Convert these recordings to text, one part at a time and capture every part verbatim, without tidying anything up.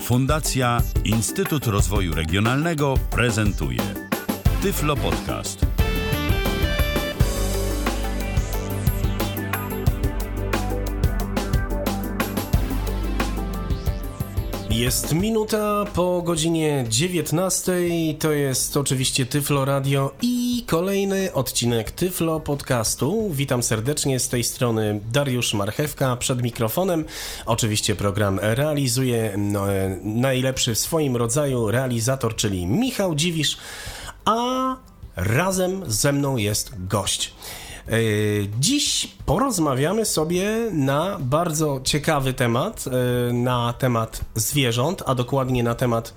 Fundacja Instytut Rozwoju Regionalnego prezentuje Tyflo Podcast. Jest minuta po godzinie dziewiętnastej, to jest oczywiście Tyflo Radio i kolejny odcinek Tyflo Podcastu. Witam serdecznie, z tej strony Dariusz Marchewka przed mikrofonem. Oczywiście program realizuje no, najlepszy w swoim rodzaju realizator, czyli Michał Dziwisz, a razem ze mną jest gość. Dziś porozmawiamy sobie na bardzo ciekawy temat, na temat zwierząt, a dokładnie na temat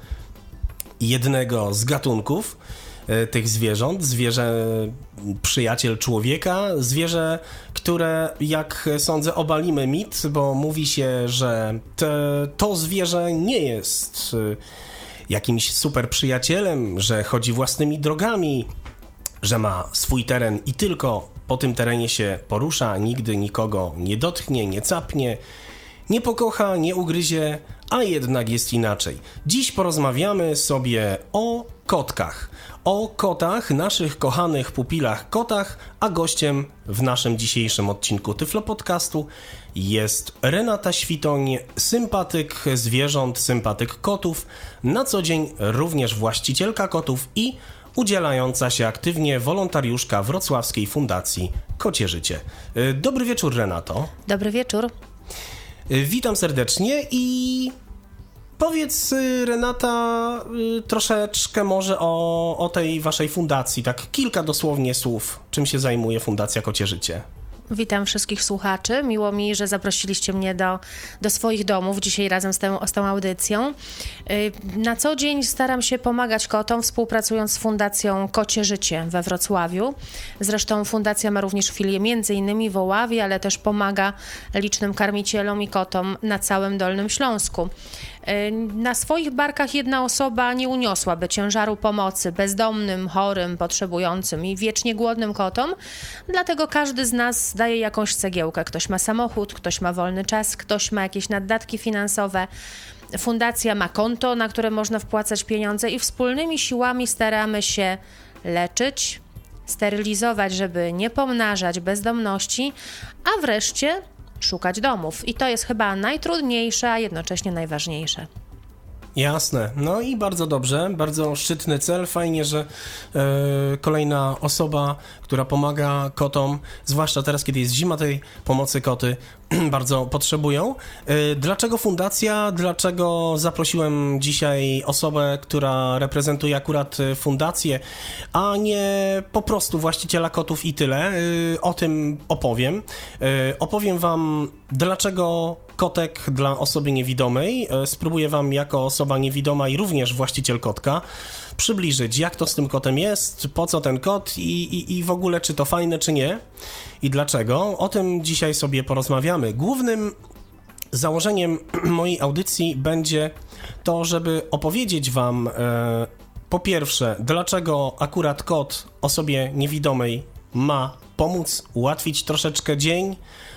jednego z gatunków tych zwierząt, zwierzę przyjaciel człowieka, zwierzę, które, jak sądzę, obalimy mit, bo mówi się, że te, to zwierzę nie jest jakimś super przyjacielem, że chodzi własnymi drogami, że ma swój teren i tylko po tym terenie się porusza, nigdy nikogo nie dotknie, nie capnie, nie pokocha, nie ugryzie, a jednak jest inaczej. Dziś porozmawiamy sobie o kotkach. O kotach, naszych kochanych pupilach kotach, a gościem w naszym dzisiejszym odcinku Tyflo Podcastu jest Renata Świtoń, sympatyk zwierząt, sympatyk kotów, na co dzień również właścicielka kotów i udzielająca się aktywnie wolontariuszka Wrocławskiej Fundacji Kocie Życie. Dobry wieczór, Renato. Dobry wieczór. Witam serdecznie i powiedz, Renata, troszeczkę może o, o tej waszej fundacji, tak kilka dosłownie słów, czym się zajmuje Fundacja Kocie Życie. Witam wszystkich słuchaczy. Miło mi, że zaprosiliście mnie do, do swoich domów dzisiaj razem z tą, z tą audycją. Na co dzień staram się pomagać kotom, współpracując z Fundacją Kocie Życie we Wrocławiu. Zresztą fundacja ma również filię między innymi w Oławie, ale też pomaga licznym karmicielom i kotom na całym Dolnym Śląsku. Na swoich barkach jedna osoba nie uniosłaby ciężaru pomocy bezdomnym, chorym, potrzebującym i wiecznie głodnym kotom, dlatego każdy z nas daje jakąś cegiełkę. Ktoś ma samochód, ktoś ma wolny czas, ktoś ma jakieś naddatki finansowe. Fundacja ma konto, na które można wpłacać pieniądze i wspólnymi siłami staramy się leczyć, sterylizować, żeby nie pomnażać bezdomności, a wreszcie szukać domów. I to jest chyba najtrudniejsze, a jednocześnie najważniejsze. Jasne. No i bardzo dobrze, bardzo szczytny cel. Fajnie, że e, kolejna osoba, która pomaga kotom, zwłaszcza teraz, kiedy jest zima, tej pomocy koty bardzo potrzebują. E, dlaczego fundacja? Dlaczego zaprosiłem dzisiaj osobę, która reprezentuje akurat fundację, a nie po prostu właściciela kotów i tyle? E, o tym opowiem. E, opowiem wam, dlaczego kotek dla osoby niewidomej. Spróbuję wam jako osoba niewidoma i również właściciel kotka przybliżyć, jak to z tym kotem jest, po co ten kot i, i, i w ogóle czy to fajne, czy nie i dlaczego. O tym dzisiaj sobie porozmawiamy. Głównym założeniem mojej audycji będzie to, żeby opowiedzieć wam e, po pierwsze, dlaczego akurat kot osobie niewidomej ma pomóc, ułatwić troszeczkę dzień,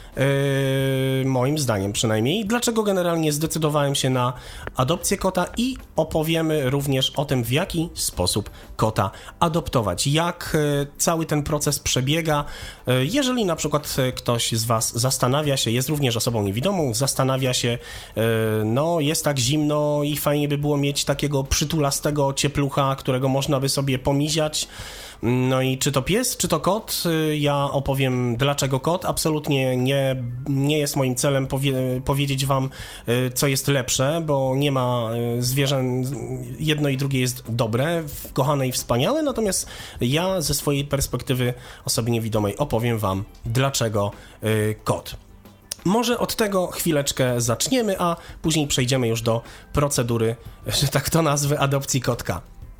Yy, moim zdaniem przynajmniej. Dlaczego generalnie zdecydowałem się na adopcję kota i opowiemy również o tym, w jaki sposób kota adoptować, jak yy, cały ten proces przebiega. Yy, jeżeli na przykład ktoś z was zastanawia się, jest również osobą niewidomą, zastanawia się, yy, no jest tak zimno i fajnie by było mieć takiego przytulastego cieplucha, którego można by sobie pomiziać. No i czy to pies, czy to kot? Ja opowiem, dlaczego kot. Absolutnie nie, nie jest moim celem powie, powiedzieć wam, co jest lepsze, bo nie ma zwierzę, jedno i drugie jest dobre, kochane i wspaniałe, natomiast ja ze swojej perspektywy osoby niewidomej opowiem wam, dlaczego kot. Może od tego chwileczkę zaczniemy, a później przejdziemy już do procedury, że tak to nazwę, adopcji kotka.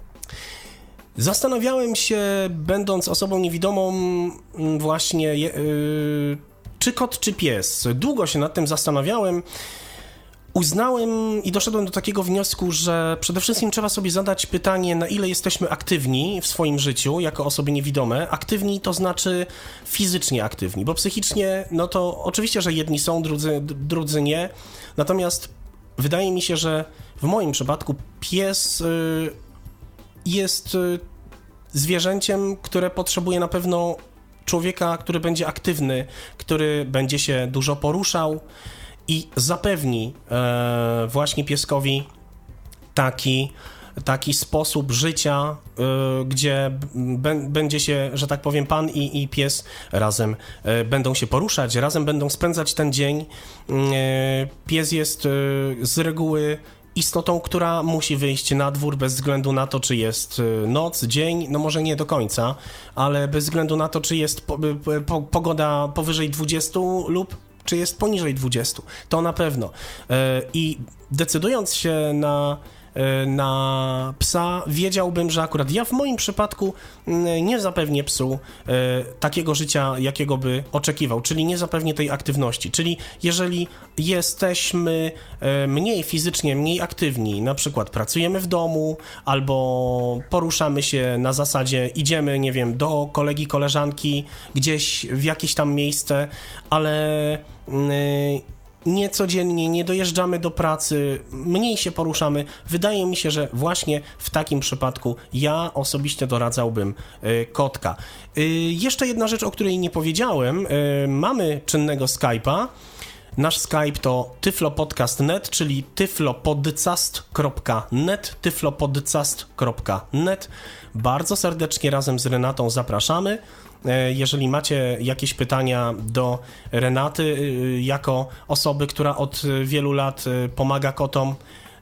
Zastanawiałem się, będąc osobą niewidomą, właśnie yy, czy kot, czy pies. Długo się nad tym zastanawiałem. Uznałem i doszedłem do takiego wniosku, że przede wszystkim trzeba sobie zadać pytanie, na ile jesteśmy aktywni w swoim życiu jako osoby niewidome. Aktywni to znaczy fizycznie aktywni, bo psychicznie, no to oczywiście, że jedni są, drudzy, drudzy nie. Natomiast wydaje mi się, że w moim przypadku pies y, jest y, zwierzęciem, które potrzebuje na pewno człowieka, który będzie aktywny, który będzie się dużo poruszał i zapewni e, właśnie pieskowi taki, taki sposób życia, y, gdzie b- będzie się, że tak powiem, pan i, i pies razem y, będą się poruszać, razem będą spędzać ten dzień. Y, pies jest y, z reguły istotą, która musi wyjść na dwór bez względu na to, czy jest noc, dzień, no może nie do końca, ale bez względu na to, czy jest po, po, pogoda powyżej dwudziestu lub czy jest poniżej dwudziestu. To na pewno. I decydując się na na psa, wiedziałbym, że akurat ja w moim przypadku nie zapewnię psu takiego życia, jakiego by oczekiwał, czyli nie zapewnię tej aktywności. Czyli jeżeli jesteśmy mniej fizycznie, mniej aktywni, na przykład pracujemy w domu albo poruszamy się na zasadzie idziemy, nie wiem, do kolegi, koleżanki, gdzieś w jakieś tam miejsce, ale nie codziennie, nie dojeżdżamy do pracy, mniej się poruszamy. Wydaje mi się, że właśnie w takim przypadku ja osobiście doradzałbym y, kotka. Y, jeszcze jedna rzecz, o której nie powiedziałem. Y, mamy czynnego Skype'a. Nasz Skype to tyflopodcast kropka net, czyli tyflopodcast kropka net, tyflopodcast kropka net. Bardzo serdecznie razem z Renatą zapraszamy. Jeżeli macie jakieś pytania do Renaty, jako osoby, która od wielu lat pomaga kotom,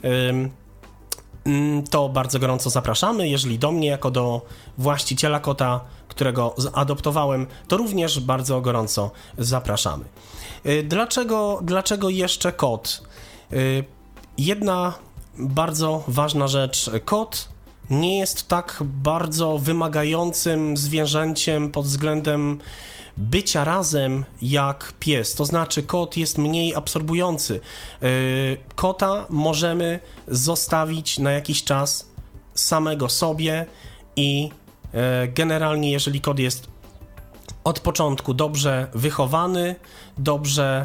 to bardzo gorąco zapraszamy. Jeżeli do mnie, jako do właściciela kota, którego zaadoptowałem, to również bardzo gorąco zapraszamy. Dlaczego, dlaczego jeszcze kot? Jedna bardzo ważna rzecz. Kot nie jest tak bardzo wymagającym zwierzęciem pod względem bycia razem jak pies. To znaczy kot jest mniej absorbujący. Kota możemy zostawić na jakiś czas samego sobie i generalnie jeżeli kot jest od początku dobrze wychowany, dobrze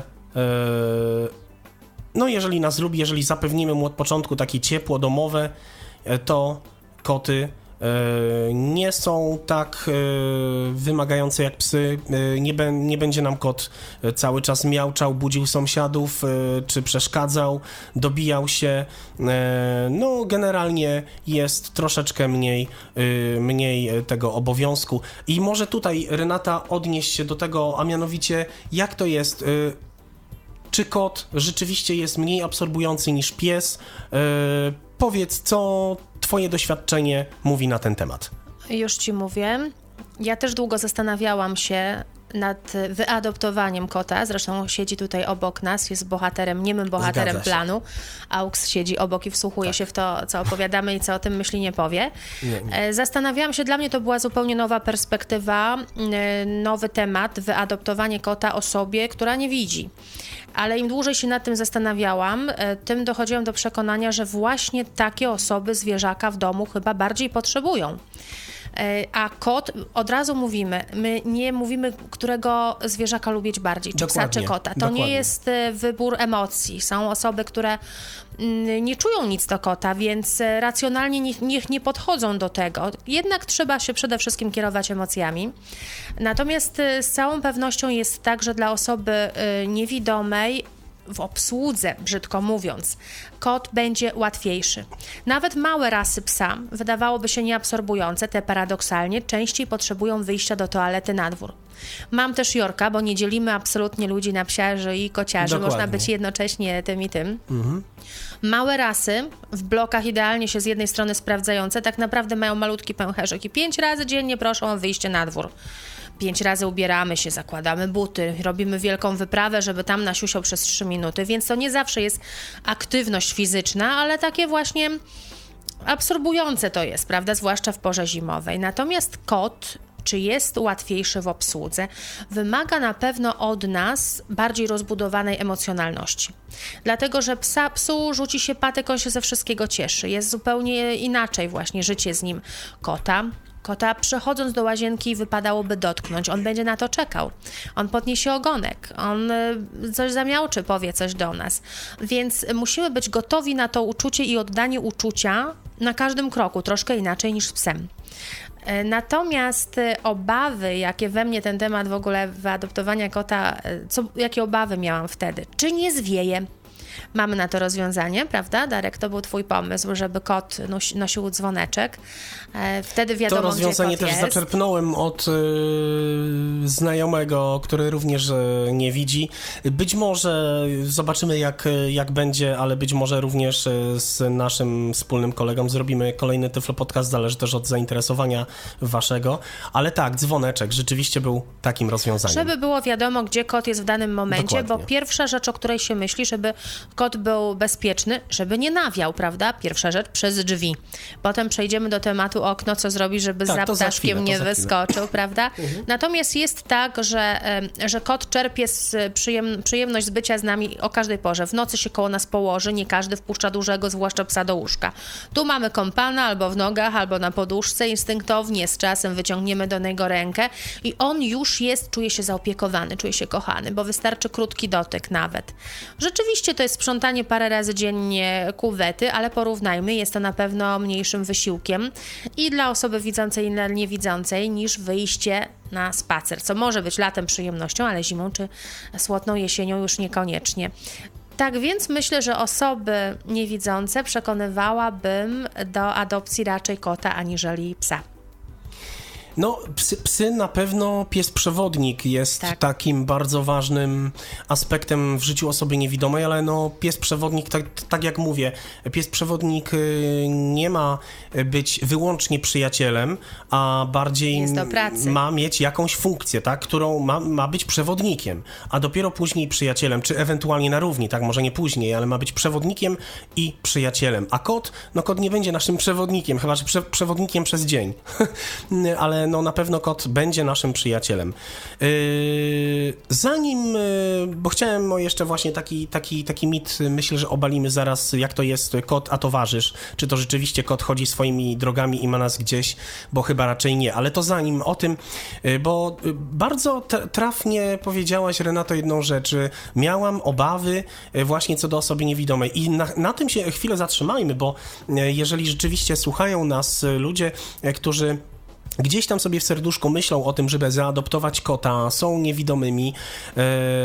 no jeżeli nas lubi, jeżeli zapewnimy mu od początku takie ciepło domowe, to koty e, nie są tak e, wymagające jak psy. E, nie, be, nie będzie nam kot cały czas miauczał, budził sąsiadów, e, czy przeszkadzał, dobijał się. E, no, generalnie jest troszeczkę mniej, e, mniej tego obowiązku. I może tutaj Renata odnieść się do tego, a mianowicie jak to jest... E, czy kot rzeczywiście jest mniej absorbujący niż pies? E, powiedz, co twoje doświadczenie mówi na ten temat. Już ci mówię. Ja też długo zastanawiałam się nad wyadoptowaniem kota. Zresztą siedzi tutaj obok nas, jest bohaterem, niemym bohaterem planu. Aux siedzi obok i wsłuchuje tak. się w to, co opowiadamy i co o tym myśli, nie powie. Nie, nie. Zastanawiałam się, dla mnie to była zupełnie nowa perspektywa, nowy temat, wyadoptowanie kota osobie, która nie widzi. Ale im dłużej się nad tym zastanawiałam, tym dochodziłam do przekonania, że właśnie takie osoby zwierzaka w domu chyba bardziej potrzebują. A kot, od razu mówimy, my nie mówimy, którego zwierzaka lubić bardziej, czy psa, czy kota. To dokładnie. Nie jest wybór emocji. Są osoby, które nie czują nic do kota, więc racjonalnie niech, niech nie podchodzą do tego. Jednak trzeba się przede wszystkim kierować emocjami. Natomiast z całą pewnością jest tak, że dla osoby niewidomej w obsłudze, brzydko mówiąc, kot będzie łatwiejszy. Nawet małe rasy psa, wydawałoby się nieabsorbujące, te paradoksalnie częściej potrzebują wyjścia do toalety na dwór. Mam też Yorka, bo nie dzielimy absolutnie ludzi na psiarzy i kociarzy. Dokładnie. Można być jednocześnie tym i tym. Mhm. Małe rasy, w blokach idealnie się z jednej strony sprawdzające, tak naprawdę mają malutki pęcherzyk i pięć razy dziennie proszą o wyjście na dwór. Pięć razy ubieramy się, zakładamy buty, robimy wielką wyprawę, żeby tam nasiusiał przez trzy minuty, więc to nie zawsze jest aktywność fizyczna, ale takie właśnie absorbujące to jest, prawda, zwłaszcza w porze zimowej. Natomiast kot, czy jest łatwiejszy w obsłudze, wymaga na pewno od nas bardziej rozbudowanej emocjonalności. Dlatego, że psa, psu rzuci się patyk, on się ze wszystkiego cieszy. Jest zupełnie inaczej właśnie życie z nim. Kota Kota przechodząc do łazienki wypadałoby dotknąć. On będzie na to czekał. On podniesie ogonek. On coś zamiałczy, powie coś do nas. Więc musimy być gotowi na to uczucie i oddanie uczucia na każdym kroku, troszkę inaczej niż z psem. Natomiast obawy, jakie we mnie ten temat w ogóle wyadoptowania kota, co, jakie obawy miałam wtedy? Czy nie zwieje? Mamy na to rozwiązanie, prawda? Darek, to był twój pomysł, żeby kot nosi, nosił dzwoneczek. Wtedy wiadomo, to rozwiązanie gdzie kot też jest. zaczerpnąłem od yy, znajomego, który również yy, nie widzi. Być może zobaczymy, jak, jak będzie, ale być może również yy, z naszym wspólnym kolegą zrobimy kolejny Tyflo Podcast, zależy też od zainteresowania waszego. Ale tak, dzwoneczek rzeczywiście był takim rozwiązaniem. Żeby było wiadomo, gdzie kot jest w danym momencie, Dokładnie. bo pierwsza rzecz, o której się myśli, żeby kot był bezpieczny, żeby nie nawiał, prawda? Pierwsza rzecz, przez drzwi. Potem przejdziemy do tematu okno, co zrobić, żeby tak, za to za ptaszkiem chwilę, nie to za wyskoczył, prawda? Mhm. Natomiast jest tak, że, że kot czerpie z przyjem, przyjemność z bycia z nami o każdej porze. W nocy się koło nas położy, nie każdy wpuszcza dużego, zwłaszcza psa do łóżka. Tu mamy kompana albo w nogach, albo na poduszce, instynktownie z czasem wyciągniemy do niego rękę i on już jest, czuje się zaopiekowany, czuje się kochany, bo wystarczy krótki dotyk nawet. Rzeczywiście to jest sprzątanie parę razy dziennie kuwety, ale porównajmy, jest to na pewno mniejszym wysiłkiem i dla osoby widzącej i dla niewidzącej niż wyjście na spacer, co może być latem przyjemnością, ale zimą czy słotną jesienią już niekoniecznie. Tak więc myślę, że osoby niewidzące przekonywałabym do adopcji raczej kota aniżeli psa. No, psy, psy na pewno, pies przewodnik jest tak. takim bardzo ważnym aspektem w życiu osoby niewidomej, ale no pies przewodnik, tak, tak jak mówię, pies przewodnik nie ma być wyłącznie przyjacielem, a bardziej jest do pracy. Ma mieć jakąś funkcję, tak, którą ma, ma być przewodnikiem, a dopiero później przyjacielem, czy ewentualnie na równi, tak, może nie później, ale ma być przewodnikiem i przyjacielem. A kot, no kot nie będzie naszym przewodnikiem, chyba że prze, przewodnikiem przez dzień, ale no na pewno kot będzie naszym przyjacielem. Yy, zanim, yy, bo chciałem o jeszcze właśnie taki, taki, taki mit, myślę, że obalimy zaraz, jak to jest kot, a towarzysz. Czy to rzeczywiście kot chodzi swoimi drogami i ma nas gdzieś, bo chyba raczej nie. Ale to zanim o tym, yy, bo bardzo t- trafnie powiedziałaś, Renato, jedną rzecz. Miałam obawy yy, właśnie co do osoby niewidomej i na, na tym się chwilę zatrzymajmy, bo yy, jeżeli rzeczywiście słuchają nas yy, ludzie, yy, którzy gdzieś tam sobie w serduszku myślą o tym, żeby zaadoptować kota, są niewidomymi yy,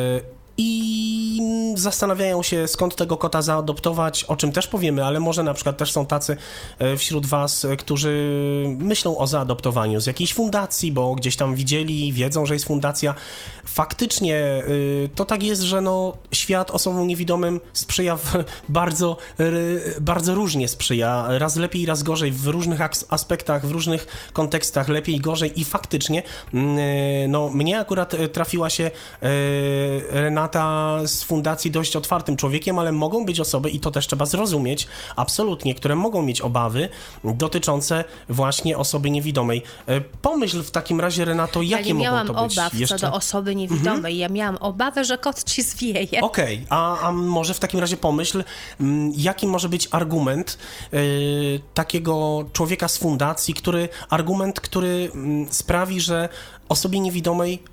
i zastanawiają się, skąd tego kota zaadoptować, o czym też powiemy, ale może na przykład też są tacy wśród was, którzy myślą o zaadoptowaniu z jakiejś fundacji, bo gdzieś tam widzieli, wiedzą, że jest fundacja. Faktycznie yy, to tak jest, że no, świat osobom niewidomym sprzyja w bardzo, yy, bardzo różnie sprzyja, raz lepiej, raz gorzej, w różnych aspektach, w różnych kontekstach, lepiej, gorzej i faktycznie yy, no, mnie akurat trafiła się yy, Renata z fundacji dość otwartym człowiekiem, ale mogą być osoby, i to też trzeba zrozumieć, absolutnie, które mogą mieć obawy dotyczące właśnie osoby niewidomej. Pomyśl w takim razie, Renato, jakie ja nie mogą miałam to być obaw jeszcze? co do osoby niewidomej. Mhm. Ja miałam obawę, że kot ci zwieje. Okej, okay. a, a może w takim razie pomyśl, jaki może być argument y, takiego człowieka z fundacji, który, argument, który y, sprawi, że osobie niewidomej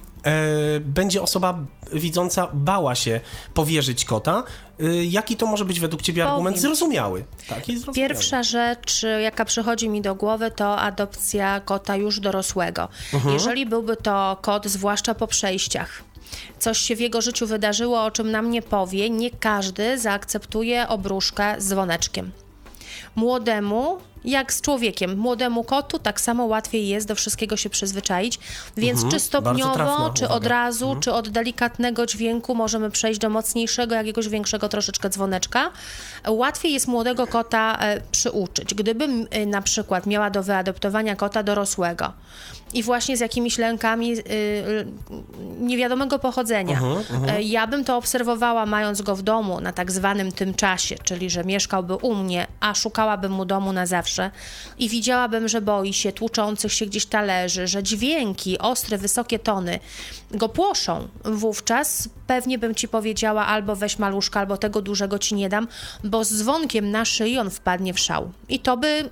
y, będzie osoba widząca bała się powierzyć kota. Jaki to może być według ciebie argument Powiem. zrozumiały? Tak, jest zrozumiały. Pierwsza rzecz, jaka przychodzi mi do głowy, to adopcja kota już dorosłego. Mhm. Jeżeli byłby to kot, zwłaszcza po przejściach, coś się w jego życiu wydarzyło, o czym nam nie powie, nie każdy zaakceptuje obruszkę z dzwoneczkiem. Młodemu, jak z człowiekiem, młodemu kotu tak samo łatwiej jest do wszystkiego się przyzwyczaić, więc mhm, czy stopniowo, czy uwaga. od razu, mhm. czy od delikatnego dźwięku możemy przejść do mocniejszego, jakiegoś większego troszeczkę dzwoneczka. Łatwiej jest młodego kota e, przyuczyć. Gdybym e, na przykład miała do wyadoptowania kota dorosłego i właśnie z jakimiś lękami e, niewiadomego pochodzenia, mhm, mhm. E, ja bym to obserwowała, mając go w domu na tak zwanym tym czasie, czyli że mieszkałby u mnie, a szukałabym mu domu na zawsze, i widziałabym, że boi się tłuczących się gdzieś talerzy, że dźwięki, ostre, wysokie tony go płoszą. Wówczas pewnie bym ci powiedziała, albo weź maluszka, albo tego dużego ci nie dam, bo z dzwonkiem na szyi on wpadnie w szał. I to by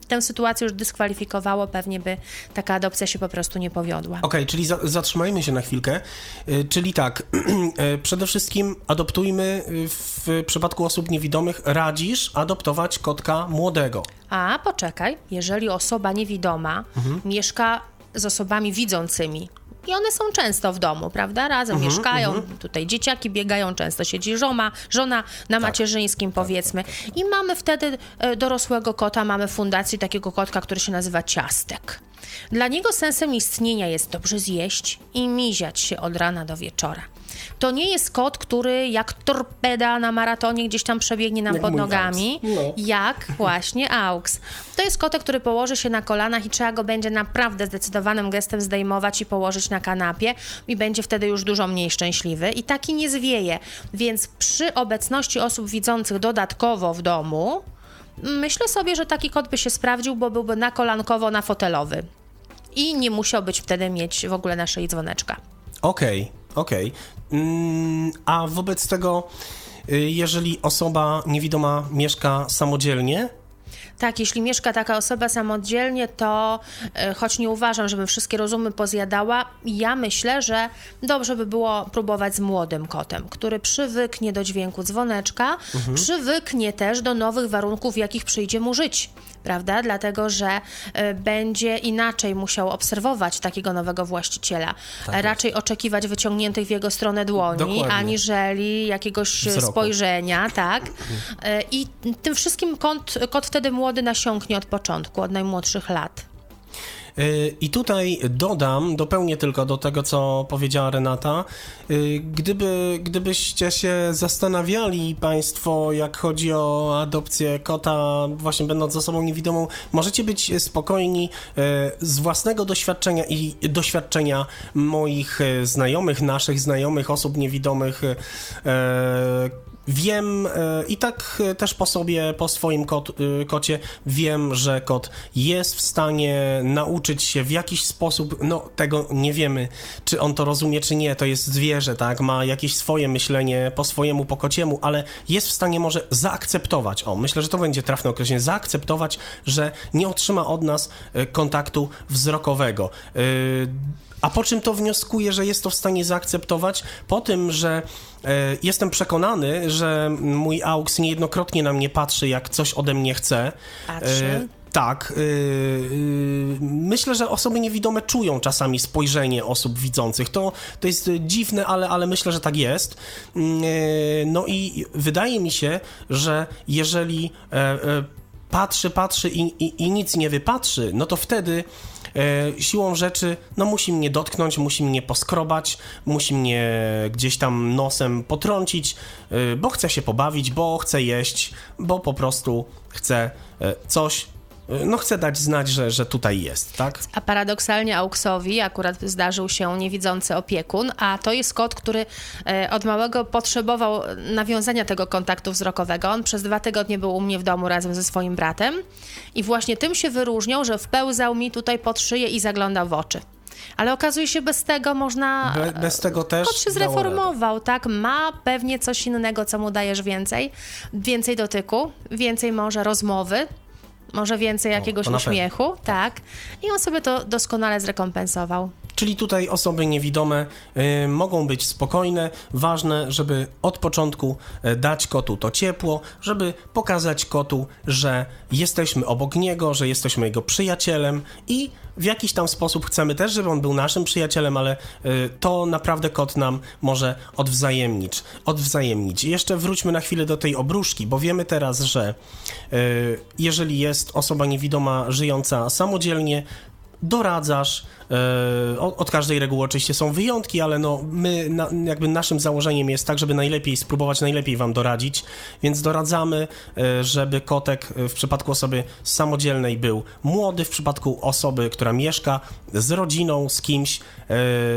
tę sytuację już dyskwalifikowało, pewnie by taka adopcja się po prostu nie powiodła. Okej, okay, czyli za, zatrzymajmy się na chwilkę. Y, czyli tak, y, przede wszystkim adoptujmy w przypadku osób niewidomych, radzisz adoptować kotka młodego. A, poczekaj, jeżeli osoba niewidoma mhm. mieszka z osobami widzącymi, i one są często w domu, prawda? Razem uh-huh, mieszkają, uh-huh. tutaj dzieciaki biegają, często siedzi żona, żona na tak. macierzyńskim, powiedzmy. Tak, tak, tak. I mamy wtedy dorosłego kota, mamy w fundacji takiego kotka, który się nazywa Ciastek. Dla niego sensem istnienia jest dobrze zjeść i miziać się od rana do wieczora. To nie jest kot, który jak torpeda na maratonie gdzieś tam przebiegnie nam jak pod nogami, no. jak właśnie Aux. To jest kotek, który położy się na kolanach i trzeba go będzie naprawdę zdecydowanym gestem zdejmować i położyć na kanapie i będzie wtedy już dużo mniej szczęśliwy i taki nie zwieje. Więc przy obecności osób widzących dodatkowo w domu, myślę sobie, że taki kot by się sprawdził, bo byłby na kolankowo, na fotelowy. I nie musiał być wtedy mieć w ogóle na szyi dzwoneczka. Okej, okay, okej. Okay. Mm, a wobec tego, jeżeli osoba niewidoma mieszka samodzielnie? Tak, jeśli mieszka taka osoba samodzielnie, to y, choć nie uważam, żeby wszystkie rozumy pozjadała, ja myślę, że dobrze by było próbować z młodym kotem, który przywyknie do dźwięku dzwoneczka, mhm. przywyknie też do nowych warunków, w jakich przyjdzie mu żyć, prawda? Dlatego, że y, będzie inaczej musiał obserwować takiego nowego właściciela. Tak raczej jest. Oczekiwać wyciągniętych w jego stronę dłoni, dokładnie. Aniżeli jakiegoś Wzroku. Spojrzenia, tak? Mhm. Y, I tym wszystkim kot, kot wtedy młody nasiąknie od początku, od najmłodszych lat. I tutaj dodam, dopełnię tylko do tego, co powiedziała Renata. Gdyby, gdybyście się zastanawiali Państwo, jak chodzi o adopcję kota, właśnie będąc osobą niewidomą, możecie być spokojni z własnego doświadczenia i doświadczenia moich znajomych, naszych znajomych, osób niewidomych. Wiem e, i tak też po sobie, po swoim kot, e, kocie wiem, że kot jest w stanie nauczyć się w jakiś sposób, no tego nie wiemy, czy on to rozumie, czy nie, to jest zwierzę, tak, ma jakieś swoje myślenie po swojemu, po kociemu, ale jest w stanie może zaakceptować, o, myślę, że to będzie trafne określenie, zaakceptować, że nie otrzyma od nas kontaktu wzrokowego. E, A po czym to wnioskuję, że jest to w stanie zaakceptować? Po tym, że e, jestem przekonany, że mój Aux niejednokrotnie na mnie patrzy, jak coś ode mnie chce. Patrzy? E, tak. E, e, myślę, że osoby niewidome czują czasami spojrzenie osób widzących. To, to jest dziwne, ale, ale myślę, że tak jest. E, no i wydaje mi się, że jeżeli e, e, patrzy, patrzy i, i, i nic nie wypatrzy, no to wtedy E, siłą rzeczy, no musi mnie dotknąć, musi mnie poskrobać, musi mnie gdzieś tam nosem potrącić, e, bo chce się pobawić, bo chce jeść, bo po prostu chce e, coś, e, no chce dać znać, że, że tutaj jest, tak? A paradoksalnie Auxowi akurat zdarzył się niewidzący opiekun, a to jest kot, który e, od małego potrzebował nawiązania tego kontaktu wzrokowego. On przez dwa tygodnie był u mnie w domu razem ze swoim bratem i właśnie tym się wyróżniał, że wpełzał mi tutaj pod szyję i zaglądał w oczy. Ale okazuje się, bez tego można... Be, bez tego też kot się zreformował, tak? Ma pewnie coś innego, co mu dajesz więcej. Więcej dotyku, więcej może rozmowy, może więcej jakiegoś o, uśmiechu, tak. I on sobie to doskonale zrekompensował. Czyli tutaj osoby niewidome y, mogą być spokojne. Ważne, żeby od początku y, dać kotu to ciepło, żeby pokazać kotu, że jesteśmy obok niego, że jesteśmy jego przyjacielem i w jakiś tam sposób chcemy też, żeby on był naszym przyjacielem, ale y, to naprawdę kot nam może odwzajemnić. odwzajemnić. Jeszcze wróćmy na chwilę do tej obruszki, bo wiemy teraz, że y, jeżeli jest osoba niewidoma żyjąca samodzielnie, doradzasz, e, od każdej reguły oczywiście są wyjątki, ale no my, na, jakby naszym założeniem jest tak, żeby najlepiej spróbować, najlepiej wam doradzić, więc doradzamy, e, żeby kotek w przypadku osoby samodzielnej był młody, w przypadku osoby, która mieszka z rodziną, z kimś, e,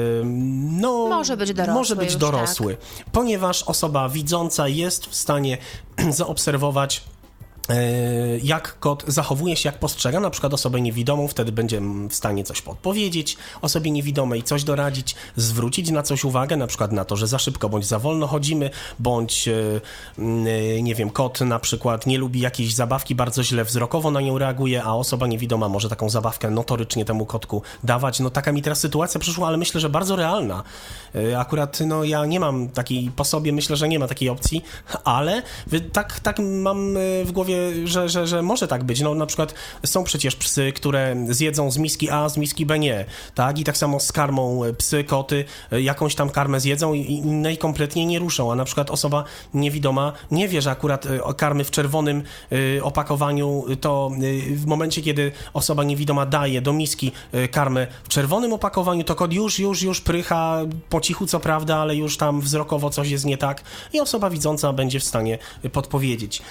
no może być dorosły, może być dorosły tak. Ponieważ osoba widząca jest w stanie zaobserwować jak kot zachowuje się, jak postrzega na przykład osobę niewidomą, wtedy będzie w stanie coś podpowiedzieć osobie niewidomej, coś doradzić, zwrócić na coś uwagę, na przykład na to, że za szybko bądź za wolno chodzimy, bądź nie wiem, kot na przykład nie lubi jakiejś zabawki, bardzo źle wzrokowo na nią reaguje, a osoba niewidoma może taką zabawkę notorycznie temu kotku dawać. No taka mi teraz sytuacja przyszła, ale myślę, że bardzo realna. Akurat no ja nie mam takiej po sobie, myślę, że nie ma takiej opcji, ale tak, tak mam w głowie, Że, że, że może tak być. No na przykład są przecież psy, które zjedzą z miski A, z miski B nie, tak? I tak samo z karmą psy, koty jakąś tam karmę zjedzą i innej kompletnie nie ruszą, a na przykład osoba niewidoma nie wie, że akurat karmy w czerwonym opakowaniu to w momencie, kiedy osoba niewidoma daje do miski karmę w czerwonym opakowaniu, to kot już, już, już prycha po cichu, co prawda, ale już tam wzrokowo coś jest nie tak i osoba widząca będzie w stanie podpowiedzieć.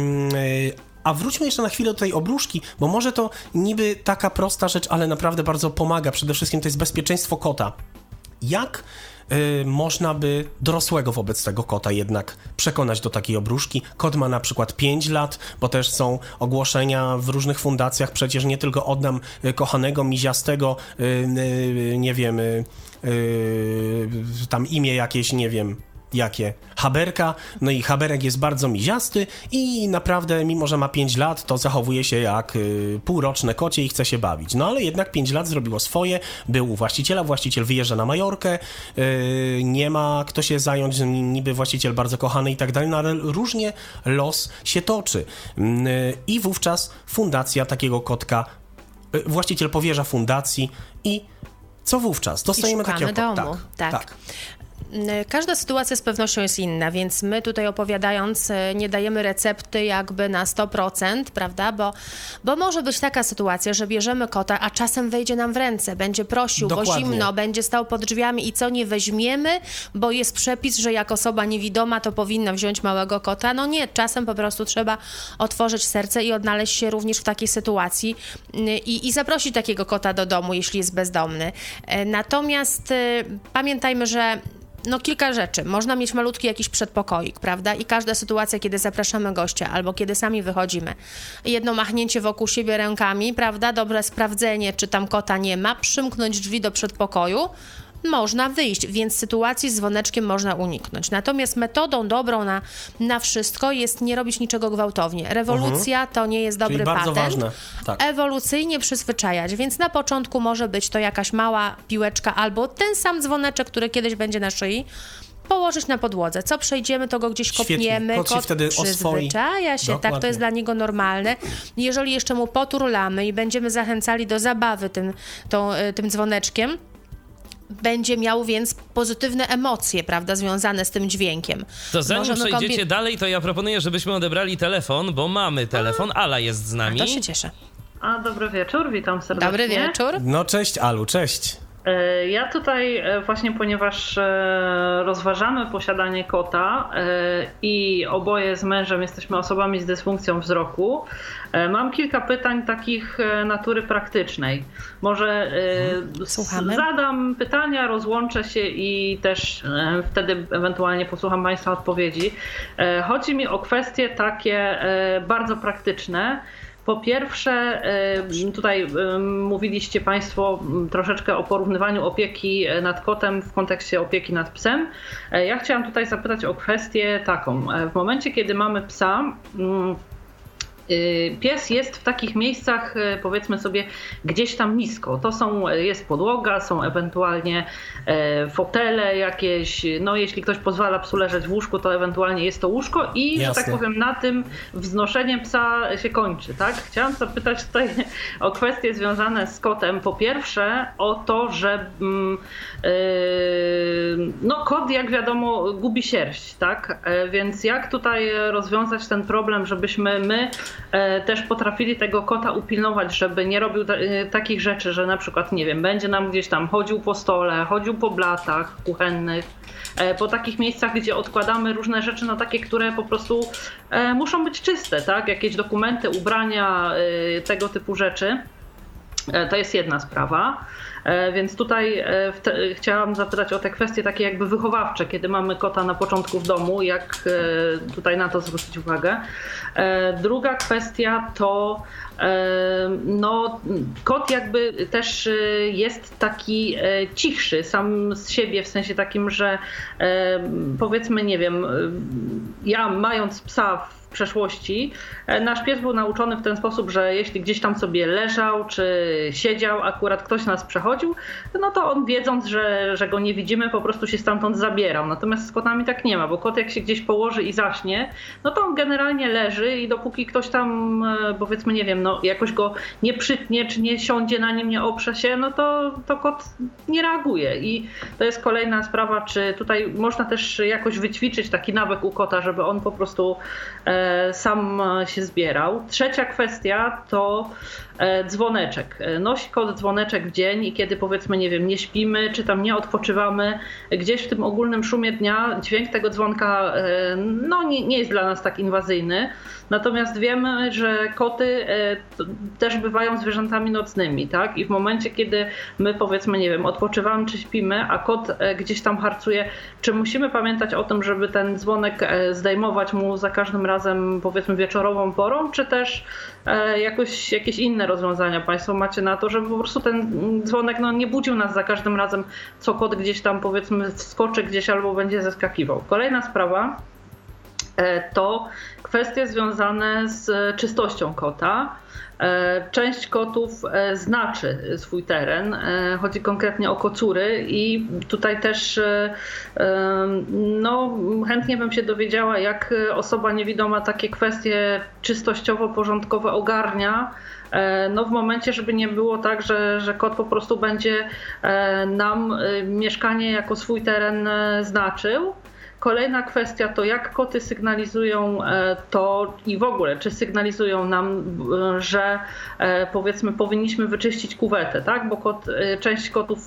A wróćmy jeszcze na chwilę do tej obruszki, bo może to niby taka prosta rzecz, ale naprawdę bardzo pomaga. Przede wszystkim to jest bezpieczeństwo kota. Jak y, można by dorosłego wobec tego kota jednak przekonać do takiej obruszki? Kot ma na przykład pięć lat, bo też są ogłoszenia w różnych fundacjach, przecież nie tylko oddam y, kochanego, miziastego, y, y, nie wiem, y, y, tam imię jakieś, nie wiem, jakie? Haberka, no i Haberek jest bardzo miziasty i naprawdę, mimo że ma pięć lat, to zachowuje się jak y, półroczne kocie i chce się bawić. No ale jednak pięć lat zrobiło swoje, był u właściciela, właściciel wyjeżdża na Majorkę, y, nie ma kto się zająć, niby właściciel bardzo kochany i tak dalej, no ale różnie los się toczy. Y, I wówczas fundacja takiego kotka, y, właściciel powierza fundacji i co wówczas? Dostajemy takiego domu. Tak, tak. tak. Każda sytuacja z pewnością jest inna, więc my tutaj opowiadając nie dajemy recepty jakby na sto procent, prawda, bo, bo może być taka sytuacja, że bierzemy kota, a czasem wejdzie nam w ręce, będzie prosił, Dokładnie. bo zimno, będzie stał pod drzwiami i co, nie weźmiemy, bo jest przepis, że jak osoba niewidoma to powinna wziąć małego kota. No nie, czasem po prostu trzeba otworzyć serce i odnaleźć się również w takiej sytuacji i, i zaprosić takiego kota do domu, jeśli jest bezdomny. Natomiast y, pamiętajmy, że no kilka rzeczy. Można mieć malutki jakiś przedpokoik, prawda? I każda sytuacja, kiedy zapraszamy gościa albo kiedy sami wychodzimy, jedno machnięcie wokół siebie rękami, prawda? Dobre sprawdzenie, czy tam kota nie ma, przymknąć drzwi do przedpokoju, można wyjść, więc sytuacji z dzwoneczkiem można uniknąć. Natomiast metodą dobrą na, na wszystko jest nie robić niczego gwałtownie. Rewolucja mhm. to nie jest dobry Czyli bardzo patent. Ważne. Tak. Ewolucyjnie przyzwyczajać, więc na początku może być to jakaś mała piłeczka albo ten sam dzwoneczek, który kiedyś będzie na szyi, położyć na podłodze. Co przejdziemy, to go gdzieś kopniemy. Kot, Kot wtedy przyzwyczaja się, Dokładnie. tak, to jest dla niego normalne. Jeżeli jeszcze mu poturlamy i będziemy zachęcali do zabawy tym, tą, tym dzwoneczkiem, będzie miał więc pozytywne emocje, prawda, związane z tym dźwiękiem. To zanim Możemy przejdziecie kombi- dalej, to ja proponuję, żebyśmy odebrali telefon, bo mamy telefon. Ala jest z nami. A to się cieszę. A, dobry wieczór, witam serdecznie. Dobry wieczór. No cześć Alu, cześć. Ja tutaj właśnie, ponieważ rozważamy posiadanie kota i oboje z mężem jesteśmy osobami z dysfunkcją wzroku, mam kilka pytań takich natury praktycznej. Może Słuchamy. zadam pytania, rozłączę się i też wtedy ewentualnie posłucham Państwa odpowiedzi. Chodzi mi o kwestie takie bardzo praktyczne. Po pierwsze, tutaj mówiliście Państwo troszeczkę o porównywaniu opieki nad kotem w kontekście opieki nad psem. Ja chciałam tutaj zapytać o kwestię taką. W momencie, kiedy mamy psa, pies jest w takich miejscach, powiedzmy sobie, gdzieś tam nisko. To są, jest podłoga, są ewentualnie fotele jakieś, no jeśli ktoś pozwala psu leżeć w łóżku, to ewentualnie jest to łóżko i, Jasne. że tak powiem, na tym wznoszenie psa się kończy, tak? Chciałam zapytać tutaj o kwestie związane z kotem. Po pierwsze o to, że yy, no kot, jak wiadomo, gubi sierść, tak? Więc jak tutaj rozwiązać ten problem, żebyśmy my też potrafili tego kota upilnować, żeby nie robił ta, takich rzeczy, że na przykład, nie wiem, będzie nam gdzieś tam chodził po stole, chodził po blatach kuchennych, po takich miejscach, gdzie odkładamy różne rzeczy, no takie, które po prostu muszą być czyste, tak? Jakieś dokumenty, ubrania, tego typu rzeczy. To jest jedna sprawa. Więc tutaj te, chciałam zapytać o te kwestie takie jakby wychowawcze, kiedy mamy kota na początku w domu, jak tutaj na to zwrócić uwagę. Druga kwestia to no, kot jakby też jest taki cichszy sam z siebie, w sensie takim, że powiedzmy, nie wiem, ja mając psa w w przeszłości, nasz pies był nauczony w ten sposób, że jeśli gdzieś tam sobie leżał, czy siedział, akurat ktoś nas przechodził, no to on wiedząc, że, że go nie widzimy, po prostu się stamtąd zabierał. Natomiast z kotami tak nie ma, bo kot jak się gdzieś położy i zaśnie, no to on generalnie leży i dopóki ktoś tam, powiedzmy, nie wiem, no jakoś go nie przytnie, czy nie siądzie na nim, nie oprze się, no to, to kot nie reaguje. I to jest kolejna sprawa, czy tutaj można też jakoś wyćwiczyć taki nawyk u kota, żeby on po prostu sam się zbierał. Trzecia kwestia to dzwoneczek. Nosi kot dzwoneczek w dzień i kiedy powiedzmy, nie wiem, nie śpimy, czy tam nie odpoczywamy, gdzieś w tym ogólnym szumie dnia dźwięk tego dzwonka no, nie, nie jest dla nas tak inwazyjny. Natomiast wiemy, że koty też bywają zwierzętami nocnymi, tak? I w momencie, kiedy my powiedzmy, nie wiem, odpoczywamy czy śpimy, a kot gdzieś tam harcuje, czy musimy pamiętać o tym, żeby ten dzwonek zdejmować mu za każdym razem, powiedzmy, wieczorową porą, czy też jakoś jakieś inne rozwiązania Państwo macie na to, żeby po prostu ten dzwonek no, nie budził nas za każdym razem, co kot gdzieś tam, powiedzmy, wskoczy gdzieś albo będzie zeskakiwał. Kolejna sprawa to kwestie związane z czystością kota. Część kotów znaczy swój teren, chodzi konkretnie o kocury i tutaj też no, chętnie bym się dowiedziała, jak osoba niewidoma takie kwestie czystościowo-porządkowe ogarnia, no w momencie, żeby nie było tak, że, że kot po prostu będzie nam mieszkanie jako swój teren znaczył. Kolejna kwestia to jak koty sygnalizują to i w ogóle, czy sygnalizują nam, że powiedzmy powinniśmy wyczyścić kuwetę, tak? Bo kot, część kotów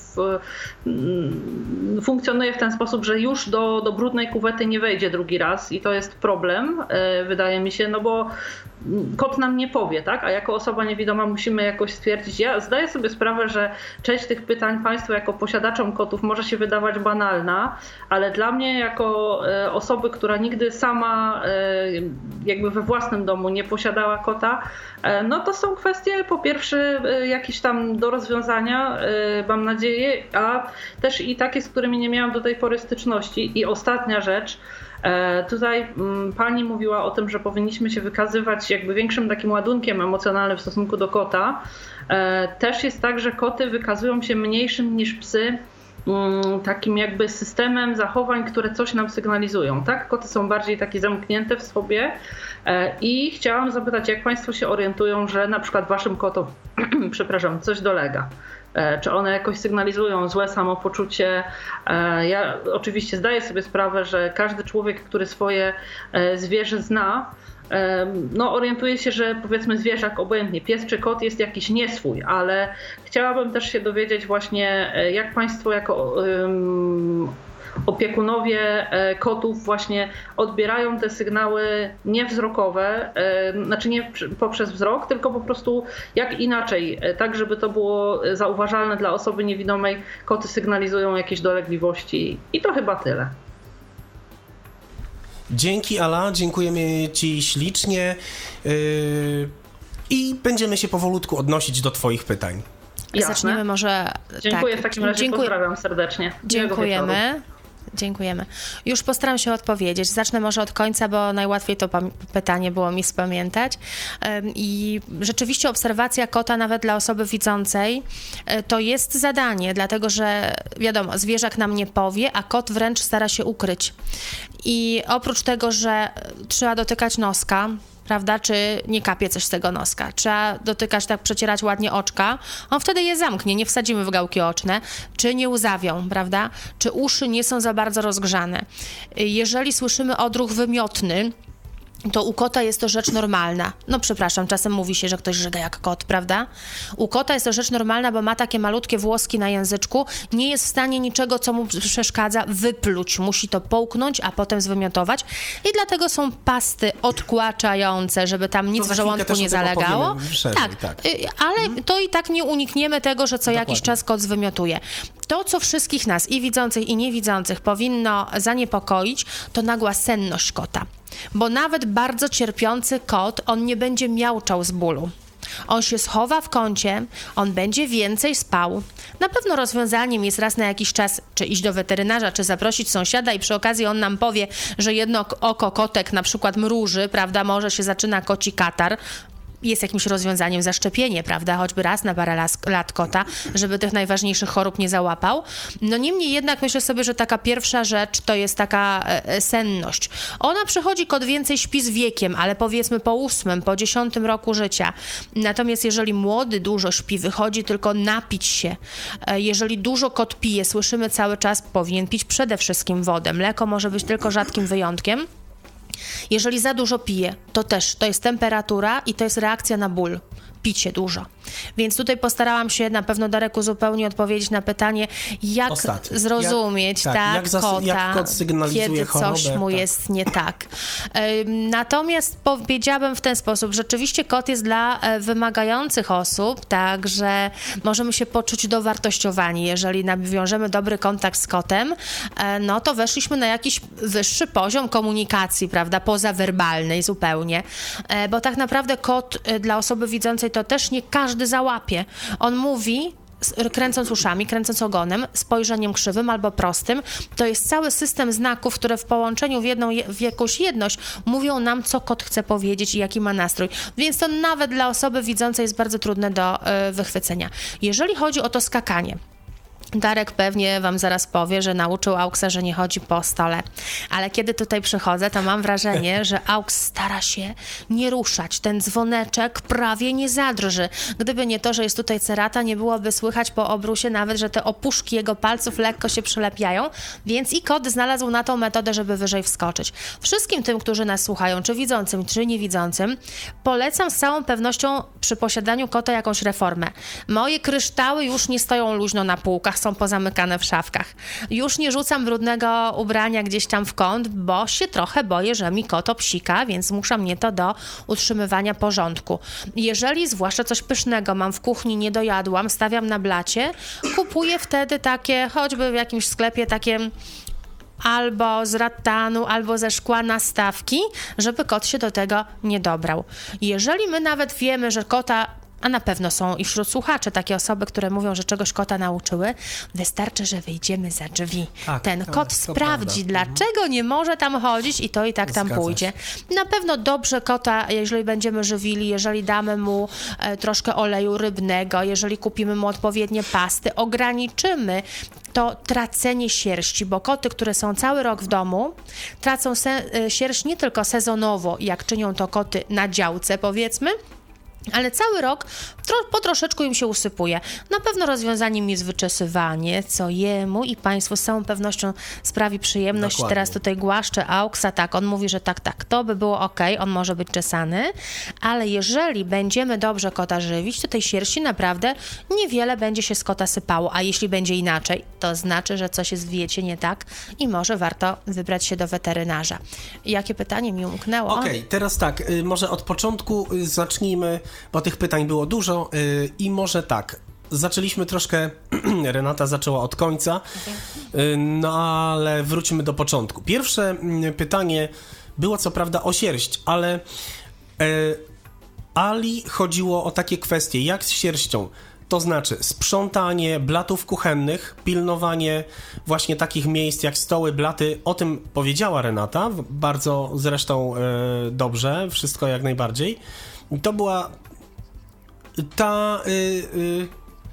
funkcjonuje w ten sposób, że już do, do brudnej kuwety nie wejdzie drugi raz i to jest problem, wydaje mi się, no bo kot nam nie powie, tak? A jako osoba niewidoma musimy jakoś stwierdzić. Ja zdaję sobie sprawę, że część tych pytań Państwu jako posiadaczom kotów może się wydawać banalna, ale dla mnie jako osoby, która nigdy sama jakby we własnym domu nie posiadała kota, no to są kwestie po pierwsze jakieś tam do rozwiązania, mam nadzieję, a też i takie, z którymi nie miałam do tej pory styczności. I ostatnia rzecz, tutaj pani mówiła o tym, że powinniśmy się wykazywać jakby większym takim ładunkiem emocjonalnym w stosunku do kota. Też jest tak, że koty wykazują się mniejszym niż psy takim jakby systemem zachowań, które coś nam sygnalizują. Tak? Koty są bardziej takie zamknięte w sobie i chciałam zapytać, jak Państwo się orientują, że na przykład waszym kotom, przepraszam, coś dolega. Czy one jakoś sygnalizują złe samopoczucie? Ja oczywiście zdaję sobie sprawę, że każdy człowiek, który swoje zwierzę zna, no orientuje się, że powiedzmy zwierzak, obojętnie pies czy kot jest jakiś nieswój, ale chciałabym też się dowiedzieć właśnie, jak Państwo jako um, opiekunowie kotów właśnie odbierają te sygnały niewzrokowe, znaczy nie poprzez wzrok, tylko po prostu jak inaczej, tak żeby to było zauważalne dla osoby niewidomej, koty sygnalizują jakieś dolegliwości i to chyba tyle. Dzięki, Ala, dziękujemy Ci ślicznie yy, i będziemy się powolutku odnosić do Twoich pytań. Jasne. Zaczniemy może... Dziękuję tak. w takim razie, Dziękuję. Pozdrawiam serdecznie. Dziękujemy. Dziękujemy. Już postaram się odpowiedzieć. Zacznę może od końca, bo najłatwiej to pam- pytanie było mi spamiętać. I rzeczywiście obserwacja kota nawet dla osoby widzącej to jest zadanie, dlatego że wiadomo, zwierzak nam nie powie, a kot wręcz stara się ukryć. I oprócz tego, że trzeba dotykać noska, prawda, czy nie kapie coś z tego noska. Trzeba dotykać, tak przecierać ładnie oczka. On wtedy je zamknie, nie wsadzimy w gałki oczne. Czy nie łzawią, prawda? Czy uszy nie są za bardzo rozgrzane. Jeżeli słyszymy odruch wymiotny, to u kota jest to rzecz normalna. No przepraszam, czasem mówi się, że ktoś żyga jak kot, prawda? U kota jest to rzecz normalna, bo ma takie malutkie włoski na języczku, nie jest w stanie niczego, co mu przeszkadza, wypluć. Musi to połknąć, a potem zwymiotować. I dlatego są pasty odkłaczające, żeby tam nic w żołądku nie zalegało. Szerzej, tak, tak, ale mhm. to i tak nie unikniemy tego, że co Dokładnie. jakiś czas kot zwymiotuje. To, co wszystkich nas, i widzących, i niewidzących, powinno zaniepokoić, to nagła senność kota. Bo nawet bardzo cierpiący kot, on nie będzie miauczał z bólu. On się schowa w kącie, on będzie więcej spał. Na pewno rozwiązaniem jest raz na jakiś czas, czy iść do weterynarza, czy zaprosić sąsiada i przy okazji on nam powie, że jedno oko kotek na przykład mruży, prawda, może się zaczyna koci katar. Jest jakimś rozwiązaniem zaszczepienie, prawda, choćby raz na parę lat kota, żeby tych najważniejszych chorób nie załapał. No niemniej jednak myślę sobie, że taka pierwsza rzecz to jest taka e, senność. Ona przychodzi, kot więcej śpi z wiekiem, ale powiedzmy po ósmym, po dziesiątym roku życia. Natomiast jeżeli młody dużo śpi, wychodzi tylko napić się. E, jeżeli dużo kot pije, słyszymy cały czas, powinien pić przede wszystkim wodę. Mleko może być tylko rzadkim wyjątkiem. Jeżeli za dużo pije, to też to jest temperatura i to jest reakcja na ból. Picie dużo. Więc tutaj postarałam się na pewno, Dareku, zupełnie odpowiedzieć na pytanie, jak Ostatnie. zrozumieć jak, tak, tak, jak zas- kota, jak kot sygnalizuje kiedy chorobę, coś mu tak. jest nie tak. Natomiast powiedziałabym w ten sposób, rzeczywiście kot jest dla wymagających osób, tak, że możemy się poczuć dowartościowani. Jeżeli nawiążemy dobry kontakt z kotem, no to weszliśmy na jakiś wyższy poziom komunikacji, prawda, pozawerbalnej zupełnie. Bo tak naprawdę kot dla osoby widzącej to też nie każdy załapie. On mówi, kręcąc uszami, kręcąc ogonem, spojrzeniem krzywym albo prostym. To jest cały system znaków, które w połączeniu w, jedną, w jakąś jedność mówią nam, co kot chce powiedzieć i jaki ma nastrój. Więc to nawet dla osoby widzącej jest bardzo trudne do y, wychwycenia. Jeżeli chodzi o to skakanie, Darek pewnie wam zaraz powie, że nauczył Auksa, że nie chodzi po stole. Ale kiedy tutaj przychodzę, to mam wrażenie, że Auks stara się nie ruszać. Ten dzwoneczek prawie nie zadrży. Gdyby nie to, że jest tutaj cerata, nie byłoby słychać po obrusie nawet, że te opuszki jego palców lekko się przylepiają, więc i kot znalazł na tą metodę, żeby wyżej wskoczyć. Wszystkim tym, którzy nas słuchają, czy widzącym, czy niewidzącym, polecam z całą pewnością przy posiadaniu kota jakąś reformę. Moje kryształy już nie stoją luźno na półkach, są pozamykane w szafkach. Już nie rzucam brudnego ubrania gdzieś tam w kąt, bo się trochę boję, że mi kot obsika, więc zmusza mnie to do utrzymywania porządku. Jeżeli zwłaszcza coś pysznego mam w kuchni, nie dojadłam, stawiam na blacie, kupuję wtedy takie, choćby w jakimś sklepie, takie albo z rattanu, albo ze szkła nastawki, żeby kot się do tego nie dobrał. Jeżeli my nawet wiemy, że kota, a na pewno są i wśród słuchaczy takie osoby, które mówią, że czegoś kota nauczyły, wystarczy, że wyjdziemy za drzwi. Tak, Ten kot tak, sprawdzi, prawda. dlaczego nie może tam chodzić i to i tak tam Zgadza pójdzie. Się. Na pewno dobrze kota, jeżeli będziemy żywili, jeżeli damy mu e, troszkę oleju rybnego, jeżeli kupimy mu odpowiednie pasty, ograniczymy to tracenie sierści, bo koty, które są cały rok w domu, tracą se- sierść nie tylko sezonowo, jak czynią to koty na działce, powiedzmy, ale cały rok tro, po troszeczku im się usypuje. Na pewno rozwiązaniem jest wyczesywanie, co jemu i państwu z całą pewnością sprawi przyjemność. Dokładnie. Teraz tutaj głaszczę Auksa, tak, on mówi, że tak, tak, to by było okej, on może być czesany, ale jeżeli będziemy dobrze kota żywić, to tej sierści naprawdę niewiele będzie się z kota sypało, a jeśli będzie inaczej, to znaczy, że coś jest w diecie nie tak i może warto wybrać się do weterynarza. Jakie pytanie mi umknęło? Okej, okay, teraz tak, y, może od początku y, zacznijmy, bo tych pytań było dużo yy, i może tak, zaczęliśmy troszkę, Renata zaczęła od końca, yy, no ale wróćmy do początku. Pierwsze yy, pytanie było co prawda o sierść, ale yy, Ali chodziło o takie kwestie, jak z sierścią, to znaczy sprzątanie blatów kuchennych, pilnowanie właśnie takich miejsc jak stoły, blaty, o tym powiedziała Renata, bardzo zresztą yy, dobrze, wszystko jak najbardziej. I to była ta y, y,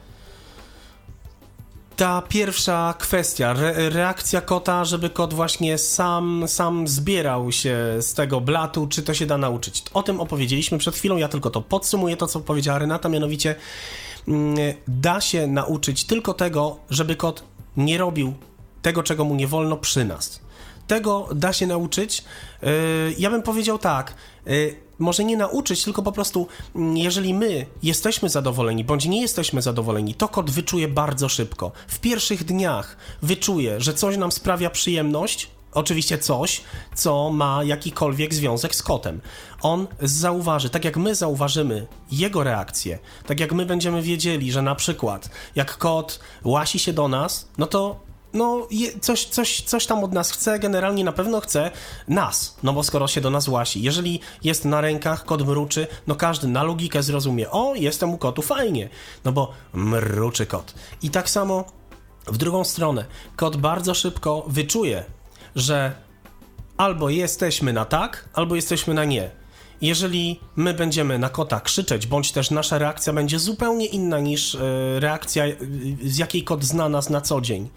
ta pierwsza kwestia, re, reakcja kota, żeby kot właśnie sam, sam zbierał się z tego blatu, czy to się da nauczyć. O tym opowiedzieliśmy przed chwilą, ja tylko to podsumuję, to co powiedziała Renata, mianowicie y, da się nauczyć tylko tego, żeby kot nie robił tego, czego mu nie wolno przy nas. tego da się nauczyć. Yy, ja bym powiedział tak, yy, może nie nauczyć, tylko po prostu jeżeli my jesteśmy zadowoleni, bądź nie jesteśmy zadowoleni, to kot wyczuje bardzo szybko. W pierwszych dniach wyczuje, że coś nam sprawia przyjemność, oczywiście coś, co ma jakikolwiek związek z kotem. On zauważy, tak jak my zauważymy jego reakcję, tak jak my będziemy wiedzieli, że na przykład jak kot łasi się do nas, no to no je, coś, coś, coś tam od nas chce, generalnie na pewno chce nas, no bo skoro się do nas łasi. Jeżeli jest na rękach, kot mruczy, no każdy na logikę zrozumie, o, jestem u kotu, fajnie, no bo mruczy kot. I tak samo w drugą stronę, kot bardzo szybko wyczuje, że albo jesteśmy na tak, albo jesteśmy na nie. Jeżeli my będziemy na kota krzyczeć, bądź też nasza reakcja będzie zupełnie inna niż e, reakcja, z jakiej kot zna nas na co dzień,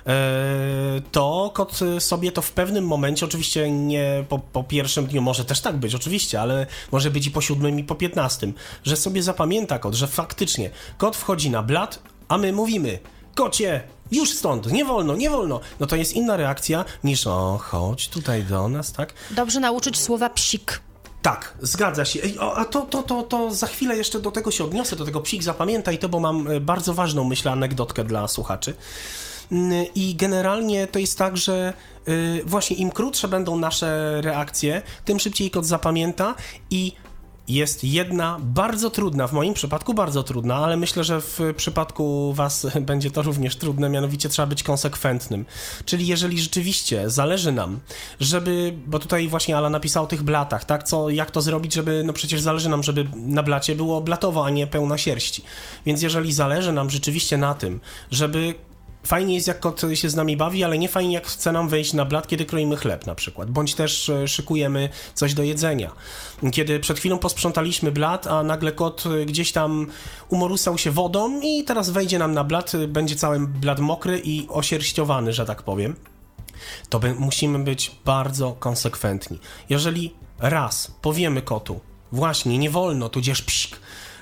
e, to kot sobie to w pewnym momencie, oczywiście nie po, po pierwszym dniu, może też tak być, oczywiście, ale może być i po siódmym i po piętnastym, że sobie zapamięta kot, że faktycznie kot wchodzi na blat, a my mówimy: kocie, już stąd, nie wolno, nie wolno. No to jest inna reakcja niż o, chodź tutaj do nas, tak? Dobrze nauczyć słowa psik. Tak, zgadza się. Ej, o, a to, to, to, to za chwilę jeszcze do tego się odniosę, do tego psik, zapamiętaj to, bo mam bardzo ważną, myślę, anegdotkę dla słuchaczy. I generalnie to jest tak, że y, właśnie im krótsze będą nasze reakcje, tym szybciej kot zapamięta i jest jedna bardzo trudna, w moim przypadku bardzo trudna, ale myślę, że w przypadku was będzie to również trudne, mianowicie trzeba być konsekwentnym. Czyli jeżeli rzeczywiście zależy nam, żeby, bo tutaj właśnie Ala napisał o tych blatach, tak, co, jak to zrobić, żeby, no przecież zależy nam, żeby na blacie było blatowo, a nie pełna sierści. Więc jeżeli zależy nam rzeczywiście na tym, żeby fajnie jest, jak kot się z nami bawi, ale nie fajnie, jak chce nam wejść na blat, kiedy kroimy chleb na przykład, bądź też szykujemy coś do jedzenia. Kiedy przed chwilą posprzątaliśmy blat, a nagle kot gdzieś tam umorusał się wodą i teraz wejdzie nam na blat, będzie cały blat mokry i osierściowany, że tak powiem, to by, musimy być bardzo konsekwentni. Jeżeli raz powiemy kotu, właśnie, nie wolno, tudzież psik,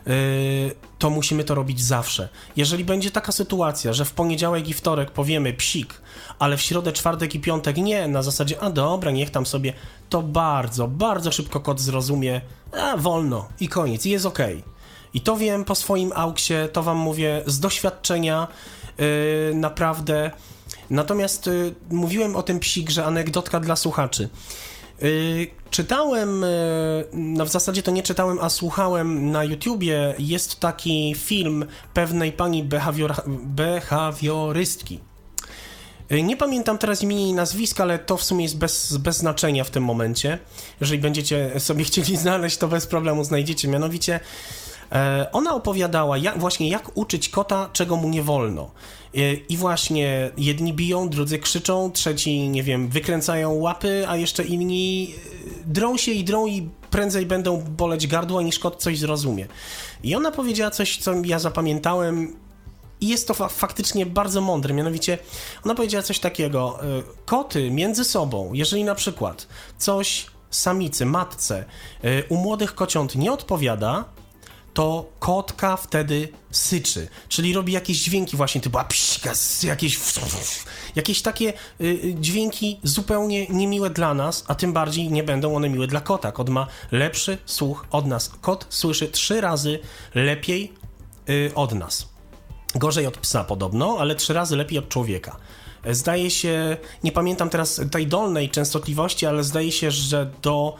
to musimy to robić zawsze. Jeżeli będzie taka sytuacja, że w poniedziałek i wtorek powiemy psik, ale w środę, czwartek i piątek nie, na zasadzie, a dobra, niech tam sobie, to bardzo, bardzo szybko kot zrozumie, a wolno i koniec, i jest okej. I to wiem po swoim auksie, to wam mówię z doświadczenia, yy, naprawdę. Natomiast yy, mówiłem o tym psigrze, anegdotka dla słuchaczy. Yy, czytałem, yy, no w zasadzie to nie czytałem, a słuchałem na YouTubie, jest taki film pewnej pani behawiora, behawiorystki. Yy, nie pamiętam teraz imienia i nazwiska, ale to w sumie jest bez, bez znaczenia w tym momencie. Jeżeli będziecie sobie chcieli znaleźć, to bez problemu znajdziecie. Mianowicie yy, ona opowiadała jak, właśnie jak uczyć kota, czego mu nie wolno. I właśnie jedni biją, drudzy krzyczą, trzeci, nie wiem, wykręcają łapy, a jeszcze inni drą się i drą i prędzej będą boleć gardło, niż kot coś zrozumie. I ona powiedziała coś, co ja zapamiętałem i jest to fa- faktycznie bardzo mądre, mianowicie ona powiedziała coś takiego: koty między sobą, jeżeli na przykład coś samicy, matce u młodych kociąt nie odpowiada, to kotka wtedy syczy, czyli robi jakieś dźwięki właśnie typu psika, jakieś jakieś takie y, dźwięki zupełnie niemiłe dla nas, a tym bardziej nie będą one miłe dla kota. Kot ma lepszy słuch od nas. Kot słyszy trzy razy lepiej y, od nas. Gorzej od psa podobno, ale trzy razy lepiej od człowieka. Zdaje się, nie pamiętam teraz tej dolnej częstotliwości, ale zdaje się, że do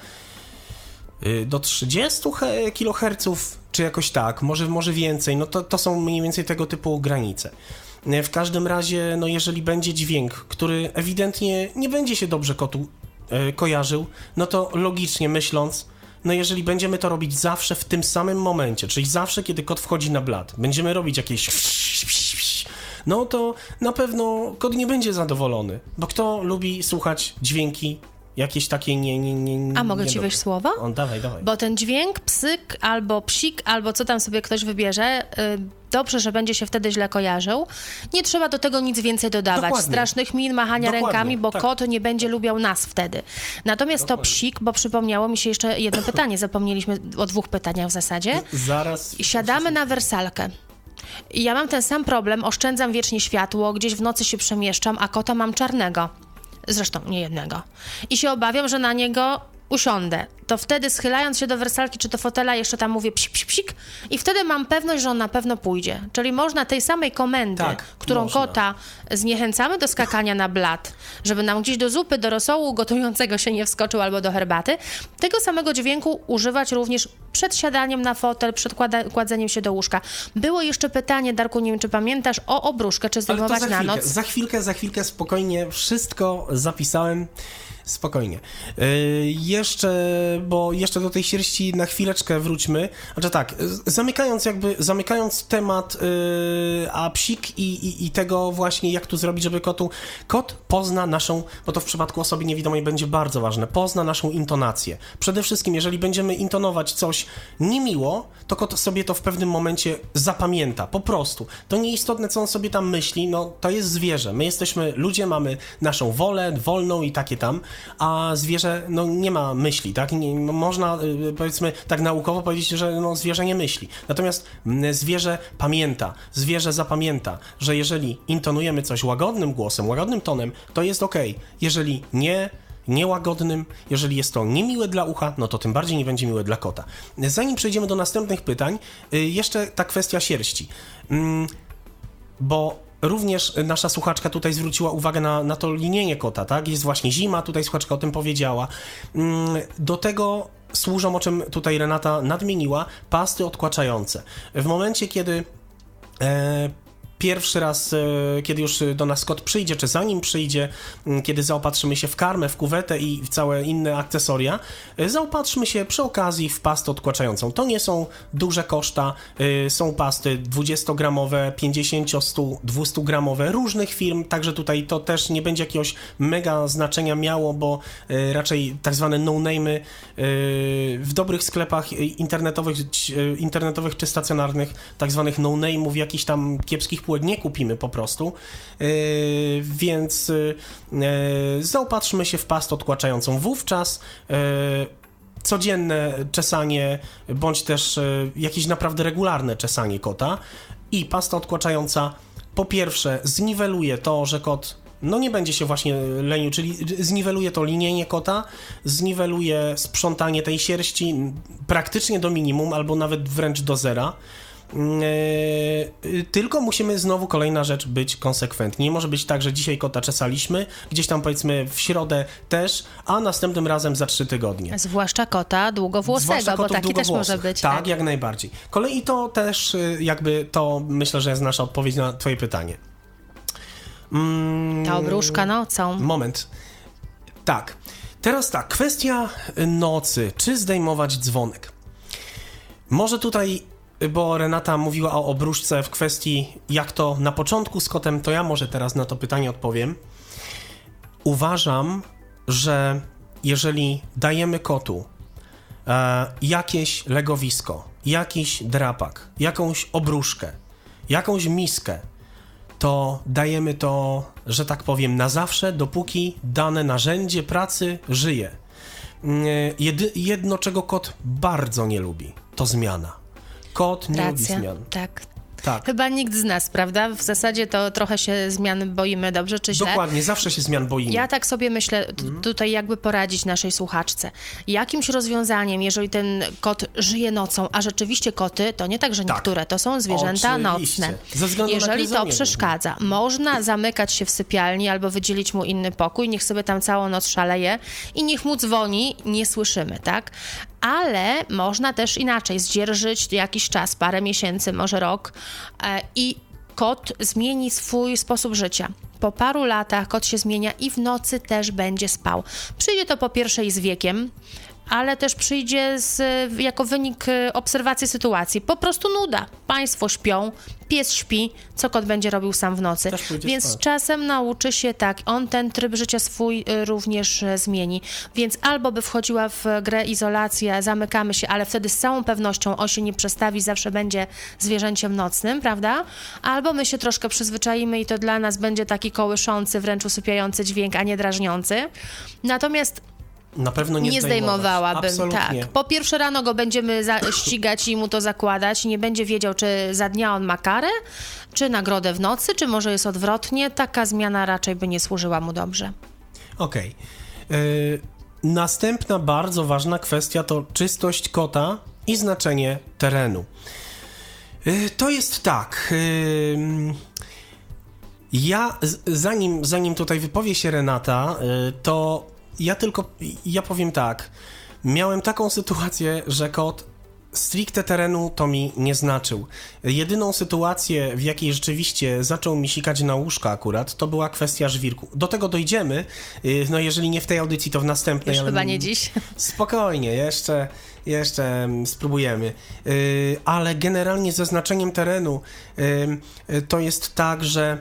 do trzydziestu kiloherców, czy jakoś tak, może, może więcej, no to, to są mniej więcej tego typu granice. W każdym razie, no jeżeli będzie dźwięk, który ewidentnie nie będzie się dobrze kotu e, kojarzył, no to logicznie myśląc, no jeżeli będziemy to robić zawsze w tym samym momencie, czyli zawsze, kiedy kot wchodzi na blat, będziemy robić jakieś no to na pewno kot nie będzie zadowolony, bo kto lubi słuchać dźwięki jakieś takie nie... nie, nie, nie A mogę ci wejść słowo? On, dawaj, dawaj. Bo ten dźwięk, psyk albo psik, albo co tam sobie ktoś wybierze, yy, dobrze, że będzie się wtedy źle kojarzył. Nie trzeba do tego nic więcej dodawać. Dokładnie. Strasznych min, machania Dokładnie, rękami, bo tak. kot nie będzie lubiał nas wtedy. Natomiast Dokładnie. to psik, bo przypomniało mi się jeszcze jedno pytanie. Zapomnieliśmy o dwóch pytaniach w zasadzie. Zaraz. Siadamy na wersalkę. I ja mam ten sam problem, oszczędzam wiecznie światło, gdzieś w nocy się przemieszczam, a kota mam czarnego. zresztą nie jednego, i się obawiam, że na niego usiądę, to wtedy schylając się do wersalki czy do fotela jeszcze tam mówię psik, psik, psik i wtedy mam pewność, że on na pewno pójdzie. Czyli można tej samej komendy, tak, którą można. kota zniechęcamy do skakania na blat, żeby nam gdzieś do zupy, do rosołu gotującego się nie wskoczył albo do herbaty, tego samego dźwięku używać również przed siadaniem na fotel, przed kłada- kładzeniem się do łóżka. Było jeszcze pytanie, Darku, nie wiem, czy pamiętasz, o obruszkę, czy zdejmować za na chwilkę, noc? Za chwilkę, za chwilkę, spokojnie, wszystko zapisałem. Spokojnie. Yy, jeszcze, bo jeszcze do tej sierści na chwileczkę wróćmy. Znaczy tak, zamykając jakby, zamykając temat yy, a psik i, i, i tego właśnie, jak tu zrobić, żeby kotu, kot pozna naszą, bo to w przypadku osoby niewidomej będzie bardzo ważne, pozna naszą intonację. Przede wszystkim, jeżeli będziemy intonować coś niemiło, to kot sobie to w pewnym momencie zapamięta, po prostu. To nieistotne, co on sobie tam myśli, no to jest zwierzę. My jesteśmy ludzie, mamy naszą wolę, wolną i takie tam, a zwierzę, no nie ma myśli, tak? Nie, można, powiedzmy, tak naukowo powiedzieć, że no, zwierzę nie myśli. Natomiast zwierzę pamięta, zwierzę zapamięta, że jeżeli intonujemy coś łagodnym głosem, łagodnym tonem, to jest okej. Jeżeli nie, niełagodnym, jeżeli jest to niemiłe dla ucha, no to tym bardziej nie będzie miłe dla kota. Zanim przejdziemy do następnych pytań, jeszcze ta kwestia sierści. Bo również nasza słuchaczka tutaj zwróciła uwagę na, na to linienie kota, tak? Jest właśnie zima, tutaj słuchaczka o tym powiedziała. Do tego służą, o czym tutaj Renata nadmieniła, pasty odkłaczające. W momencie, kiedy e, pierwszy raz, e, kiedy już do nas kot przyjdzie, czy zanim przyjdzie, m, kiedy zaopatrzymy się w karmę, w kuwetę i w całe inne akcesoria, e, zaopatrzmy się przy okazji w pastę odkłaczającą. To nie są duże koszta, e, są pasty dwudziestogramowe, pięćdziesiąt, sto, dwiestogramowe, różnych firm, także tutaj to też nie będzie jakiegoś mega znaczenia miało, bo e, raczej tak zwane no-name'y e, w dobrych sklepach internetowych, e, internetowych czy stacjonarnych, tak zwanych no-name'ów, jakichś tam kiepskich półek nie kupimy po prostu, yy, więc yy, zaopatrzmy się w pastę odkłaczającą. Wówczas yy, codzienne czesanie, bądź też yy, jakieś naprawdę regularne czesanie kota i pasta odkłaczająca po pierwsze zniweluje to, że kot no nie będzie się właśnie lenił, czyli zniweluje to linienie kota, zniweluje sprzątanie tej sierści praktycznie do minimum, albo nawet wręcz do zera. Yy, tylko musimy znowu, kolejna rzecz, być konsekwentni. Nie może być tak, że dzisiaj kota czesaliśmy, gdzieś tam powiedzmy w środę też, a następnym razem za trzy tygodnie. Zwłaszcza kota długowłosego, Zwłaszcza bo taki też może być. Tak, tak, jak najbardziej. Kolei to też jakby to myślę, że jest nasza odpowiedź na twoje pytanie. Mm, Ta obruszka nocą. Moment. Tak. Teraz tak, kwestia nocy. Czy zdejmować dzwonek? Może tutaj, bo Renata mówiła o obruszce w kwestii jak to na początku z kotem, to ja może teraz na to pytanie odpowiem. Uważam, że jeżeli dajemy kotu e, jakieś legowisko, jakiś drapak, jakąś obruszkę, jakąś miskę, to dajemy to, że tak powiem, na zawsze, dopóki dane narzędzie pracy żyje. Jedy, jedno, czego kot bardzo nie lubi, to zmiana. Kot nie Racja, lubi zmian. tak. Tak. Chyba nikt z nas, prawda? W zasadzie to trochę się zmian boimy, dobrze czy źle? Dokładnie, zawsze się zmian boimy. Ja tak sobie myślę, t- tutaj jakby poradzić naszej słuchaczce. Jakimś rozwiązaniem, jeżeli ten kot żyje nocą, a rzeczywiście koty, to nie tak, że Tak. niektóre, to są zwierzęta Oczywiście. nocne. Ze względu na Jeżeli to gryzonie. przeszkadza, można zamykać się w sypialni albo wydzielić mu inny pokój, niech sobie tam całą noc szaleje i niech mu dzwoni, nie słyszymy, tak? Ale można też inaczej, zdzierżyć jakiś czas, parę miesięcy, może rok e, i kot zmieni swój sposób życia. Po paru latach kot się zmienia i w nocy też będzie spał. Przyjdzie to po pierwsze i z wiekiem, ale też przyjdzie z, jako wynik obserwacji sytuacji. Po prostu nuda. Państwo śpią, pies śpi, co kot będzie robił sam w nocy. Więc z czasem nauczy się tak, on ten tryb życia swój również zmieni. Więc albo by wchodziła w grę izolacja, zamykamy się, ale wtedy z całą pewnością on się nie przestawi, zawsze będzie zwierzęciem nocnym, prawda? Albo my się troszkę przyzwyczaimy i to dla nas będzie taki kołyszący, wręcz usypiający dźwięk, a nie drażniący. Natomiast Na pewno nie, nie zdejmowałabym, Absolutnie. tak. Po pierwsze rano go będziemy za- ścigać i mu to zakładać. Nie będzie wiedział, czy za dnia on ma karę, czy nagrodę w nocy, czy może jest odwrotnie. Taka zmiana raczej by nie służyła mu dobrze. Okej. Okay. Następna bardzo ważna kwestia to czystość kota i znaczenie terenu. Yy, to jest tak. Yy, ja, z, zanim, zanim tutaj wypowie się Renata, yy, to ja tylko, ja powiem tak. Miałem taką sytuację, że kot stricte terenu to mi nie znaczył. Jedyną sytuację, w jakiej rzeczywiście zaczął mi sikać na łóżko akurat, to była kwestia żwirku. Do tego dojdziemy, no jeżeli nie w tej audycji, to w następnej. Już ale... chyba nie dziś. Spokojnie, jeszcze, jeszcze spróbujemy. Ale generalnie ze znaczeniem terenu to jest tak, że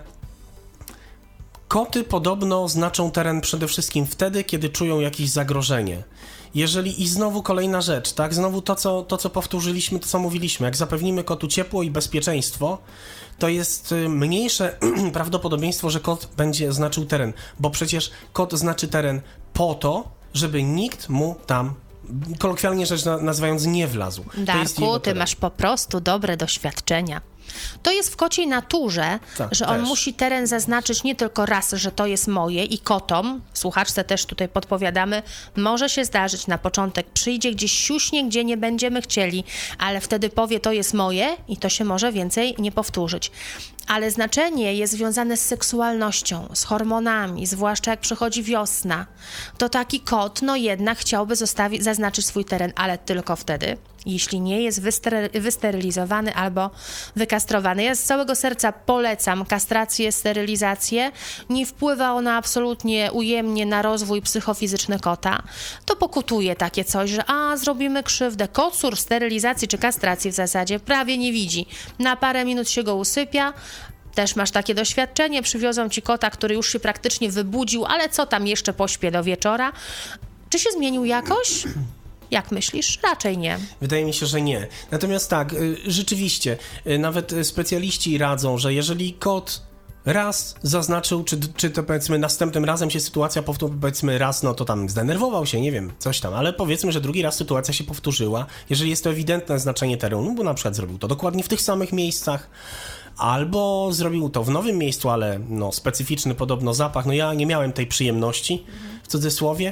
koty podobno znaczą teren przede wszystkim wtedy, kiedy czują jakieś zagrożenie. Jeżeli i znowu kolejna rzecz, tak, znowu to co, to, co powtórzyliśmy, to co mówiliśmy, jak zapewnimy kotu ciepło i bezpieczeństwo, to jest mniejsze prawdopodobieństwo, że kot będzie znaczył teren, bo przecież kot znaczy teren po to, żeby nikt mu tam, kolokwialnie rzecz nazywając, nie wlazł. Darku, ty masz po prostu dobre doświadczenia. To jest w kociej naturze, tak, że on też. musi teren zaznaczyć nie tylko raz, że to jest moje i kotom, słuchaczce też tutaj podpowiadamy, może się zdarzyć na początek, przyjdzie gdzieś siuśnie, gdzie nie będziemy chcieli, ale wtedy powie to jest moje i to się może więcej nie powtórzyć. Ale znaczenie jest związane z seksualnością, z hormonami, zwłaszcza jak przychodzi wiosna. To taki kot, no jednak chciałby zostawić, zaznaczyć swój teren, ale tylko wtedy, jeśli nie jest wyster- wysterylizowany albo wykastrowany. Ja z całego serca polecam kastrację, sterylizację. Nie wpływa ona absolutnie ujemnie na rozwój psychofizyczny kota. To pokutuje takie coś, że a, zrobimy krzywdę. Kocur sterylizacji czy kastracji w zasadzie prawie nie widzi. Na parę minut się go usypia. Też masz takie doświadczenie, przywiozą ci kota, który już się praktycznie wybudził, ale co tam jeszcze pośpię do wieczora? Czy się zmienił jakoś? Jak myślisz? Raczej nie. Wydaje mi się, że nie. Natomiast tak, rzeczywiście, nawet specjaliści radzą, że jeżeli kot raz zaznaczył, czy, czy to powiedzmy następnym razem się sytuacja powtórzyła, powiedzmy raz, no to tam zdenerwował się, nie wiem, coś tam, ale powiedzmy, że drugi raz sytuacja się powtórzyła, jeżeli jest to ewidentne znaczenie terenu, bo na przykład zrobił to dokładnie w tych samych miejscach, albo zrobił to w nowym miejscu, ale no specyficzny podobno zapach, no ja nie miałem tej przyjemności, w cudzysłowie,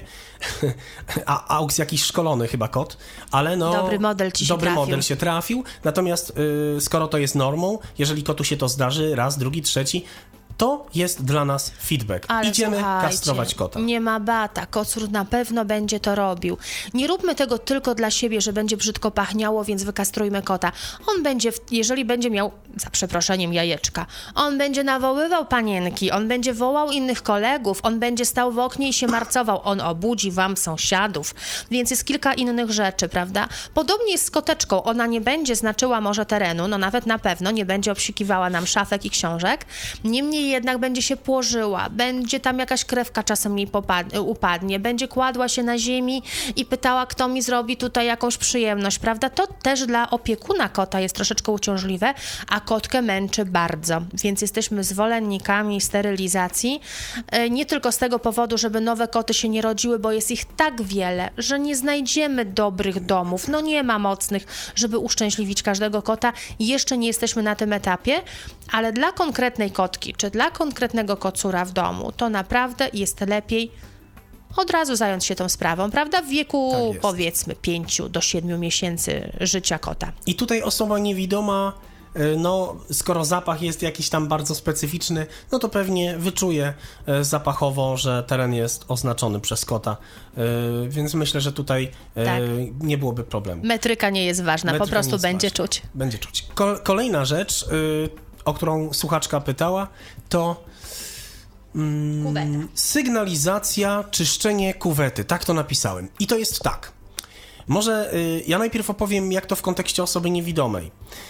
a Aux jakiś szkolony chyba kot, ale no... Dobry model ci się Dobry trafił. model się trafił, natomiast yy, skoro to jest normą, jeżeli kotu się to zdarzy raz, drugi, trzeci, to jest dla nas feedback. Ale Idziemy słuchajcie, kastrować kota. Nie ma bata, kocur na pewno będzie to robił. Nie róbmy tego tylko dla siebie, że będzie brzydko pachniało, więc wykastrujmy kota. On będzie, jeżeli będzie miał, za przeproszeniem, jajeczka, on będzie nawoływał panienki, on będzie wołał innych kolegów, on będzie stał w oknie i się marcował, on obudzi wam sąsiadów, więc jest kilka innych rzeczy, prawda? Podobnie jest z koteczką, ona nie będzie znaczyła może terenu, no nawet na pewno nie będzie obsikiwała nam szafek i książek, niemniej jednak będzie się płożyła, będzie tam jakaś krewka czasem jej popad- upadnie, będzie kładła się na ziemi i pytała, kto mi zrobi tutaj jakąś przyjemność, prawda? To też dla opiekuna kota jest troszeczkę uciążliwe, a kotkę męczy bardzo, więc jesteśmy zwolennikami sterylizacji, nie tylko z tego powodu, żeby nowe koty się nie rodziły, bo jest ich tak wiele, że nie znajdziemy dobrych domów, no nie ma mocnych, żeby uszczęśliwić każdego kota, jeszcze nie jesteśmy na tym etapie, ale dla konkretnej kotki, czy dla konkretnego kocura w domu, to naprawdę jest lepiej od razu zająć się tą sprawą, prawda? W wieku Tak jest. powiedzmy pięciu do siedmiu miesięcy życia kota. I tutaj osoba niewidoma, no skoro zapach jest jakiś tam bardzo specyficzny, no to pewnie wyczuje zapachowo, że teren jest oznaczony przez kota, więc myślę, że tutaj Tak. nie byłoby problemu. Metryka nie jest ważna, Metryka po prostu nie jest będzie ważna. czuć. Będzie czuć. Ko- kolejna rzecz, o którą słuchaczka pytała, to mm, sygnalizacja, czyszczenie kuwety. Tak to napisałem. I to jest tak. Może y, ja najpierw opowiem, jak to w kontekście osoby niewidomej.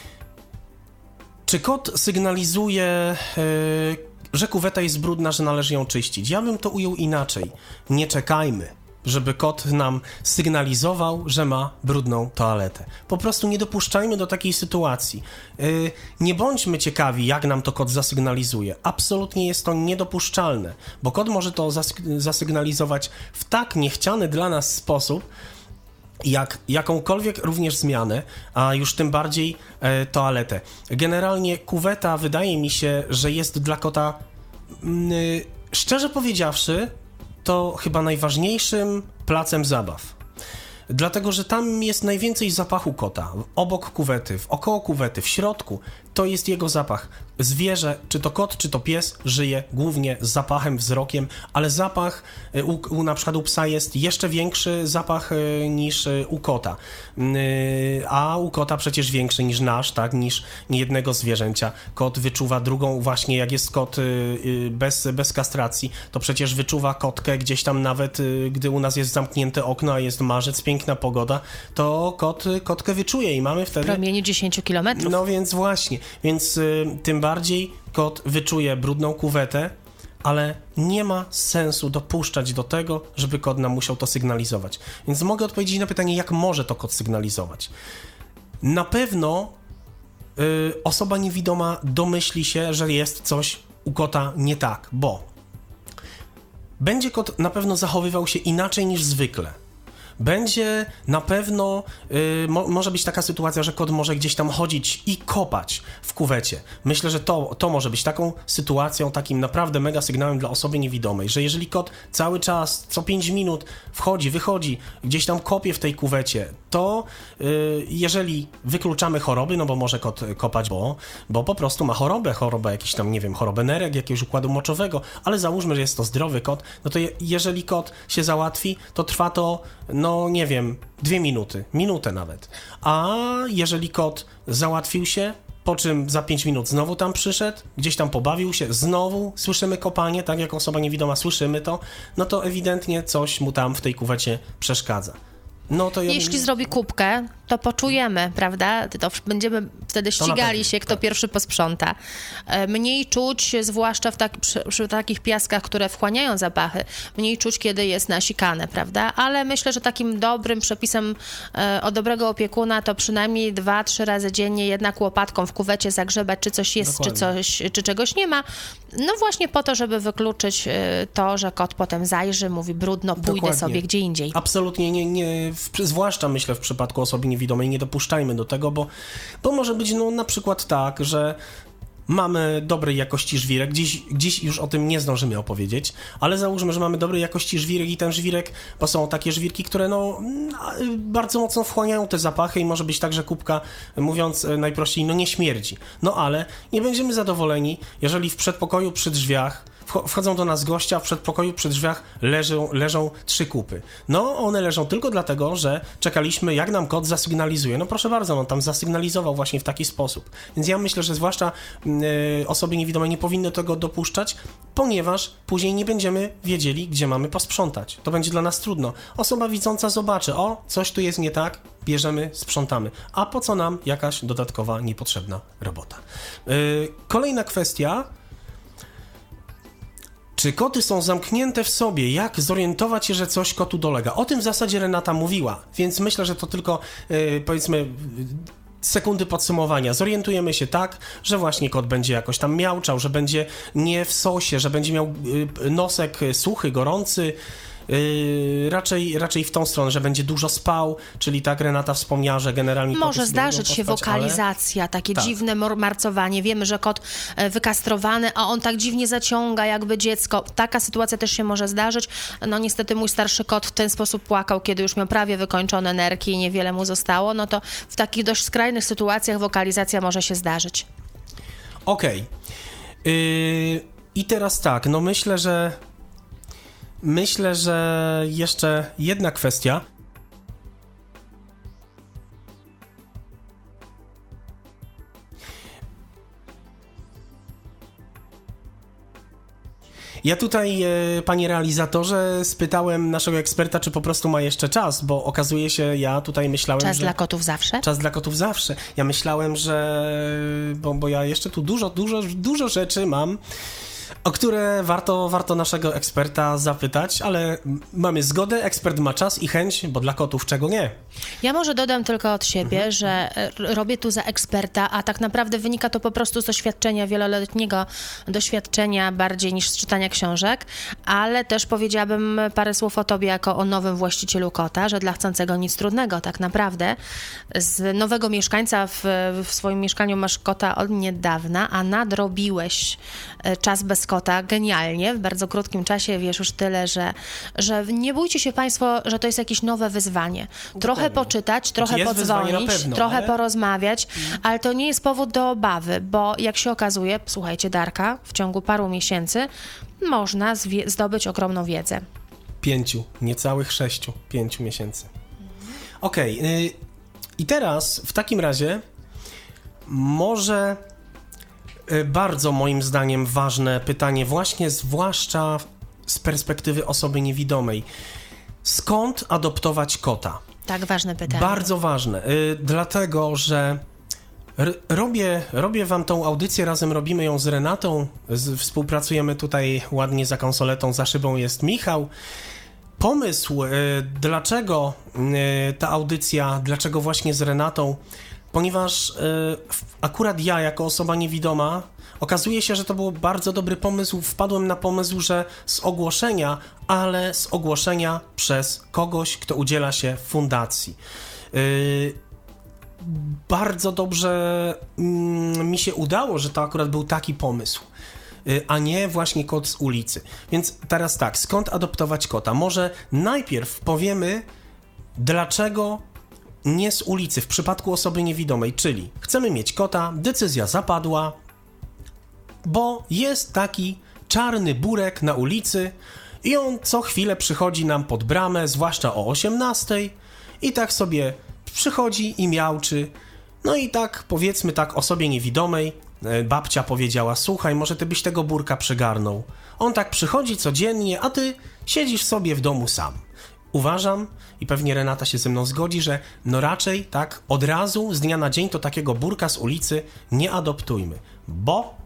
Czy kot sygnalizuje, y, że kuweta jest brudna, że należy ją czyścić? Ja bym to ujął inaczej. Nie czekajmy, żeby kot nam sygnalizował, że ma brudną toaletę. Po prostu nie dopuszczajmy do takiej sytuacji. Yy, nie bądźmy ciekawi, jak nam to kot zasygnalizuje. Absolutnie jest to niedopuszczalne, bo kot może to zasy- zasygnalizować w tak niechciany dla nas sposób, jak jakąkolwiek również zmianę, a już tym bardziej e, toaletę. Generalnie kuweta wydaje mi się, że jest dla kota, mm, szczerze powiedziawszy, to chyba najważniejszym placem zabaw. Dlatego, że tam jest najwięcej zapachu kota. Obok kuwety, około kuwety, w środku, to jest jego zapach. Zwierzę, czy to kot, czy to pies, żyje głównie z zapachem, wzrokiem, ale zapach u, u na przykład u psa jest jeszcze większy zapach niż u kota. A u kota przecież większy niż nasz, tak, niż niejednego zwierzęcia. Kot wyczuwa drugą, właśnie jak jest kot bez, bez kastracji, to przecież wyczuwa kotkę gdzieś tam nawet, gdy u nas jest zamknięte okno, a jest marzec, piękna pogoda, to kot kotkę wyczuje i mamy wtedy... W promieniu dziesięć kilometrów. No więc właśnie, więc y, tym bardziej kot wyczuje brudną kuwetę, ale nie ma sensu dopuszczać do tego, żeby kot nam musiał to sygnalizować. Więc mogę odpowiedzieć na pytanie, jak może to kot sygnalizować. Na pewno y, osoba niewidoma domyśli się, że jest coś u kota nie tak, bo będzie kot na pewno zachowywał się inaczej niż zwykle. Będzie na pewno, y, mo, może być taka sytuacja, że kot może gdzieś tam chodzić i kopać w kuwecie. Myślę, że to, to może być taką sytuacją, takim naprawdę mega sygnałem dla osoby niewidomej, że jeżeli kot cały czas, co pięć minut wchodzi, wychodzi, gdzieś tam kopie w tej kuwecie, to y, jeżeli wykluczamy choroby, no bo może kot kopać, bo, bo po prostu ma chorobę, chorobę jakiś tam, nie wiem, chorobę nerek, jakiegoś układu moczowego, ale załóżmy, że jest to zdrowy kot, no to je, jeżeli kot się załatwi, to trwa to, no nie wiem, dwie minuty, minutę nawet. A jeżeli kot załatwił się, po czym za pięć minut znowu tam przyszedł, gdzieś tam pobawił się, znowu słyszymy kopanie, tak jak osoba niewidoma słyszymy to, no to ewidentnie coś mu tam w tej kuwecie przeszkadza. No to ja... Jeśli zrobi kubkę, to poczujemy, prawda? To będziemy wtedy ścigali się, kto tak. pierwszy posprząta. Mniej czuć, zwłaszcza w tak, przy, przy takich piaskach, które wchłaniają zapachy, mniej czuć, kiedy jest nasikane, prawda? Ale myślę, że takim dobrym przepisem e, od dobrego opiekuna to przynajmniej dwa, trzy razy dziennie jednak łopatką w kuwecie zagrzebać, czy coś jest, czy, coś, czy czegoś nie ma. No właśnie po to, żeby wykluczyć e, to, że kot potem zajrzy, mówi brudno, pójdę Dokładnie. sobie gdzie indziej. Absolutnie nie, nie w, zwłaszcza myślę w przypadku osoby niewidomej, nie dopuszczajmy do tego, bo, bo może być no na przykład tak, że mamy dobrej jakości żwirek, dziś, dziś już o tym nie zdążymy opowiedzieć, ale załóżmy, że mamy dobrej jakości żwirek i ten żwirek, bo są takie żwirki, które no bardzo mocno wchłaniają te zapachy i może być tak, że kubka, mówiąc najprościej, no nie śmierdzi. No ale nie będziemy zadowoleni, jeżeli w przedpokoju przy drzwiach wchodzą do nas gościa, w przedpokoju przy drzwiach leżą, leżą trzy kupy. No, one leżą tylko dlatego, że czekaliśmy, jak nam kot zasygnalizuje. No proszę bardzo, on tam zasygnalizował właśnie w taki sposób. Więc ja myślę, że zwłaszcza y, osoby niewidome nie powinny tego dopuszczać, ponieważ później nie będziemy wiedzieli, gdzie mamy posprzątać. To będzie dla nas trudno. Osoba widząca zobaczy, o, coś tu jest nie tak, bierzemy, sprzątamy. A po co nam jakaś dodatkowa, niepotrzebna robota? Y, kolejna kwestia. Czy koty są zamknięte w sobie? Jak zorientować się, że coś kotu dolega? O tym w zasadzie Renata mówiła, więc myślę, że to tylko yy, powiedzmy sekundy podsumowania. Zorientujemy się tak, że właśnie kot będzie jakoś tam miauczał, że będzie nie w sosie, że będzie miał yy, nosek suchy, gorący, Yy, raczej, raczej w tą stronę, że będzie dużo spał, czyli tak Renata wspomniała, że generalnie może zdarzyć się pospać, wokalizacja, ale... takie tak. dziwne marcowanie. Wiemy, że kot wykastrowany, a on tak dziwnie zaciąga jakby dziecko. Taka sytuacja też się może zdarzyć. No niestety mój starszy kot w ten sposób płakał, kiedy już miał prawie wykończone nerki i niewiele mu zostało. No to w takich dość skrajnych sytuacjach wokalizacja może się zdarzyć. Okej. Okay. Yy, I teraz tak, no myślę, że Myślę, że jeszcze jedna kwestia. Ja tutaj, e, panie realizatorze, spytałem naszego eksperta, czy po prostu ma jeszcze czas, bo okazuje się, ja tutaj myślałem, czas że... Czas dla kotów zawsze? Czas dla kotów zawsze. Ja myślałem, że... Bo, bo ja jeszcze tu dużo, dużo, dużo rzeczy mam, o które warto, warto naszego eksperta zapytać, ale mamy zgodę, ekspert ma czas i chęć, bo dla kotów czego nie. Ja może dodam tylko od siebie, mhm. że robię tu za eksperta, a tak naprawdę wynika to po prostu z doświadczenia, wieloletniego doświadczenia bardziej niż z czytania książek, ale też powiedziałabym parę słów o tobie jako o nowym właścicielu kota, że dla chcącego nic trudnego tak naprawdę. Z nowego mieszkańca w, w swoim mieszkaniu masz kota od niedawna, a nadrobiłeś czas bez z kota genialnie, w bardzo krótkim czasie wiesz już tyle, że, że nie bójcie się Państwo, że to jest jakieś nowe wyzwanie. Trochę Dokładnie. poczytać, trochę jest wyzwanie podzwonić, na pewno, trochę ale... porozmawiać, ale to nie jest powód do obawy, bo jak się okazuje, słuchajcie, Darka, w ciągu paru miesięcy można zwie- zdobyć ogromną wiedzę. Pięciu, niecałych sześciu, pięciu miesięcy. Okej, okay, yy, i teraz w takim razie może yy, bardzo moim zdaniem ważne pytanie, właśnie zwłaszcza z perspektywy osoby niewidomej. Skąd adoptować kota? Tak, ważne pytanie. Bardzo ważne, yy, dlatego że r- robię, robię wam tą audycję, razem robimy ją z Renatą, z, współpracujemy tutaj ładnie za konsoletą, za szybą jest Michał. Pomysł, y, dlaczego y, ta audycja, dlaczego właśnie z Renatą, ponieważ y, akurat ja jako osoba niewidoma, okazuje się, że to był bardzo dobry pomysł, wpadłem na pomysł, że z ogłoszenia, ale z ogłoszenia przez kogoś, kto udziela się fundacji. Y, bardzo dobrze y, mi się udało, że to akurat był taki pomysł, a nie właśnie kot z ulicy. Więc teraz tak, skąd adoptować kota? Może najpierw powiemy, dlaczego nie z ulicy w przypadku osoby niewidomej, czyli chcemy mieć kota, decyzja zapadła, bo jest taki czarny burek na ulicy i on co chwilę przychodzi nam pod bramę, zwłaszcza o osiemnastej i tak sobie przychodzi i miauczy. No i tak, powiedzmy tak, osobie niewidomej babcia powiedziała, słuchaj, może ty byś tego burka przygarnął. On tak przychodzi codziennie, a ty siedzisz sobie w domu sam. Uważam, i pewnie Renata się ze mną zgodzi, że no raczej tak od razu, z dnia na dzień to takiego burka z ulicy nie adoptujmy, bo...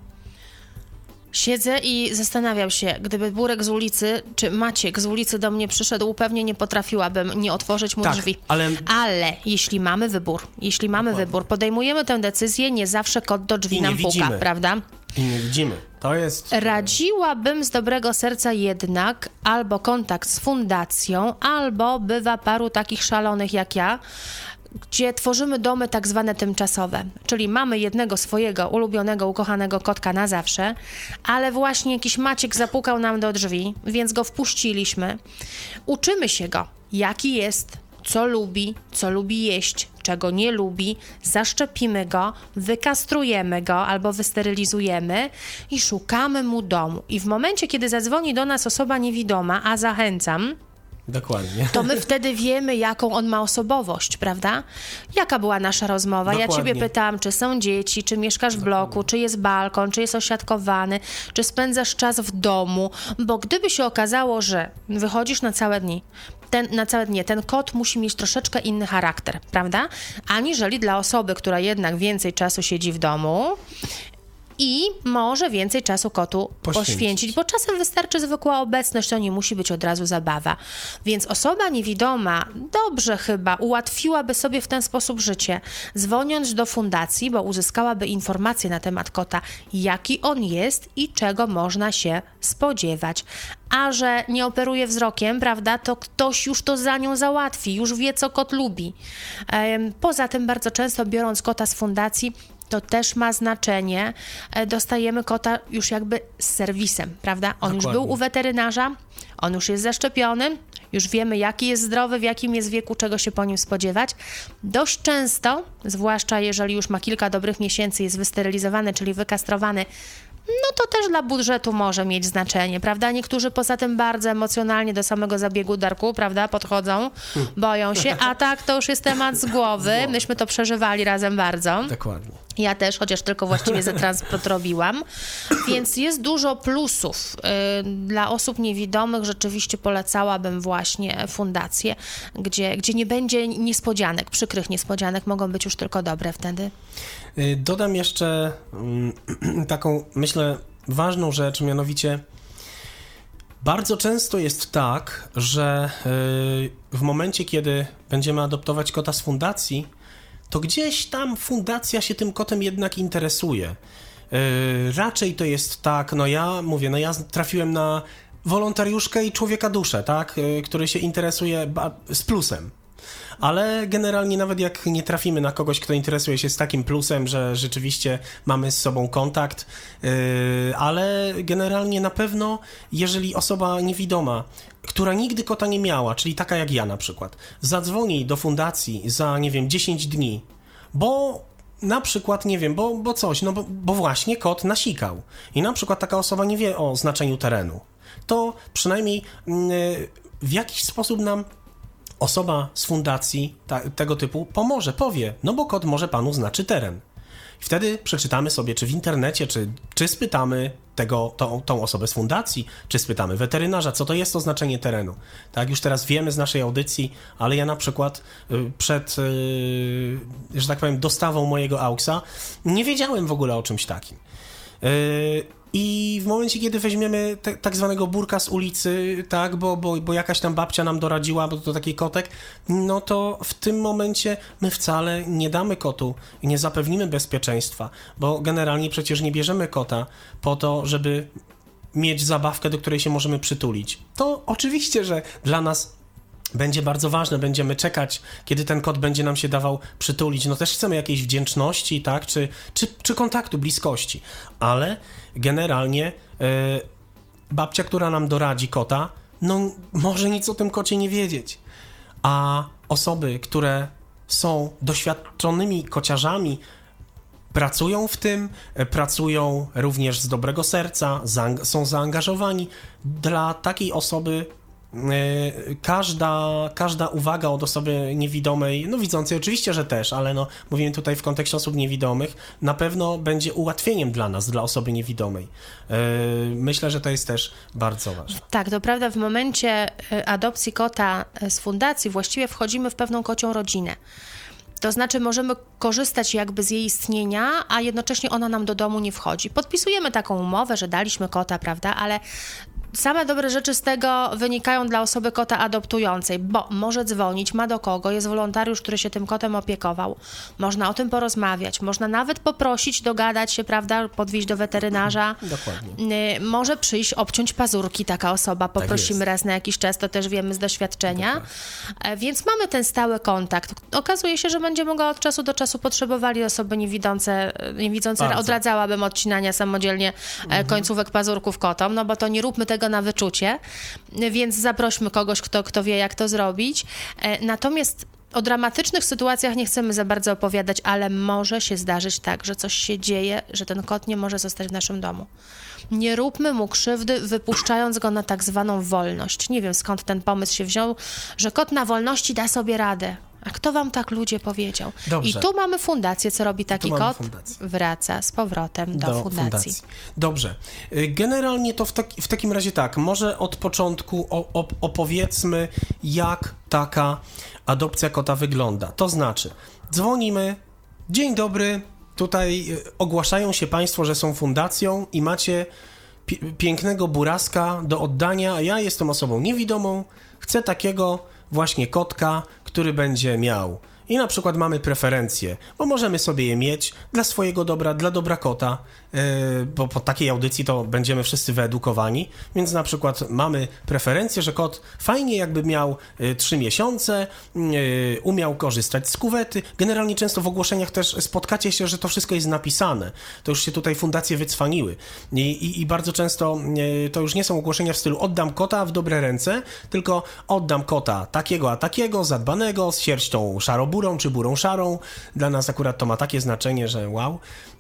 Siedzę i zastanawiam się, gdyby Burek z ulicy, czy Maciek z ulicy do mnie przyszedł, pewnie nie potrafiłabym nie otworzyć mu tak, drzwi. Ale... ale jeśli mamy wybór, jeśli mamy Dokładnie. wybór, podejmujemy tę decyzję, nie zawsze kot do drzwi I nie nam puka, widzimy. prawda? I nie widzimy. To jest... Radziłabym z dobrego serca jednak albo kontakt z fundacją, albo bywa paru takich szalonych jak ja, gdzie tworzymy domy tak zwane tymczasowe, czyli mamy jednego swojego ulubionego, ukochanego kotka na zawsze, ale właśnie jakiś Maciek zapukał nam do drzwi, więc go wpuściliśmy. Uczymy się go, jaki jest, co lubi, co lubi jeść, czego nie lubi, zaszczepimy go, wykastrujemy go albo wysterylizujemy i szukamy mu domu. I w momencie, kiedy zadzwoni do nas osoba niewidoma, a zachęcam, Dokładnie. to my wtedy wiemy, jaką on ma osobowość, prawda? Jaka była nasza rozmowa? Dokładnie. Ja ciebie pytałam, czy są dzieci, czy mieszkasz w bloku, czy jest balkon, czy jest osiadkowany, czy spędzasz czas w domu, bo gdyby się okazało, że wychodzisz na całe dni, ten, na całe dnie, ten kot musi mieć troszeczkę inny charakter, prawda? Aniżeli dla osoby, która jednak więcej czasu siedzi w domu i może więcej czasu kotu Poświęcić. poświęcić, bo czasem wystarczy zwykła obecność, to nie musi być od razu zabawa. Więc osoba niewidoma dobrze chyba ułatwiłaby sobie w ten sposób życie, dzwoniąc do fundacji, bo uzyskałaby informacje na temat kota, jaki on jest i czego można się spodziewać. A że nie operuje wzrokiem, prawda, to ktoś już to za nią załatwi, już wie, co kot lubi. Poza tym bardzo często biorąc kota z fundacji, to też ma znaczenie. Dostajemy kota już jakby z serwisem, prawda? On Dokładnie. już był u weterynarza, on już jest zaszczepiony, już wiemy, jaki jest zdrowy, w jakim jest wieku, czego się po nim spodziewać. Dość często, zwłaszcza jeżeli już ma kilka dobrych miesięcy, jest wysterylizowany, czyli wykastrowany, no to też dla budżetu może mieć znaczenie, prawda? Niektórzy poza tym bardzo emocjonalnie do samego zabiegu, Darku, prawda, podchodzą, boją się, a tak to już jest temat z głowy. Myśmy to przeżywali razem bardzo. Dokładnie. Ja też, chociaż tylko właściwie za transport robiłam. Więc jest dużo plusów. Yy, dla osób niewidomych rzeczywiście polecałabym właśnie fundację, gdzie, gdzie nie będzie niespodzianek, przykrych niespodzianek, mogą być już tylko dobre wtedy. Y, Dodam jeszcze mm, taką, myślę, ważną rzecz, mianowicie bardzo często jest tak, że y, w momencie, kiedy będziemy adoptować kota z fundacji, to gdzieś tam fundacja się tym kotem jednak interesuje. Yy, raczej to jest tak, no ja mówię, no ja trafiłem na wolontariuszkę i człowieka duszę, tak, yy, który się interesuje ba- z plusem. Ale generalnie nawet jak nie trafimy na kogoś, kto interesuje się z takim plusem, że rzeczywiście mamy z sobą kontakt, yy, ale generalnie na pewno, jeżeli osoba niewidoma, która nigdy kota nie miała, czyli taka jak ja na przykład, zadzwoni do fundacji za, nie wiem, dziesięć dni, bo na przykład, nie wiem, bo, bo coś, no bo, bo właśnie kot nasikał i na przykład taka osoba nie wie o znaczeniu terenu, to przynajmniej yy, w jakiś sposób nam osoba z fundacji ta, tego typu pomoże, powie, no bo kot może panu znaczy teren. I wtedy przeczytamy sobie, czy w internecie, czy, czy spytamy tego, tą, tą osobę z fundacji, czy spytamy weterynarza, co to jest to znaczenie terenu. Tak, już teraz wiemy z naszej audycji, ale ja na przykład y, przed, y, że tak powiem, dostawą mojego AUX-a nie wiedziałem w ogóle o czymś takim. Y, I w momencie, kiedy weźmiemy te, tak zwanego burka z ulicy, tak, bo, bo, bo jakaś tam babcia nam doradziła, bo to taki kotek, no to w tym momencie my wcale nie damy kotu, nie zapewnimy bezpieczeństwa, bo generalnie przecież nie bierzemy kota po to, żeby mieć zabawkę, do której się możemy przytulić. To oczywiście, że dla nas będzie bardzo ważne, będziemy czekać, kiedy ten kot będzie nam się dawał przytulić. No też chcemy jakiejś wdzięczności, tak, czy, czy, czy kontaktu, bliskości, ale generalnie yy, babcia, która nam doradzi kota, no może nic o tym kocie nie wiedzieć, a osoby, które są doświadczonymi kociarzami, pracują w tym, pracują również z dobrego serca, zaang- są zaangażowani. Dla takiej osoby Każda, każda uwaga od osoby niewidomej, no widzącej oczywiście, że też, ale no mówimy tutaj w kontekście osób niewidomych, na pewno będzie ułatwieniem dla nas, dla osoby niewidomej. Myślę, że to jest też bardzo ważne. Tak, to prawda, w momencie adopcji kota z fundacji właściwie wchodzimy w pewną kocią rodzinę. To znaczy możemy korzystać jakby z jej istnienia, a jednocześnie ona nam do domu nie wchodzi. Podpisujemy taką umowę, że daliśmy kota, prawda, ale same dobre rzeczy z tego wynikają dla osoby kota adoptującej, bo może dzwonić, ma do kogo, jest wolontariusz, który się tym kotem opiekował. Można o tym porozmawiać, można nawet poprosić, dogadać się, prawda, podwieźć do weterynarza. Dokładnie. Może przyjść, obciąć pazurki taka osoba, poprosimy tak raz na jakiś czas, to też wiemy z doświadczenia. Dokładnie. Więc mamy ten stały kontakt. Okazuje się, że będziemy go od czasu do czasu potrzebowali, osoby niewidzące, niewidzące Bardzo. odradzałabym odcinania samodzielnie mhm. końcówek pazurków kotom, no bo to nie róbmy tego na wyczucie, więc zaprośmy kogoś, kto, kto wie, jak to zrobić. Natomiast o dramatycznych sytuacjach nie chcemy za bardzo opowiadać, ale może się zdarzyć tak, że coś się dzieje, że ten kot nie może zostać w naszym domu. Nie róbmy mu krzywdy, wypuszczając go na tak zwaną wolność. Nie wiem, skąd ten pomysł się wziął, że kot na wolności da sobie radę. A kto wam tak, ludzie, powiedział? Dobrze. I tu mamy fundację, co robi taki kot? Fundację. Wraca z powrotem do, do fundacji. fundacji. Dobrze. Generalnie to w, taki, w takim razie tak, może od początku op- opowiedzmy, jak taka adopcja kota wygląda. To znaczy, dzwonimy, dzień dobry, tutaj ogłaszają się państwo, że są fundacją i macie pi- pięknego buraska do oddania, a ja jestem osobą niewidomą, chcę takiego właśnie kotka, który będzie miał. I na przykład mamy preferencje, bo możemy sobie je mieć dla swojego dobra, dla dobra kota, yy, bo po takiej audycji to będziemy wszyscy wyedukowani, więc na przykład mamy preferencję, że kot fajnie jakby miał trzy miesiące, yy, umiał korzystać z kuwety. Generalnie często w ogłoszeniach też spotkacie się, że to wszystko jest napisane. To już się tutaj fundacje wycwaniły. I, i, i bardzo często yy, to już nie są ogłoszenia w stylu oddam kota w dobre ręce, tylko oddam kota takiego a takiego, zadbanego, z sierścią szarobą, burą czy burą szarą. Dla nas akurat to ma takie znaczenie, że wow.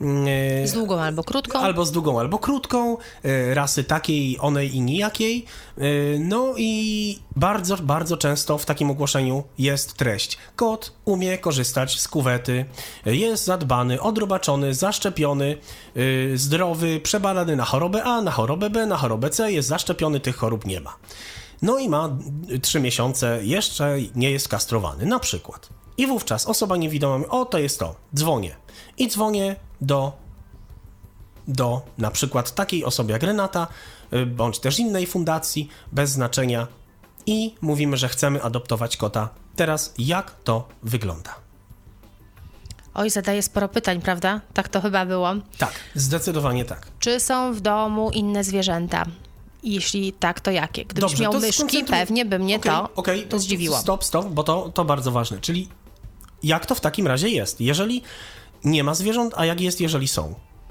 Z długą albo krótką. Albo z długą albo krótką. Rasy takiej, onej i nijakiej. No i bardzo, bardzo często w takim ogłoszeniu jest treść. Kot umie korzystać z kuwety, jest zadbany, odrobaczony, zaszczepiony, zdrowy, przebadany na chorobę A, na chorobę B, na chorobę C, jest zaszczepiony, tych chorób nie ma. No i ma trzy miesiące, jeszcze nie jest kastrowany, na przykład. I wówczas osoba niewidoma mówi, o to jest to, dzwonię. I dzwonię do, do na przykład takiej osoby jak Renata, bądź też innej fundacji, bez znaczenia. I mówimy, że chcemy adoptować kota. Teraz jak to wygląda? Oj, zadaję sporo pytań, prawda? Tak to chyba było. Tak, zdecydowanie tak. Czy są w domu inne zwierzęta? Jeśli tak, to jakie? Gdybyś Dobrze, miał to myszki, skoncentruj- pewnie by mnie Okej, to okej, to zdziwiło. Stop, stop, bo to, to bardzo ważne. Czyli jak to w takim razie jest? Jeżeli nie ma zwierząt, a jak jest, jeżeli są?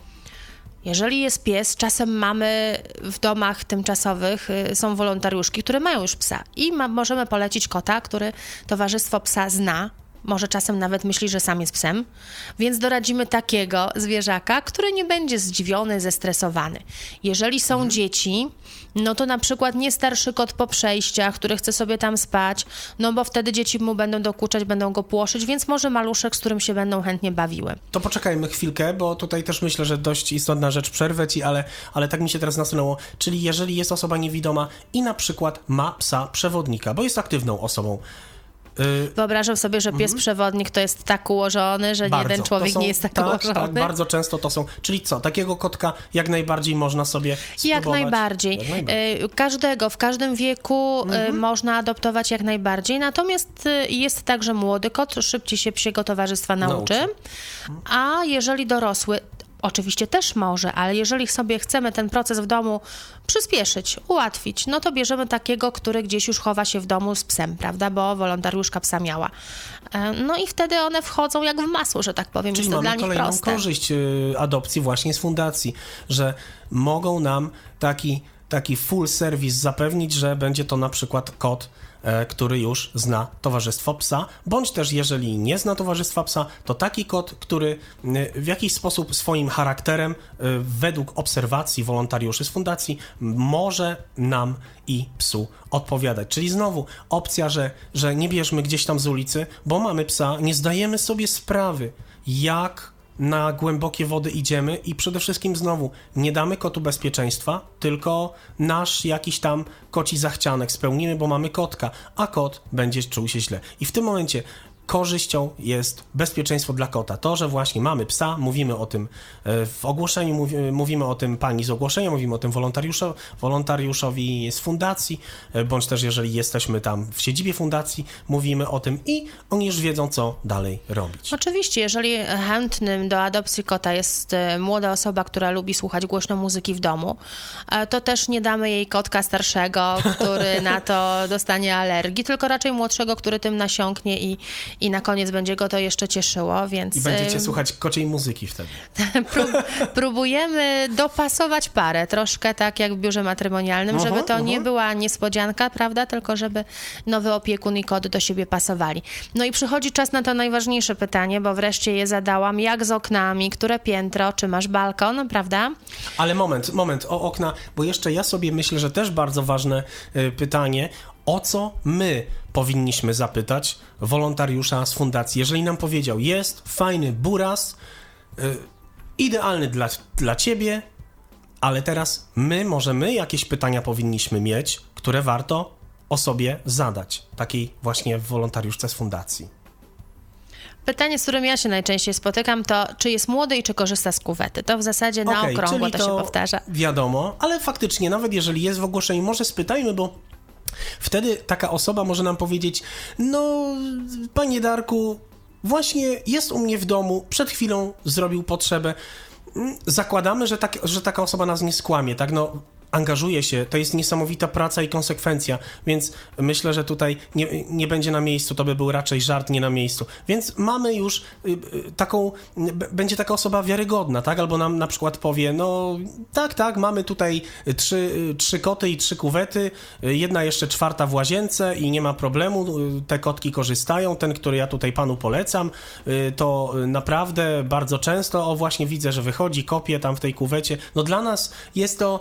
Jeżeli jest pies, czasem mamy w domach tymczasowych, y, są wolontariuszki, które mają już psa i ma, możemy polecić kota, który towarzystwo psa zna, może czasem nawet myśli, że sam jest psem, więc doradzimy takiego zwierzaka, który nie będzie zdziwiony, zestresowany. Jeżeli są mhm. dzieci, no to na przykład nie starszy kot po przejściach, który chce sobie tam spać, no bo wtedy dzieci mu będą dokuczać, będą go płoszyć, więc może maluszek, z którym się będą chętnie bawiły. To poczekajmy chwilkę, bo tutaj też myślę, że dość istotna rzecz, przerwę ci, ale, ale tak mi się teraz nasunęło. Czyli jeżeli jest osoba niewidoma i na przykład ma psa przewodnika, bo jest aktywną osobą, Wyobrażam sobie, że pies przewodnik to jest tak ułożony, że bardzo. jeden człowiek są, nie jest tak, tak ułożony. Tak, bardzo często to są... Czyli co, takiego kotka jak najbardziej można sobie spróbować? Jak najbardziej. Jak najbardziej. Każdego, w każdym wieku mhm. można adoptować jak najbardziej. Natomiast jest tak, że młody kot szybciej się psiego towarzystwa nauczy, nauczy. A jeżeli dorosły... Oczywiście też może, ale jeżeli sobie chcemy ten proces w domu przyspieszyć, ułatwić, no to bierzemy takiego, który gdzieś już chowa się w domu z psem, prawda, bo wolontariuszka psa miała. No i wtedy one wchodzą jak w masło, że tak powiem. Czyli jest to mamy dla nich kolejną proste. korzyść adopcji właśnie z fundacji, że mogą nam taki, taki full service zapewnić, że będzie to na przykład kot, który już zna towarzystwo psa, bądź też jeżeli nie zna towarzystwa psa, to taki kot, który w jakiś sposób swoim charakterem, według obserwacji wolontariuszy z fundacji, może nam i psu odpowiadać. Czyli znowu opcja, że, że nie bierzmy gdzieś tam z ulicy, bo mamy psa, nie zdajemy sobie sprawy, jak na głębokie wody idziemy i przede wszystkim znowu nie damy kotu bezpieczeństwa, tylko nasz jakiś tam koci zachcianek spełnimy, bo mamy kotka, a kot będzie czuł się źle. I w tym momencie korzyścią jest bezpieczeństwo dla kota. To, że właśnie mamy psa, mówimy o tym w ogłoszeniu, mówi, mówimy o tym pani z ogłoszenia, mówimy o tym wolontariuszo, wolontariuszowi z fundacji, bądź też jeżeli jesteśmy tam w siedzibie fundacji, mówimy o tym i oni już wiedzą, co dalej robić. Oczywiście, jeżeli chętnym do adopcji kota jest młoda osoba, która lubi słuchać głośno muzyki w domu, to też nie damy jej kotka starszego, który na to dostanie alergii, tylko raczej młodszego, który tym nasiąknie i I na koniec będzie go to jeszcze cieszyło, więc... I będziecie słuchać kociej muzyki wtedy. Prób, próbujemy dopasować parę, troszkę tak jak w biurze matrymonialnym, uh-huh, żeby to uh-huh. nie była niespodzianka, prawda, tylko żeby nowy opiekun i kot do siebie pasowali. No i przychodzi czas na to najważniejsze pytanie, bo wreszcie je zadałam, jak z oknami, które piętro, czy masz balkon, prawda? Ale moment, moment, o okna, bo jeszcze ja sobie myślę, że też bardzo ważne y, pytanie, o co my powinniśmy zapytać wolontariusza z fundacji, jeżeli nam powiedział, jest fajny buras, y, idealny dla, dla ciebie, ale teraz my, może my jakieś pytania powinniśmy mieć, które warto osobie zadać, takiej właśnie wolontariuszce z fundacji. Pytanie, z którym ja się najczęściej spotykam, to czy jest młody i czy korzysta z kuwety. To w zasadzie na okay, okrągło to, to się powtarza. Wiadomo, ale faktycznie, nawet jeżeli jest w ogłoszeniu, może spytajmy, bo wtedy taka osoba może nam powiedzieć, no, panie Darku, właśnie jest u mnie w domu, przed chwilą zrobił potrzebę. Zakładamy, że, tak, że taka osoba nas nie skłamie, tak? No, angażuje się, to jest niesamowita praca i konsekwencja, więc myślę, że tutaj nie, nie będzie na miejscu, to by był raczej żart nie na miejscu. Więc mamy już taką, będzie taka osoba wiarygodna, tak? Albo nam na przykład powie, no tak, tak, mamy tutaj trzy, trzy koty i trzy kuwety, jedna jeszcze czwarta w łazience i nie ma problemu, te kotki korzystają, ten, który ja tutaj panu polecam, to naprawdę bardzo często, o właśnie widzę, że wychodzi, kopie tam w tej kuwecie, no dla nas jest to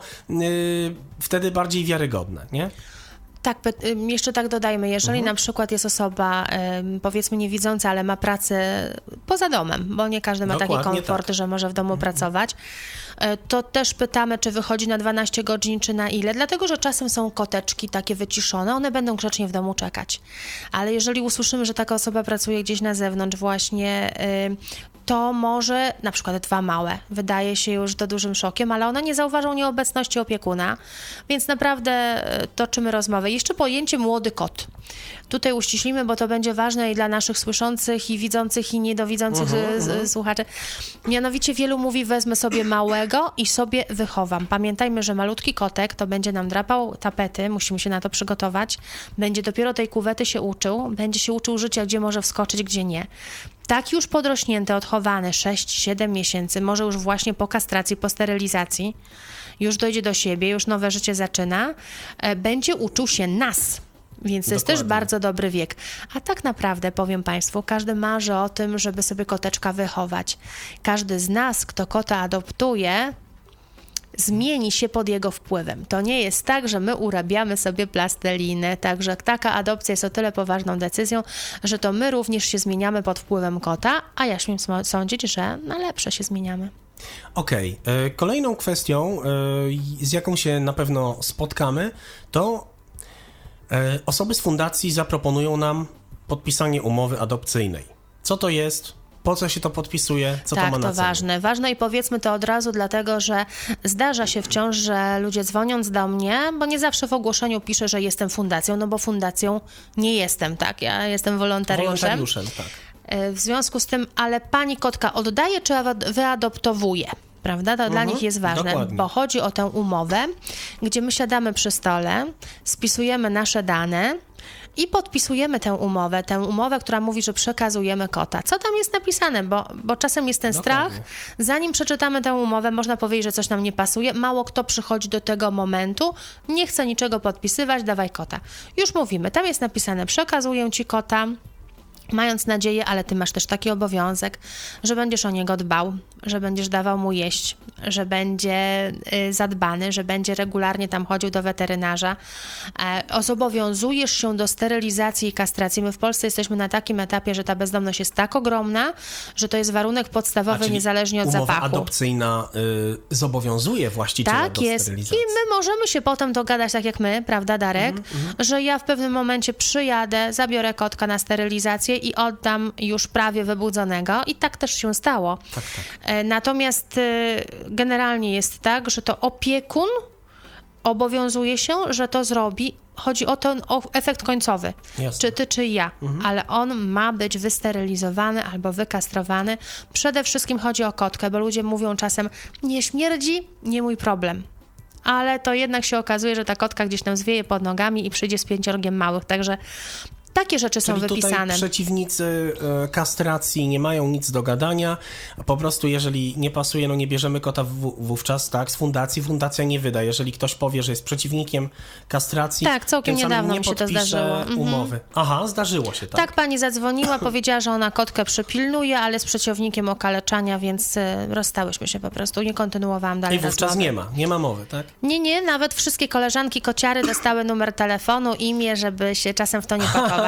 wtedy bardziej wiarygodne, nie? Tak, jeszcze tak dodajmy, jeżeli mhm. na przykład jest osoba, powiedzmy niewidząca, ale ma pracę poza domem, bo nie każdy ma Dokładnie taki komfort, tak. że może w domu mhm. pracować, to też pytamy, czy wychodzi na dwanaście godzin, czy na ile, dlatego, że czasem są koteczki takie wyciszone, one będą grzecznie w domu czekać. Ale jeżeli usłyszymy, że taka osoba pracuje gdzieś na zewnątrz właśnie, to może na przykład dwa małe, wydaje się już to dużym szokiem, ale one nie zauważą nieobecności opiekuna, więc naprawdę toczymy rozmowę. Jeszcze pojęcie młody kot. Tutaj uściślimy, bo to będzie ważne i dla naszych słyszących i widzących i niedowidzących uh-huh, z, uh-huh. słuchaczy. Mianowicie wielu mówi, wezmę sobie małego i sobie wychowam. Pamiętajmy, że malutki kotek to będzie nam drapał tapety, musimy się na to przygotować. Będzie dopiero tej kuwety się uczył, będzie się uczył życia, gdzie może wskoczyć, gdzie nie. Tak już podrośnięty, odchowany sześć siedem miesięcy, może już właśnie po kastracji, po sterylizacji, już dojdzie do siebie, już nowe życie zaczyna, będzie uczył się nas. Więc to jest też bardzo dobry wiek. A tak naprawdę, powiem Państwu, każdy marzy o tym, żeby sobie koteczka wychować. Każdy z nas, kto kota adoptuje, zmieni się pod jego wpływem. To nie jest tak, że my urabiamy sobie plastelinę, także taka adopcja jest o tyle poważną decyzją, że to my również się zmieniamy pod wpływem kota, a ja śmiem sądzić, że na lepsze się zmieniamy. Okej. Okay. Kolejną kwestią, z jaką się na pewno spotkamy, to osoby z fundacji zaproponują nam podpisanie umowy adopcyjnej. Co to jest? Po co się to podpisuje? Co tak, to ma na celu? Tak, to ważne. Ważne i powiedzmy to od razu, dlatego że zdarza się wciąż, że ludzie dzwoniąc do mnie, bo nie zawsze w ogłoszeniu piszę, że jestem fundacją, no bo fundacją nie jestem, tak? Ja jestem wolontariuszem. Wolontariuszem, tak. W związku z tym, ale pani kotka oddaje, czy wyadoptowuje? Prawda? To uh-huh, dla nich jest ważne, dokładnie. Bo chodzi o tę umowę, gdzie my siadamy przy stole, spisujemy nasze dane i podpisujemy tę umowę, tę umowę, która mówi, że przekazujemy kota. Co tam jest napisane? Bo, bo czasem jest ten dokładnie. Strach. Zanim przeczytamy tę umowę, można powiedzieć, że coś nam nie pasuje. Mało kto przychodzi do tego momentu, nie chce niczego podpisywać, dawaj kota. Już mówimy, tam jest napisane, przekazuję ci kota, mając nadzieję, ale ty masz też taki obowiązek, że będziesz o niego dbał, że będziesz dawał mu jeść, że będzie y, zadbany, że będzie regularnie tam chodził do weterynarza. E, zobowiązujesz się do sterylizacji i kastracji. My w Polsce jesteśmy na takim etapie, że ta bezdomność jest tak ogromna, że to jest warunek podstawowy, niezależnie od umowa zapachu. adopcyjna y, zobowiązuje właściciela tak do jest. sterylizacji. I my możemy się potem dogadać, tak jak my, prawda Darek, mm-hmm. że ja w pewnym momencie przyjadę, zabiorę kotka na sterylizację i oddam już prawie wybudzonego i tak też się stało. Tak, tak. Natomiast generalnie jest tak, że to opiekun obowiązuje się, że to zrobi. Chodzi o ten o efekt końcowy. Jasne. Czy ty, czy ja. Mhm. Ale on ma być wysterylizowany albo wykastrowany. Przede wszystkim chodzi o kotkę, bo ludzie mówią czasem, nie śmierdzi, nie mój problem. Ale to jednak się okazuje, że ta kotka gdzieś tam zwieje pod nogami i przyjdzie z pięciorgiem małych. Także takie rzeczy Czyli są wypisane. Tutaj przeciwnicy e, kastracji nie mają nic do gadania, a po prostu jeżeli nie pasuje, no nie bierzemy kota w, wówczas, tak, z fundacji, fundacja nie wyda. Jeżeli ktoś powie, że jest przeciwnikiem kastracji, tak, całkiem niedawno mi się to zdarzyło. Umowy. Mhm. Aha, zdarzyło się, tak? Tak, pani zadzwoniła, powiedziała, że ona kotkę przypilnuje, ale z przeciwnikiem okaleczania, więc rozstałyśmy się po prostu, nie kontynuowałam dalej. I wówczas rozmowy. nie ma, nie ma mowy, tak? Nie, nie, nawet wszystkie koleżanki kociary dostały numer telefonu, imię, żeby się czasem w to nie pakować.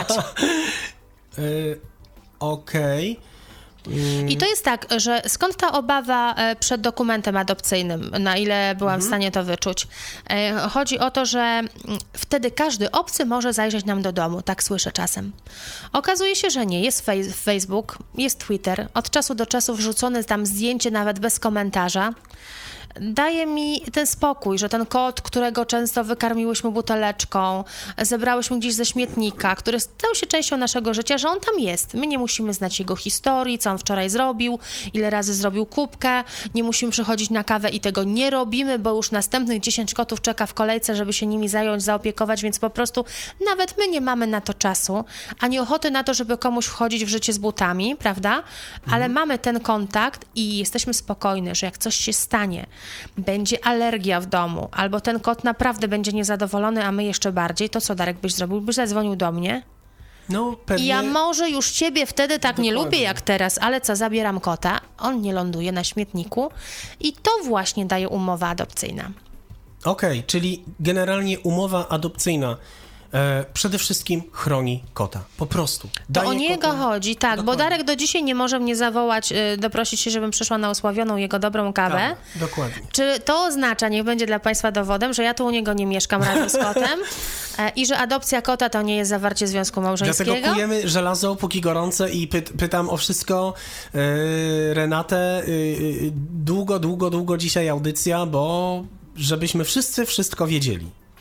Yy, Okej. Okay. Yy. I to jest tak, że skąd ta obawa przed dokumentem adopcyjnym, na ile byłam mhm. w stanie to wyczuć? Chodzi o to, że wtedy każdy obcy może zajrzeć nam do domu, tak słyszę czasem. Okazuje się, że nie. Jest Facebook, jest Twitter, od czasu do czasu wrzucone tam zdjęcie nawet bez komentarza. Daje mi ten spokój, że ten kot, którego często wykarmiłyśmy buteleczką, zebrałyśmy gdzieś ze śmietnika, który stał się częścią naszego życia, że on tam jest. My nie musimy znać jego historii, co on wczoraj zrobił, ile razy zrobił kubkę, nie musimy przychodzić na kawę i tego nie robimy, bo już następnych dziesięć kotów czeka w kolejce, żeby się nimi zająć, zaopiekować, więc po prostu nawet my nie mamy na to czasu, ani ochoty na to, żeby komuś wchodzić w życie z butami, prawda? Ale mhm. mamy ten kontakt i jesteśmy spokojni, że jak coś się stanie, będzie alergia w domu, albo ten kot naprawdę będzie niezadowolony, a my jeszcze bardziej, to co, Darek, byś zrobił? Byś zadzwonił do mnie? No, pewnie. I ja może już ciebie wtedy tak Dokładnie. nie lubię jak teraz, ale co, zabieram kota, on nie ląduje na śmietniku i to właśnie daje umowa adopcyjna. Okej, okay, czyli generalnie umowa adopcyjna E, przede wszystkim chroni kota. Po prostu. To o niego kotu... chodzi, tak, dokładnie. Bo Darek do dzisiaj nie może mnie zawołać, y, doprosić się, żebym przyszła na usławioną jego dobrą kawę. Kawę, dokładnie. Czy to oznacza, niech będzie dla Państwa dowodem, że ja tu u niego nie mieszkam razem z kotem e, i że adopcja kota to nie jest zawarcie związku małżeńskiego? Dlatego kujemy żelazo póki gorące i py- pytam o wszystko yy, Renatę. Yy, długo, długo, długo dzisiaj audycja, bo żebyśmy wszyscy wszystko wiedzieli.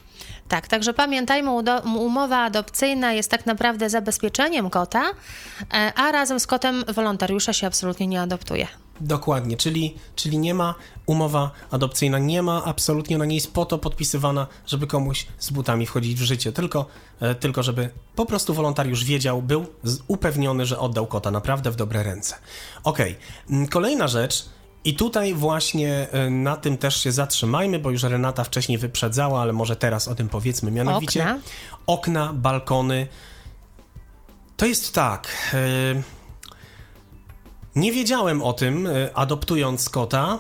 Tak, także pamiętajmy, umowa adopcyjna jest tak naprawdę zabezpieczeniem kota, a razem z kotem wolontariusza się absolutnie nie adoptuje. Dokładnie, czyli, czyli nie ma umowa adopcyjna, nie ma absolutnie, ona nie jest po to podpisywana, żeby komuś z butami wchodzić w życie, tylko, e, tylko żeby po prostu wolontariusz wiedział, był z, upewniony, że oddał kota naprawdę w dobre ręce. Okej, okay. Kolejna rzecz, i tutaj właśnie e, na tym też się zatrzymajmy, bo już Renata wcześniej wyprzedzała, ale może teraz o tym powiedzmy, mianowicie okna, okna balkony. To jest tak... E, Nie wiedziałem o tym, adoptując kota,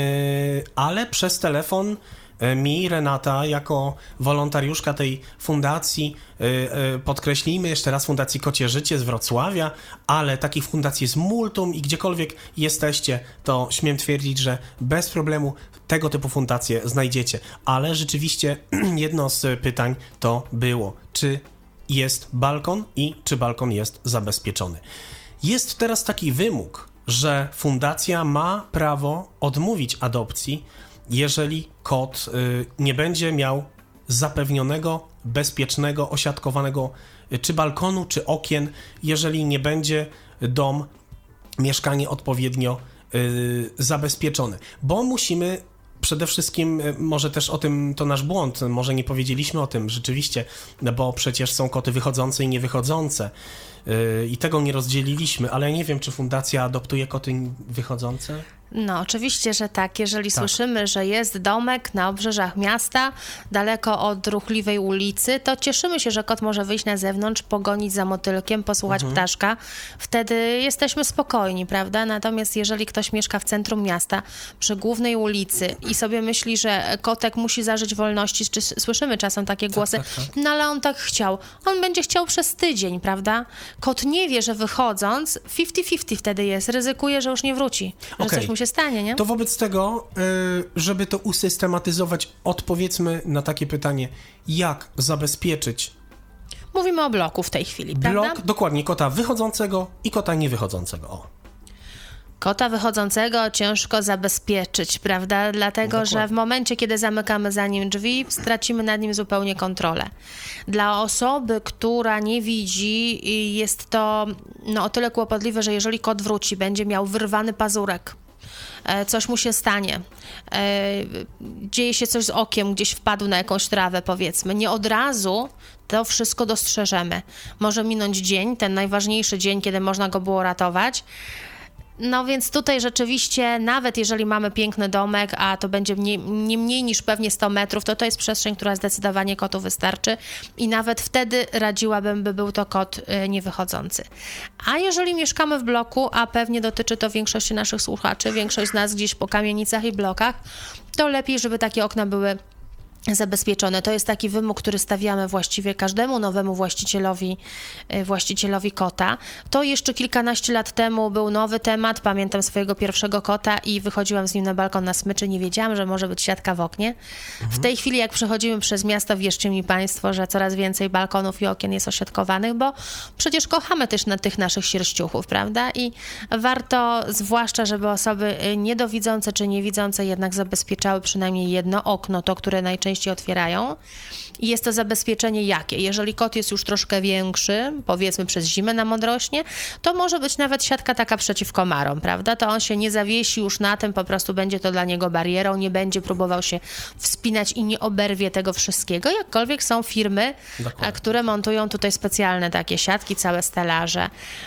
ale przez telefon mi Renata, jako wolontariuszka tej fundacji, podkreślimy jeszcze raz, Fundacji Kocie Życie z Wrocławia, ale takich fundacji jest multum i gdziekolwiek jesteście, to śmiem twierdzić, że bez problemu tego typu fundacje znajdziecie. Ale rzeczywiście jedno z pytań to było, czy jest balkon i czy balkon jest zabezpieczony. Jest teraz taki wymóg, że fundacja ma prawo odmówić adopcji, jeżeli kot y, nie będzie miał zapewnionego, bezpiecznego, osiadkowanego y, czy balkonu, czy okien, jeżeli nie będzie dom, mieszkanie odpowiednio y, zabezpieczone. Bo musimy przede wszystkim, może też o tym to nasz błąd, może nie powiedzieliśmy o tym rzeczywiście, no bo przecież są koty wychodzące i niewychodzące yy, i tego nie rozdzieliliśmy, ale nie wiem, czy fundacja adoptuje koty wychodzące? No, oczywiście, że tak. Jeżeli tak. słyszymy, że jest domek na obrzeżach miasta, daleko od ruchliwej ulicy, to cieszymy się, że kot może wyjść na zewnątrz, pogonić za motylkiem, posłuchać mhm. ptaszka. Wtedy jesteśmy spokojni, prawda? Natomiast jeżeli ktoś mieszka w centrum miasta, przy głównej ulicy i sobie myśli, że kotek musi zażyć wolności, czy słyszymy czasem takie głosy, tak, tak, tak. no ale on tak chciał. On będzie chciał przez tydzień, prawda? Kot nie wie, że wychodząc, fifty fifty wtedy jest, ryzykuje, że już nie wróci, że okay. coś mu się stanie, nie? To wobec tego, żeby to usystematyzować, odpowiedzmy na takie pytanie, jak zabezpieczyć Mówimy o bloku w tej chwili, blok, prawda? Dokładnie, kota wychodzącego i kota niewychodzącego. O. Kota wychodzącego ciężko zabezpieczyć, prawda? Dlatego, Dokładnie. że w momencie, kiedy zamykamy za nim drzwi, stracimy nad nim zupełnie kontrolę. Dla osoby, która nie widzi, jest to no, o tyle kłopotliwe, że jeżeli kot wróci, będzie miał wyrwany pazurek, coś mu się stanie, dzieje się coś z okiem, gdzieś wpadł na jakąś trawę, powiedzmy, nie od razu to wszystko dostrzeżemy. Może minąć dzień, ten najważniejszy dzień, kiedy można go było ratować. No więc tutaj rzeczywiście, nawet jeżeli mamy piękny domek, a to będzie nie, nie mniej niż pewnie sto metrów, to to jest przestrzeń, która zdecydowanie kotu wystarczy i nawet wtedy radziłabym, by był to kot y, niewychodzący. A jeżeli mieszkamy w bloku, a pewnie dotyczy to większości naszych słuchaczy, większość z nas gdzieś po kamienicach i blokach, to lepiej, żeby takie okna były zabezpieczone. To jest taki wymóg, który stawiamy właściwie każdemu nowemu właścicielowi, właścicielowi kota. To jeszcze kilkanaście lat temu był nowy temat. Pamiętam swojego pierwszego kota i wychodziłam z nim na balkon na smyczy. Nie wiedziałam, że może być siatka w oknie. Mhm. W tej chwili, jak przechodzimy przez miasto, wierzcie mi Państwo, że coraz więcej balkonów i okien jest osiadkowanych, bo przecież kochamy też na tych naszych sierściuchów, prawda? I warto, zwłaszcza, żeby osoby niedowidzące czy niewidzące jednak zabezpieczały przynajmniej jedno okno, to, które najczęściej otwierają. I jest to zabezpieczenie jakie? Jeżeli kot jest już troszkę większy, powiedzmy przez zimę nam odrośnie, to może być nawet siatka taka przeciw komarom, prawda? To on się nie zawiesi już na tym, po prostu będzie to dla niego barierą, nie będzie próbował się wspinać i nie oberwie tego wszystkiego. Jakkolwiek są firmy, Dokładnie. które montują tutaj specjalne takie siatki, całe stelaże.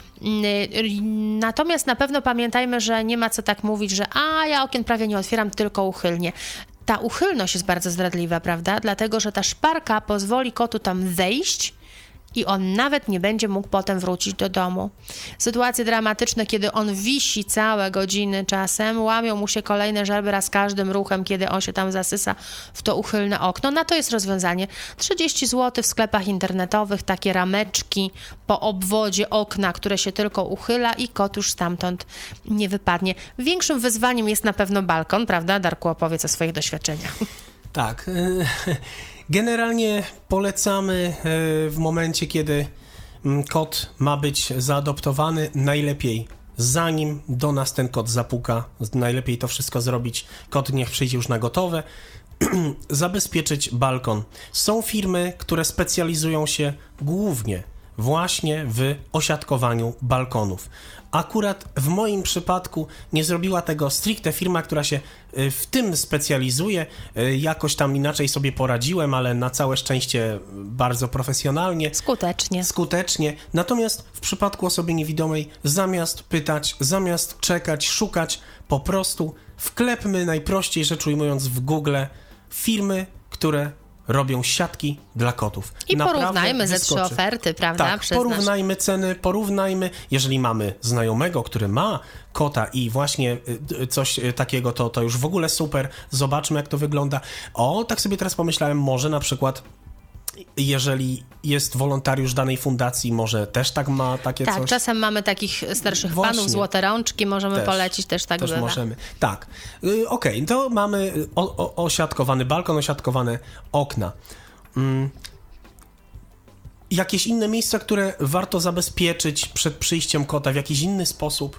Natomiast na pewno pamiętajmy, że nie ma co tak mówić, że a ja okien prawie nie otwieram, tylko uchylnie. Ta uchylność jest bardzo zdradliwa, prawda? Dlatego, że ta szparka pozwoli kotu tam wejść i on nawet nie będzie mógł potem wrócić do domu. Sytuacje dramatyczne, kiedy on wisi całe godziny czasem, łamią mu się kolejne żebra z każdym ruchem, kiedy on się tam zasysa w to uchylne okno. Na to jest rozwiązanie. trzydzieści złotych w sklepach internetowych, takie rameczki po obwodzie okna, które się tylko uchyla i kot już stamtąd nie wypadnie. Większym wyzwaniem jest na pewno balkon, prawda? Darku, opowiedz o swoich doświadczeniach. Tak. Generalnie polecamy w momencie, kiedy kot ma być zaadoptowany, najlepiej zanim do nas ten kot zapuka, najlepiej to wszystko zrobić. Kot niech przyjdzie już na gotowe, zabezpieczyć balkon. Są firmy, które specjalizują się głównie właśnie w osiadkowaniu balkonów. Akurat w moim przypadku nie zrobiła tego stricte firma, która się w tym specjalizuje. Jakoś tam inaczej sobie poradziłem, ale na całe szczęście bardzo profesjonalnie. Skutecznie. Skutecznie. Natomiast w przypadku osoby niewidomej zamiast pytać, zamiast czekać, szukać, po prostu wklepmy najprościej rzecz ujmując w Google firmy, które robią siatki dla kotów. I Naprawdę porównajmy ze wyskoczy. trzy oferty, prawda? Tak, Przyznasz. porównajmy ceny, porównajmy, jeżeli mamy znajomego, który ma kota i właśnie y, coś y, takiego, to, to już w ogóle super, zobaczmy jak to wygląda. O, tak sobie teraz pomyślałem, może na przykład jeżeli jest wolontariusz danej fundacji, może też tak ma takie tak, coś. czasem mamy takich starszych Właśnie. panów, złote rączki, możemy Też, polecić, też tak też bywa. możemy. Tak. Y, Okej, okay, to mamy o, o, osiadkowany balkon, osiadkowane okna. Mm. Jakieś inne miejsca, które warto zabezpieczyć przed przyjściem kota w jakiś inny sposób?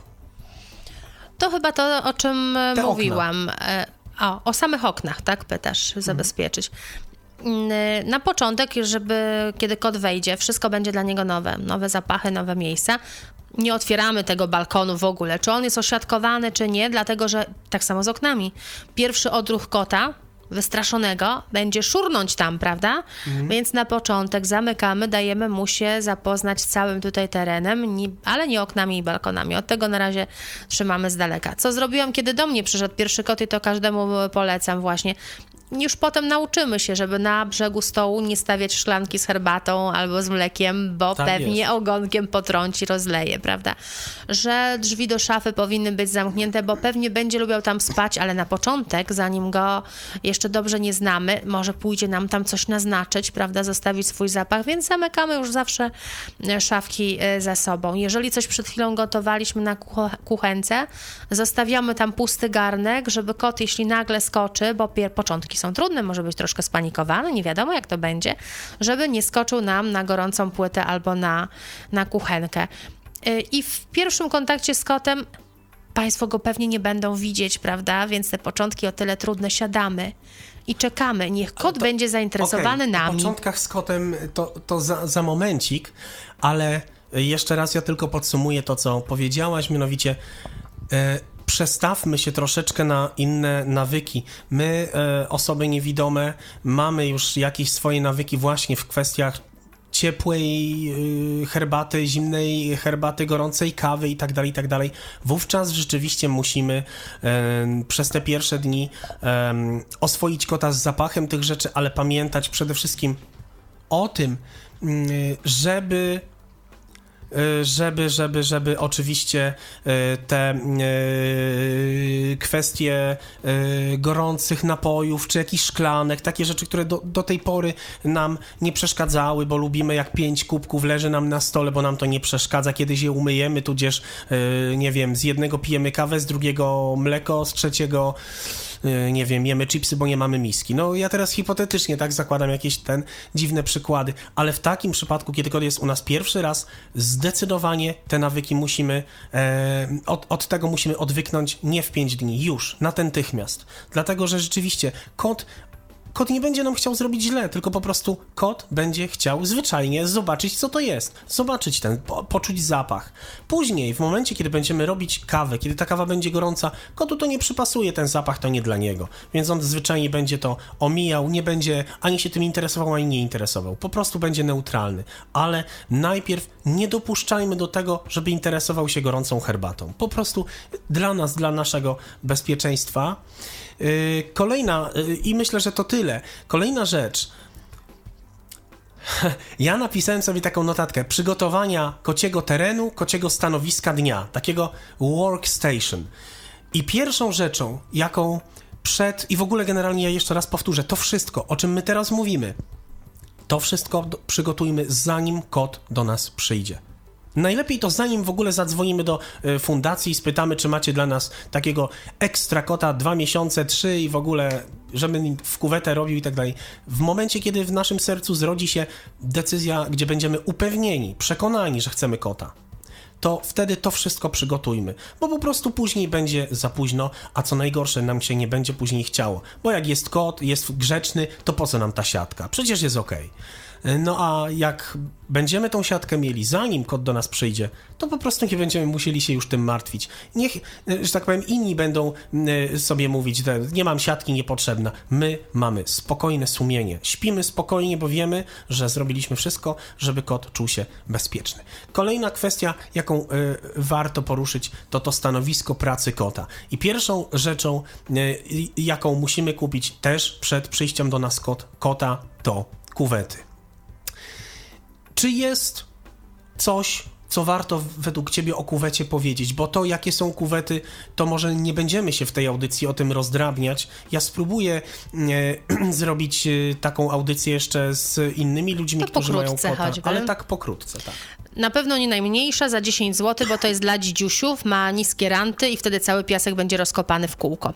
To chyba to, o czym Te mówiłam. E, O, o samych oknach, tak? Pytasz, zabezpieczyć. Mm, Na początek, żeby kiedy kot wejdzie, wszystko będzie dla niego nowe. Nowe zapachy, nowe miejsca. Nie otwieramy tego balkonu w ogóle. Czy on jest osiadkowany, czy nie, dlatego że tak samo z oknami. Pierwszy odruch kota wystraszonego będzie szurnąć tam, prawda? Mhm. Więc na początek zamykamy, dajemy mu się zapoznać z całym tutaj terenem, ni- ale nie oknami i balkonami. Od tego na razie trzymamy z daleka. Co zrobiłam, kiedy do mnie przyszedł pierwszy kot i to każdemu polecam właśnie. Już potem nauczymy się, żeby na brzegu stołu nie stawiać szklanki z herbatą albo z mlekiem, bo Tak pewnie jest. ogonkiem potrąci, rozleje, prawda? Że drzwi do szafy powinny być zamknięte, bo pewnie będzie lubiał tam spać, ale na początek, zanim go jeszcze dobrze nie znamy, może pójdzie nam tam coś naznaczyć, prawda? Zostawić swój zapach, więc zamykamy już zawsze szafki za sobą. Jeżeli coś przed chwilą gotowaliśmy na kuch- kuchence, zostawiamy tam pusty garnek, żeby kot, jeśli nagle skoczy, bo pier- początki są trudne, może być troszkę spanikowany, nie wiadomo jak to będzie, żeby nie skoczył nam na gorącą płytę albo na, na kuchenkę. I w pierwszym kontakcie z kotem Państwo go pewnie nie będą widzieć, prawda? Więc te początki o tyle trudne, siadamy i czekamy. Niech kot to, będzie zainteresowany okay, nami. Na początkach z kotem to, to za, za momencik, ale jeszcze raz ja tylko podsumuję to, co powiedziałaś, mianowicie e, przestawmy się troszeczkę na inne nawyki. My, e, osoby niewidome, mamy już jakieś swoje nawyki właśnie w kwestiach ciepłej y, herbaty, zimnej herbaty, gorącej kawy i tak dalej, i tak dalej. Wówczas rzeczywiście musimy y, przez te pierwsze dni y, oswoić kota z zapachem tych rzeczy, ale pamiętać przede wszystkim o tym, y, żeby żeby, żeby, żeby oczywiście te kwestie gorących napojów, czy jakichś szklanek, takie rzeczy, które do, do tej pory nam nie przeszkadzały, bo lubimy jak pięć kubków leży nam na stole, bo nam to nie przeszkadza, kiedyś je umyjemy, tudzież nie wiem, z jednego pijemy kawę, z drugiego mleko, z trzeciego nie wiem, jemy chipsy, bo nie mamy miski. No ja teraz hipotetycznie tak zakładam jakieś ten dziwne przykłady, ale w takim przypadku, kiedy kot jest u nas pierwszy raz, zdecydowanie te nawyki musimy, e, od, od tego musimy odwyknąć nie w pięć dni, już, natychmiast. Dlatego, że rzeczywiście kot Kot nie będzie nam chciał zrobić źle, tylko po prostu kot będzie chciał zwyczajnie zobaczyć, co to jest. Zobaczyć ten, po, poczuć zapach. Później, w momencie, kiedy będziemy robić kawę, kiedy ta kawa będzie gorąca, kotu to nie przypasuje, ten zapach to nie dla niego. Więc on zwyczajnie będzie to omijał, nie będzie ani się tym interesował, ani nie interesował. Po prostu będzie neutralny. Ale najpierw nie dopuszczajmy do tego, żeby interesował się gorącą herbatą. Po prostu dla nas, dla naszego bezpieczeństwa. Kolejna, i myślę, że to tyle. Kolejna rzecz. Ja napisałem sobie taką notatkę. Przygotowania kociego terenu, kociego stanowiska dnia. Takiego workstation. I pierwszą rzeczą, jaką przed... I w ogóle generalnie ja jeszcze raz powtórzę. To wszystko, o czym my teraz mówimy, to wszystko do, przygotujmy, zanim kot do nas przyjdzie. Najlepiej to zanim w ogóle zadzwonimy do y, fundacji i spytamy, czy macie dla nas takiego ekstra kota, dwa miesiące, trzy i w ogóle, żeby w kuwetę robił i tak dalej. W momencie, kiedy w naszym sercu zrodzi się decyzja, gdzie będziemy upewnieni, przekonani, że chcemy kota, to wtedy to wszystko przygotujmy, bo po prostu później będzie za późno, a co najgorsze, nam się nie będzie później chciało, bo jak jest kot, jest grzeczny, to po co nam ta siatka? Przecież jest okej. No a jak będziemy tą siatkę mieli, zanim kot do nas przyjdzie, to po prostu nie będziemy musieli się już tym martwić. Niech, że tak powiem, inni będą sobie mówić, że nie mam siatki, niepotrzebna. My mamy spokojne sumienie. Śpimy spokojnie, bo wiemy, że zrobiliśmy wszystko, żeby kot czuł się bezpieczny. Kolejna kwestia, jaką y, warto poruszyć, to to stanowisko pracy kota. I pierwszą rzeczą, y, jaką musimy kupić też przed przyjściem do nas kot, kota, to kuwety. Czy jest coś, co warto według ciebie o kuwecie powiedzieć? Bo to, jakie są kuwety, to może nie będziemy się w tej audycji o tym rozdrabniać. Ja spróbuję e, zrobić e, taką audycję jeszcze z innymi ludźmi, to którzy mają kota. choćby. Ale tak pokrótce, tak. Na pewno nie najmniejsza, za dziesięć złotych, bo to jest dla dzidziusiów, ma niskie ranty i wtedy cały piasek będzie rozkopany w kółko.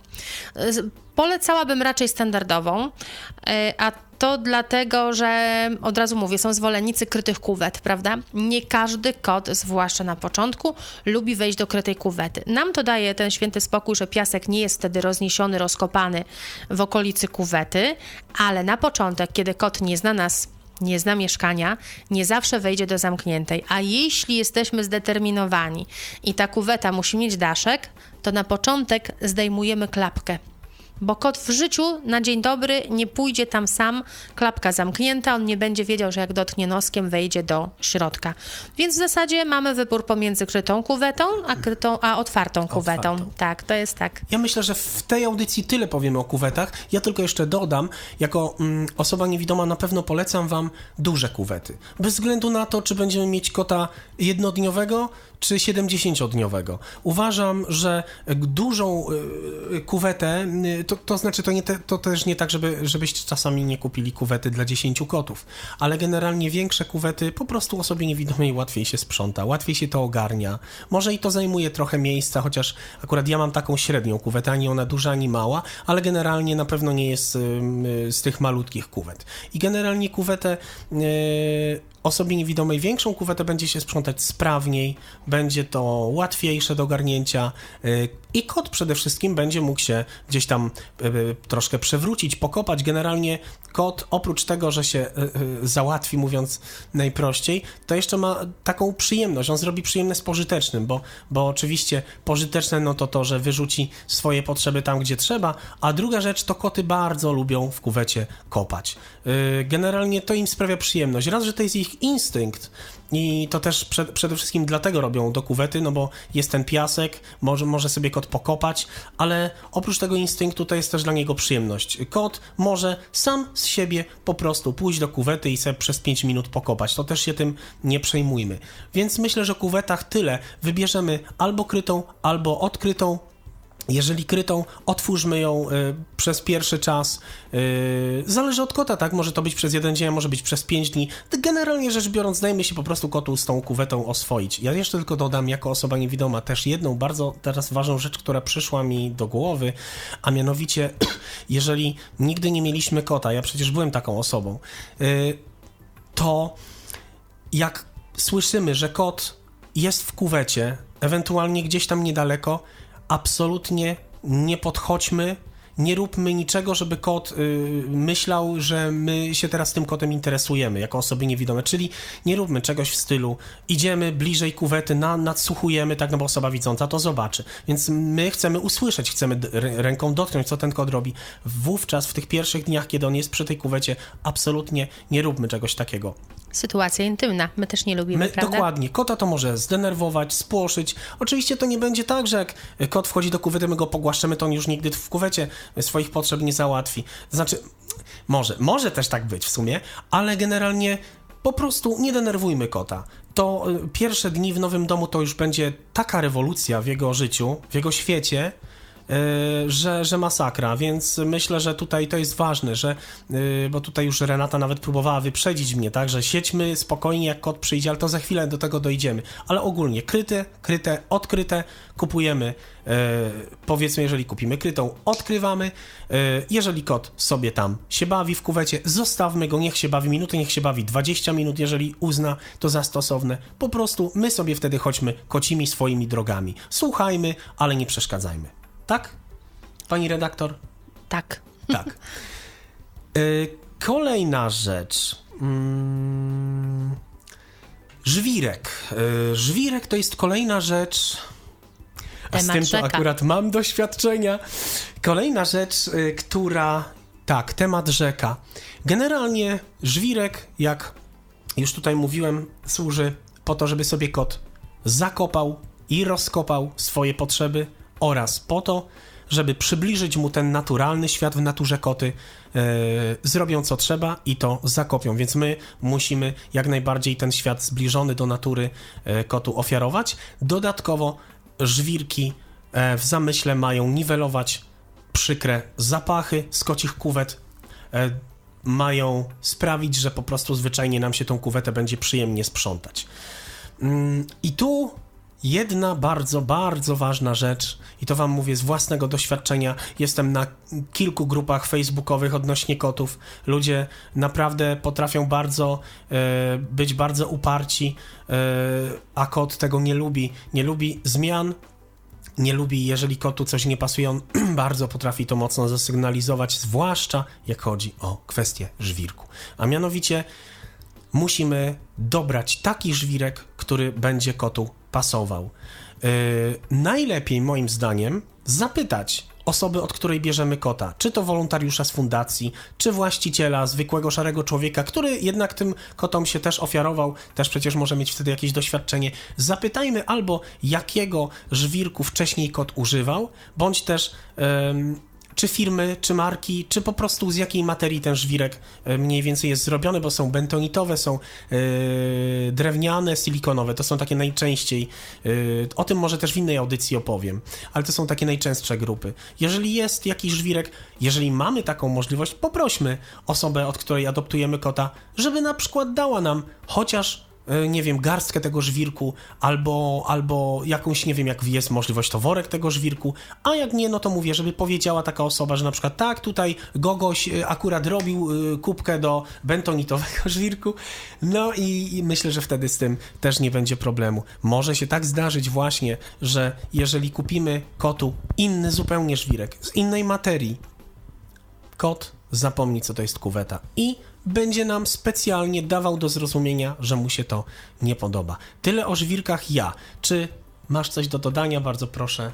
Polecałabym raczej standardową, a to dlatego, że od razu mówię, są zwolennicy krytych kuwet, prawda? Nie każdy kot, zwłaszcza na początku, lubi wejść do krytej kuwety. Nam to daje ten święty spokój, że piasek nie jest wtedy rozniesiony, rozkopany w okolicy kuwety, ale na początek, kiedy kot nie zna nas, nie zna mieszkania, nie zawsze wejdzie do zamkniętej. A jeśli jesteśmy zdeterminowani i ta kuweta musi mieć daszek, to na początek zdejmujemy klapkę. Bo kot w życiu na dzień dobry nie pójdzie tam sam, klapka zamknięta, on nie będzie wiedział, że jak dotknie noskiem, wejdzie do środka. Więc w zasadzie mamy wybór pomiędzy krytą kuwetą, a, krytą, a otwartą kuwetą. Otwartą. Tak, to jest tak. Ja myślę, że w tej audycji tyle powiemy o kuwetach. Ja tylko jeszcze dodam, jako mm, osoba niewidoma na pewno polecam wam duże kuwety. Bez względu na to, czy będziemy mieć kota jednodniowego, czy siedemdziesięciodniowego. Uważam, że dużą y, kuwetę, y, to, to znaczy to, nie te, to też nie tak, żeby, żebyście czasami nie kupili kuwety dla dziesięciu kotów, ale generalnie większe kuwety po prostu osobie niewidomej łatwiej się sprząta, łatwiej się to ogarnia. Może i to zajmuje trochę miejsca, chociaż akurat ja mam taką średnią kuwetę, ani ona duża, ani mała, ale generalnie na pewno nie jest y, y, z tych malutkich kuwet. I generalnie kuwetę y, osobie niewidomej większą kuwetę będzie się sprzątać sprawniej, będzie to łatwiejsze do ogarnięcia yy, i kot przede wszystkim będzie mógł się gdzieś tam yy, troszkę przewrócić, pokopać. Generalnie kot oprócz tego, że się yy, załatwi, mówiąc najprościej, to jeszcze ma taką przyjemność, on zrobi przyjemne z pożytecznym, bo, bo oczywiście pożyteczne no to to, że wyrzuci swoje potrzeby tam, gdzie trzeba, a druga rzecz to koty bardzo lubią w kuwecie kopać. Yy, generalnie to im sprawia przyjemność. Raz, że to jest ich instynkt i to też przed, przede wszystkim dlatego robią do kuwety, no bo jest ten piasek, może, może sobie kot pokopać, ale oprócz tego instynktu to jest też dla niego przyjemność. Kot może sam z siebie po prostu pójść do kuwety i sobie przez pięć minut pokopać, to też się tym nie przejmujmy. Więc myślę, że o kuwetach tyle. Wybierzemy albo krytą, albo odkrytą. Jeżeli krytą, otwórzmy ją y, przez pierwszy czas. Y, zależy od kota, tak? Może to być przez jeden dzień, a może być przez pięć dni. Generalnie rzecz biorąc, dajmy się po prostu kotu z tą kuwetą oswoić. Ja jeszcze tylko dodam, jako osoba niewidoma, też jedną bardzo teraz ważną rzecz, która przyszła mi do głowy, a mianowicie, jeżeli nigdy nie mieliśmy kota, ja przecież byłem taką osobą, y, to jak słyszymy, że kot jest w kuwecie, ewentualnie gdzieś tam niedaleko, absolutnie nie podchodźmy, nie róbmy niczego, żeby kot y, myślał, że my się teraz tym kotem interesujemy, jako osoby niewidome, czyli nie róbmy czegoś w stylu idziemy bliżej kuwety, na, nadsłuchujemy, tak, no bo osoba widząca to zobaczy. Więc my chcemy usłyszeć, chcemy d- ręką dotknąć, co ten kot robi. Wówczas, w tych pierwszych dniach, kiedy on jest przy tej kuwecie, absolutnie nie róbmy czegoś takiego. Sytuacja intymna, my też nie lubimy, My, prawda? dokładnie, kota to może zdenerwować, spłoszyć. Oczywiście to nie będzie tak, że jak kot wchodzi do kuwety, my go pogłaszczemy, to on już nigdy w kuwecie swoich potrzeb nie załatwi. Znaczy, może, może też tak być w sumie, ale generalnie po prostu nie denerwujmy kota. To pierwsze dni w nowym domu to już będzie taka rewolucja w jego życiu, w jego świecie, że, że masakra, więc myślę, że tutaj to jest ważne, że, bo tutaj już Renata nawet próbowała wyprzedzić mnie, tak, że siedźmy spokojnie, jak kot przyjdzie, ale to za chwilę do tego dojdziemy, ale ogólnie kryte, kryte, odkryte, kupujemy, powiedzmy, jeżeli kupimy krytą, odkrywamy, jeżeli kot sobie tam się bawi w kuwecie, zostawmy go, niech się bawi minutę, niech się bawi dwadzieścia minut, jeżeli uzna to za stosowne, po prostu my sobie wtedy chodźmy kocimi swoimi drogami, słuchajmy, ale nie przeszkadzajmy. Tak? Pani redaktor? Tak. Tak. Y, kolejna rzecz. Mm, żwirek. Y, żwirek to jest kolejna rzecz... A Temat z tym to rzeka. akurat mam doświadczenia. Kolejna rzecz, y, która... Tak, temat rzeka. Generalnie żwirek, jak już tutaj mówiłem, służy po to, żeby sobie kot zakopał i rozkopał swoje potrzeby oraz po to, żeby przybliżyć mu ten naturalny świat. W naturze koty e, zrobią co trzeba i to zakopią, więc my musimy jak najbardziej ten świat zbliżony do natury e, kotu ofiarować. Dodatkowo żwirki e, w zamyśle mają niwelować przykre zapachy z kocich kuwet, e, mają sprawić, że po prostu zwyczajnie nam się tą kuwetę będzie przyjemnie sprzątać. Mm, I tu jedna bardzo, bardzo ważna rzecz, i to wam mówię z własnego doświadczenia, jestem na kilku grupach facebookowych odnośnie kotów, ludzie naprawdę potrafią bardzo e, być bardzo uparci, e, a kot tego nie lubi, nie lubi zmian, nie lubi, jeżeli kotu coś nie pasuje, on bardzo potrafi to mocno zasygnalizować, zwłaszcza jak chodzi o kwestię żwirku, a mianowicie musimy dobrać taki żwirek, który będzie kotu pasował. Yy, najlepiej moim zdaniem zapytać osoby, od której bierzemy kota, czy to wolontariusza z fundacji, czy właściciela, zwykłego szarego człowieka, który jednak tym kotom się też ofiarował, też przecież może mieć wtedy jakieś doświadczenie. Zapytajmy albo jakiego żwirku wcześniej kot używał, bądź też yy, czy firmy, czy marki, czy po prostu z jakiej materii ten żwirek mniej więcej jest zrobiony, bo są bentonitowe, są yy, drewniane, silikonowe, to są takie najczęściej, yy, o tym może też w innej audycji opowiem, ale to są takie najczęstsze grupy. Jeżeli jest jakiś żwirek, jeżeli mamy taką możliwość, poprośmy osobę, od której adoptujemy kota, żeby na przykład dała nam chociaż nie wiem, garstkę tego żwirku, albo, albo jakąś, nie wiem, jak jest możliwość, to worek tego żwirku, a jak nie, no to mówię, żeby powiedziała taka osoba, że na przykład tak, tutaj Gogoś akurat robił kubkę do bentonitowego żwirku, no i, i myślę, że wtedy z tym też nie będzie problemu. Może się tak zdarzyć właśnie, że jeżeli kupimy kotu inny zupełnie żwirek, z innej materii, kot zapomni, co to jest kuweta i będzie nam specjalnie dawał do zrozumienia, że mu się to nie podoba. Tyle o żwirkach ja. Czy masz coś do dodania? Bardzo proszę.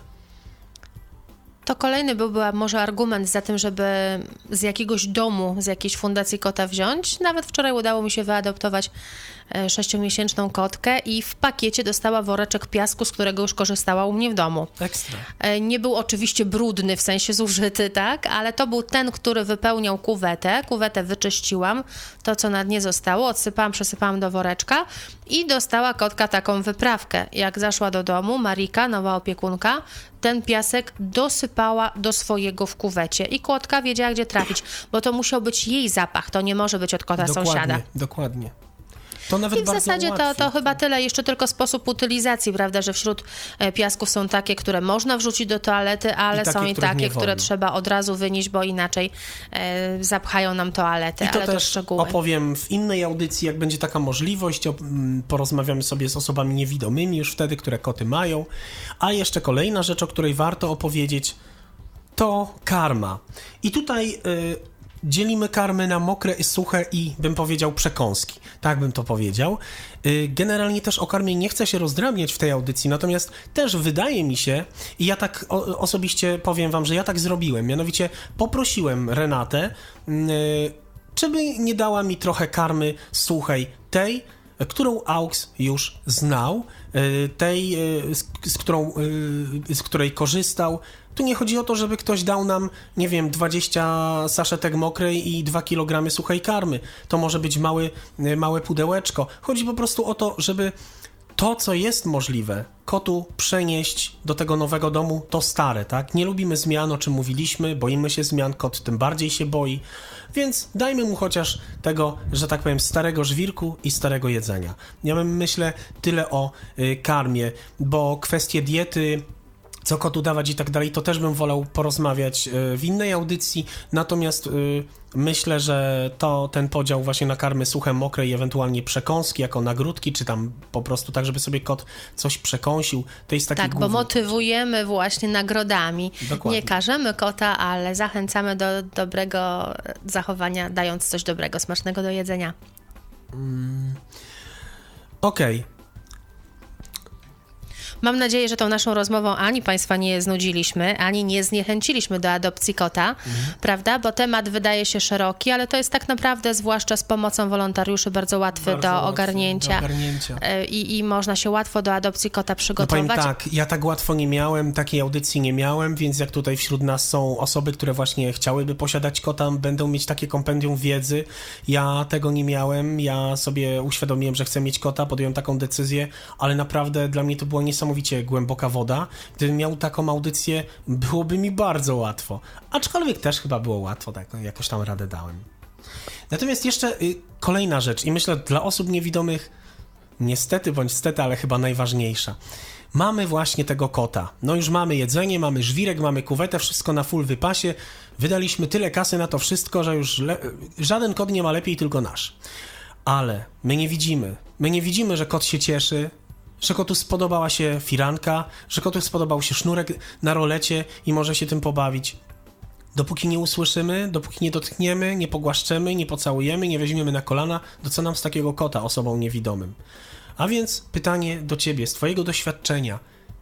To kolejny byłby może argument za tym, żeby z jakiegoś domu, z jakiejś fundacji kota wziąć. Nawet wczoraj udało mi się wyadoptować sześciomiesięczną kotkę i w pakiecie dostała woreczek piasku, z którego już korzystała u mnie w domu. Ekstra. Nie był oczywiście brudny, w sensie zużyty, tak, ale to był ten, który wypełniał kuwetę. Kuwetę wyczyściłam, to co na dnie zostało, odsypałam, przesypałam do woreczka i dostała kotka taką wyprawkę. Jak zaszła do domu, Marika, nowa opiekunka, ten piasek dosypała do swojego w kuwecie i kotka wiedziała, gdzie trafić, bo to musiał być jej zapach, to nie może być od kota dokładnie, sąsiada. Dokładnie. To nawet I w bardzo zasadzie to, to chyba tyle, jeszcze tylko sposób utylizacji, prawda, że wśród piasków są takie, które można wrzucić do toalety, ale I takie, są i których takie, nie które wolno. trzeba od razu wynieść, bo inaczej e, zapchają nam toaletę, I to ale też to szczegóły. opowiem w innej audycji, jak będzie taka możliwość, op- m, porozmawiamy sobie z osobami niewidomymi już wtedy, które koty mają. A jeszcze kolejna rzecz, o której warto opowiedzieć, to karma. I tutaj y, dzielimy karmy na mokre, suche i, bym powiedział, przekąski. Tak bym to powiedział. Y, generalnie też o karmie nie chcę się rozdrabniać w tej audycji, natomiast też wydaje mi się, i ja tak o, osobiście powiem wam, że ja tak zrobiłem, mianowicie poprosiłem Renatę, y, czy by nie dała mi trochę karmy suchej, tej, którą Aux już znał, tej, z, z, którą, z której korzystał. Tu nie chodzi o to, żeby ktoś dał nam, nie wiem, dwadzieścia saszetek mokrej i dwa kilogramy suchej karmy. To może być mały, małe pudełeczko. Chodzi po prostu o to, żeby to, co jest możliwe, kotu przenieść do tego nowego domu, to stare, tak? Nie lubimy zmian, o czym mówiliśmy, boimy się zmian, kot tym bardziej się boi, więc dajmy mu chociaż tego, że tak powiem, starego żwirku i starego jedzenia. Ja bym, myślę, tyle o y, karmie, bo kwestie diety, co kotu dawać i tak dalej, to też bym wolał porozmawiać w innej audycji, natomiast y, myślę, że to ten podział właśnie na karmy suche, mokre i ewentualnie przekąski jako nagródki, czy tam po prostu tak, żeby sobie kot coś przekąsił, to jest taki Tak, główny... bo motywujemy właśnie nagrodami. Dokładnie. Nie karzemy kota, ale zachęcamy do dobrego zachowania, dając coś dobrego, smacznego do jedzenia. Mm. Okej. Okay. Mam nadzieję, że tą naszą rozmową ani Państwa nie znudziliśmy, ani nie zniechęciliśmy do adopcji kota, mhm. prawda? Bo temat wydaje się szeroki, ale to jest tak naprawdę, zwłaszcza z pomocą wolontariuszy, bardzo łatwy bardzo do, łatwy ogarnięcia. do ogarnięcia. I, I można się łatwo do adopcji kota przygotować. No powiem tak, ja tak łatwo nie miałem, takiej audycji nie miałem, więc jak tutaj wśród nas są osoby, które właśnie chciałyby posiadać kota, będą mieć takie kompendium wiedzy. Ja tego nie miałem, ja sobie uświadomiłem, że chcę mieć kota, podjąłem taką decyzję, ale naprawdę dla mnie to było niesamowite głęboka woda. Gdybym miał taką audycję, byłoby mi bardzo łatwo. Aczkolwiek też chyba było łatwo, tak, no, jakoś tam radę dałem. Natomiast jeszcze y, kolejna rzecz i myślę dla osób niewidomych niestety bądź stety, ale chyba najważniejsza. Mamy właśnie tego kota. No już mamy jedzenie, mamy żwirek, mamy kuwetę, wszystko na full wypasie. Wydaliśmy tyle kasy na to wszystko, że już le- żaden kot nie ma lepiej, tylko nasz. Ale my nie widzimy. My nie widzimy, że kot się cieszy, że kotu spodobała się firanka, że kotu spodobał się sznurek na rolecie i może się tym pobawić. Dopóki nie usłyszymy, dopóki nie dotkniemy, nie pogłaszczemy, nie pocałujemy, nie weźmiemy na kolana, to co nam z takiego kota osobą niewidomym? A więc pytanie do ciebie, z twojego doświadczenia,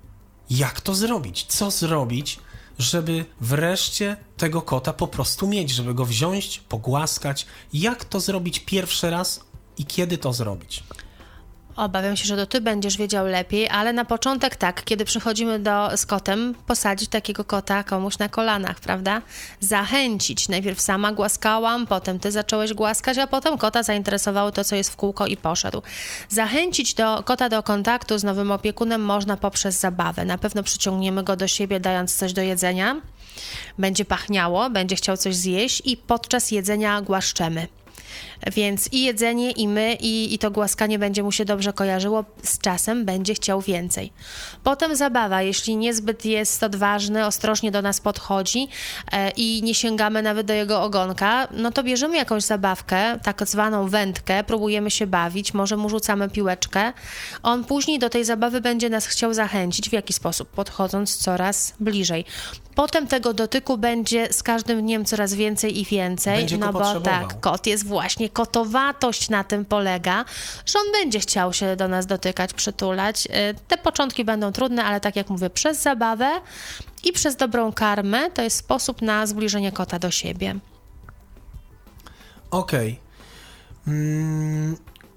jak to zrobić? Co zrobić, żeby wreszcie tego kota po prostu mieć, żeby go wziąć, pogłaskać? Jak to zrobić pierwszy raz i kiedy to zrobić? Obawiam się, że to ty będziesz wiedział lepiej, ale na początek tak, kiedy przychodzimy do, z kotem, posadzić takiego kota komuś na kolanach, prawda? Zachęcić. Najpierw sama głaskałam, potem ty zacząłeś głaskać, a potem kota zainteresowało to, co jest w kółko i poszedł. Zachęcić do, kota do kontaktu z nowym opiekunem można poprzez zabawę. Na pewno przyciągniemy go do siebie, dając coś do jedzenia. Będzie pachniało, będzie chciał coś zjeść i podczas jedzenia głaszczemy. Więc i jedzenie, i my, i, i to głaskanie będzie mu się dobrze kojarzyło, z czasem będzie chciał więcej. Potem zabawa, jeśli niezbyt jest odważny, ostrożnie do nas podchodzi e, i nie sięgamy nawet do jego ogonka, no to bierzemy jakąś zabawkę, tak zwaną wędkę, próbujemy się bawić, może mu rzucamy piłeczkę. On później do tej zabawy będzie nas chciał zachęcić. W jaki sposób? Podchodząc coraz bliżej. Potem tego dotyku będzie z każdym dniem coraz więcej i więcej, będzie no bo tak, kot jest właśnie, kotowatość na tym polega, że on będzie chciał się do nas dotykać, przytulać. Te początki będą trudne, ale tak jak mówię, przez zabawę i przez dobrą karmę to jest sposób na zbliżenie kota do siebie. Okej. Okay. Mm.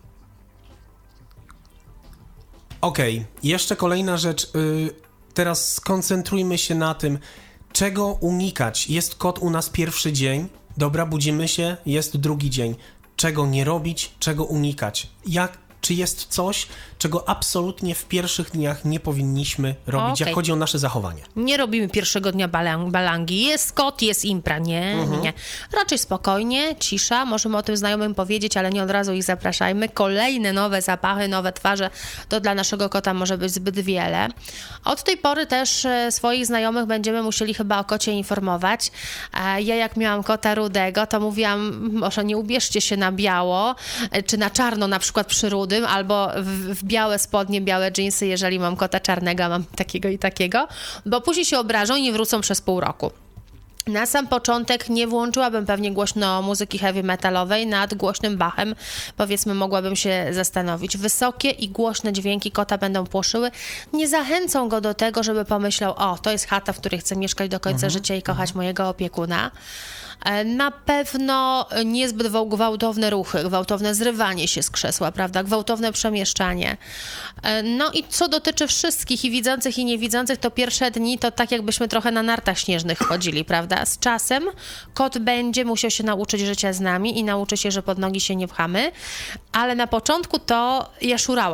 Okej, okay. Jeszcze kolejna rzecz. Yy, teraz skoncentrujmy się na tym, czego unikać. Jest kot u nas pierwszy dzień, dobra, budzimy się, jest drugi dzień. Czego nie robić, czego unikać. Jak, czy jest coś, czego absolutnie w pierwszych dniach nie powinniśmy robić, okay. jak chodzi o nasze zachowanie? Nie robimy pierwszego dnia balang- balangi. jest kot, jest impra. Nie, mhm. nie. Raczej spokojnie, cisza. Możemy o tym znajomym powiedzieć, ale nie od razu ich zapraszajmy. Kolejne nowe zapachy, nowe twarze, to dla naszego kota może być zbyt wiele. Od tej pory też e, swoich znajomych będziemy musieli chyba o kocie informować. E, ja jak miałam kota rudego, to mówiłam, może nie ubierzcie się na biało, e, czy na czarno na przykład przy rudym, albo w, w białe spodnie, białe dżinsy, jeżeli mam kota czarnego, a mam takiego i takiego, bo później się obrażą i nie wrócą przez pół roku. Na sam początek nie włączyłabym pewnie głośno muzyki heavy metalowej, nad głośnym Bachem, powiedzmy, mogłabym się zastanowić. Wysokie i głośne dźwięki kota będą płoszyły, nie zachęcą go do tego, żeby pomyślał, o, to jest chata, w której chcę mieszkać do końca mhm. życia i kochać mojego opiekuna. Na pewno niezbyt gwałtowne ruchy, gwałtowne zrywanie się z krzesła, prawda, gwałtowne przemieszczanie. No i co dotyczy wszystkich i widzących i niewidzących, to pierwsze dni to tak jakbyśmy trochę na nartach śnieżnych chodzili, prawda. Z czasem kot będzie musiał się nauczyć życia z nami i nauczy się, że pod nogi się nie pchamy, ale na początku to ja szurałam.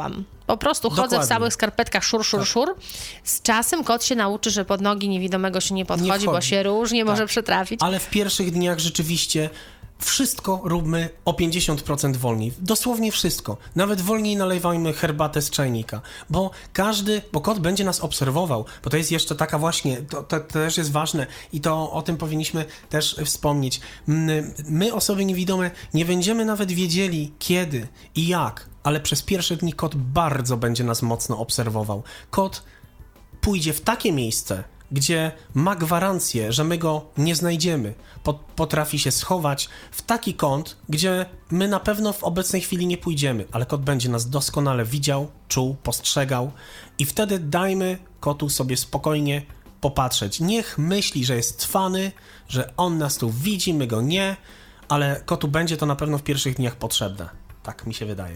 Po prostu chodzę Dokładnie. w samych skarpetkach, szur, szur, Tak. szur. Z czasem kot się nauczy, że pod nogi niewidomego się nie podchodzi, Nie bo wchodzi. się różnie może Tak. przytrafić. Ale w pierwszych dniach rzeczywiście wszystko róbmy o pięćdziesiąt procent wolniej. Dosłownie wszystko. Nawet wolniej nalewajmy herbatę z czajnika, bo każdy, bo kot będzie nas obserwował, bo to jest jeszcze taka właśnie, to, to, to też jest ważne i to o tym powinniśmy też wspomnieć. My, my, osoby niewidome, nie będziemy nawet wiedzieli kiedy i jak, ale przez pierwsze dni kot bardzo będzie nas mocno obserwował. Kot pójdzie w takie miejsce, gdzie ma gwarancję, że my go nie znajdziemy. Potrafi się schować w taki kąt, gdzie my na pewno w obecnej chwili nie pójdziemy, ale kot będzie nas doskonale widział, czuł, postrzegał i wtedy dajmy kotu sobie spokojnie popatrzeć. Niech myśli, że jest cwany, że on nas tu widzi, my go nie, ale kotu będzie to na pewno w pierwszych dniach potrzebne. Tak mi się wydaje.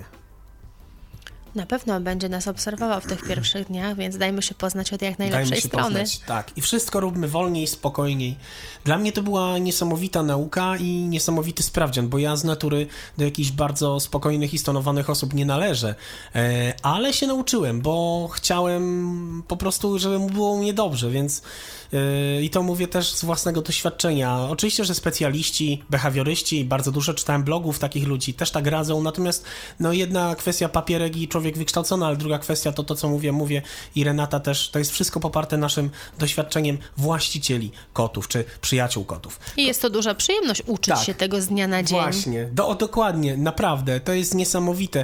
Na pewno będzie nas obserwował w tych pierwszych dniach, więc dajmy się poznać od jak najlepszej Dajmy się strony. poznać, tak. I wszystko róbmy wolniej, spokojniej. Dla mnie to była niesamowita nauka i niesamowity sprawdzian, bo ja z natury do jakichś bardzo spokojnych i stonowanych osób nie należę. E, ale się nauczyłem, bo chciałem po prostu, żeby mu było u mnie dobrze, więc e, i to mówię też z własnego doświadczenia. Oczywiście, że specjaliści, behawioryści, bardzo dużo czytałem blogów takich ludzi, też tak radzą, natomiast no jedna kwestia papierek i człowiek wykształcony, ale druga kwestia to to, co mówię, mówię i Renata też, to jest wszystko poparte naszym doświadczeniem właścicieli kotów, czy przyjaciół kotów. I jest to duża przyjemność uczyć Tak. się tego z dnia na dzień. Właśnie, Do, dokładnie, naprawdę, to jest niesamowite.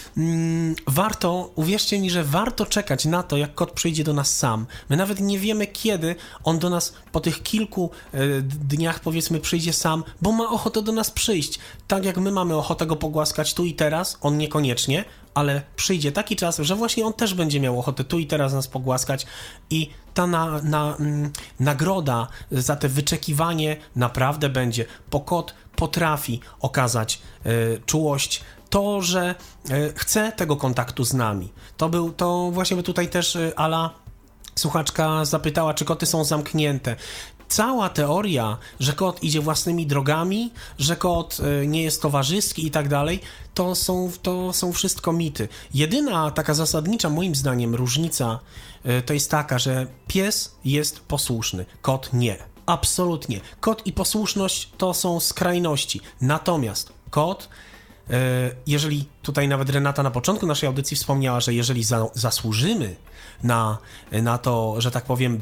Mm, warto, uwierzcie mi, że warto czekać na to, jak kot przyjdzie do nas sam. My nawet nie wiemy, kiedy on do nas po tych kilku e, dniach, powiedzmy, przyjdzie sam, bo ma ochotę do nas przyjść. Tak jak my mamy ochotę go pogłaskać tu i teraz, on niekoniecznie, ale przyjdzie taki czas, że właśnie on też będzie miał ochotę tu i teraz nas pogłaskać i ta na, na, mm, nagroda za te wyczekiwanie naprawdę będzie, bo kot potrafi okazać y, czułość, to, że y, chce tego kontaktu z nami. To był, to właśnie by tutaj też y, Ala, słuchaczka, zapytała, czy koty są zamknięte. Cała teoria, że kot idzie własnymi drogami, że kot y, nie jest towarzyski i tak dalej, to są, to są wszystko mity. Jedyna taka zasadnicza, moim zdaniem, różnica y, to jest taka, że pies jest posłuszny, kot nie. Absolutnie. Kot i posłuszność to są skrajności. Natomiast kot, y, jeżeli tutaj nawet Renata na początku naszej audycji wspomniała, że jeżeli za, zasłużymy na, na to, że tak powiem,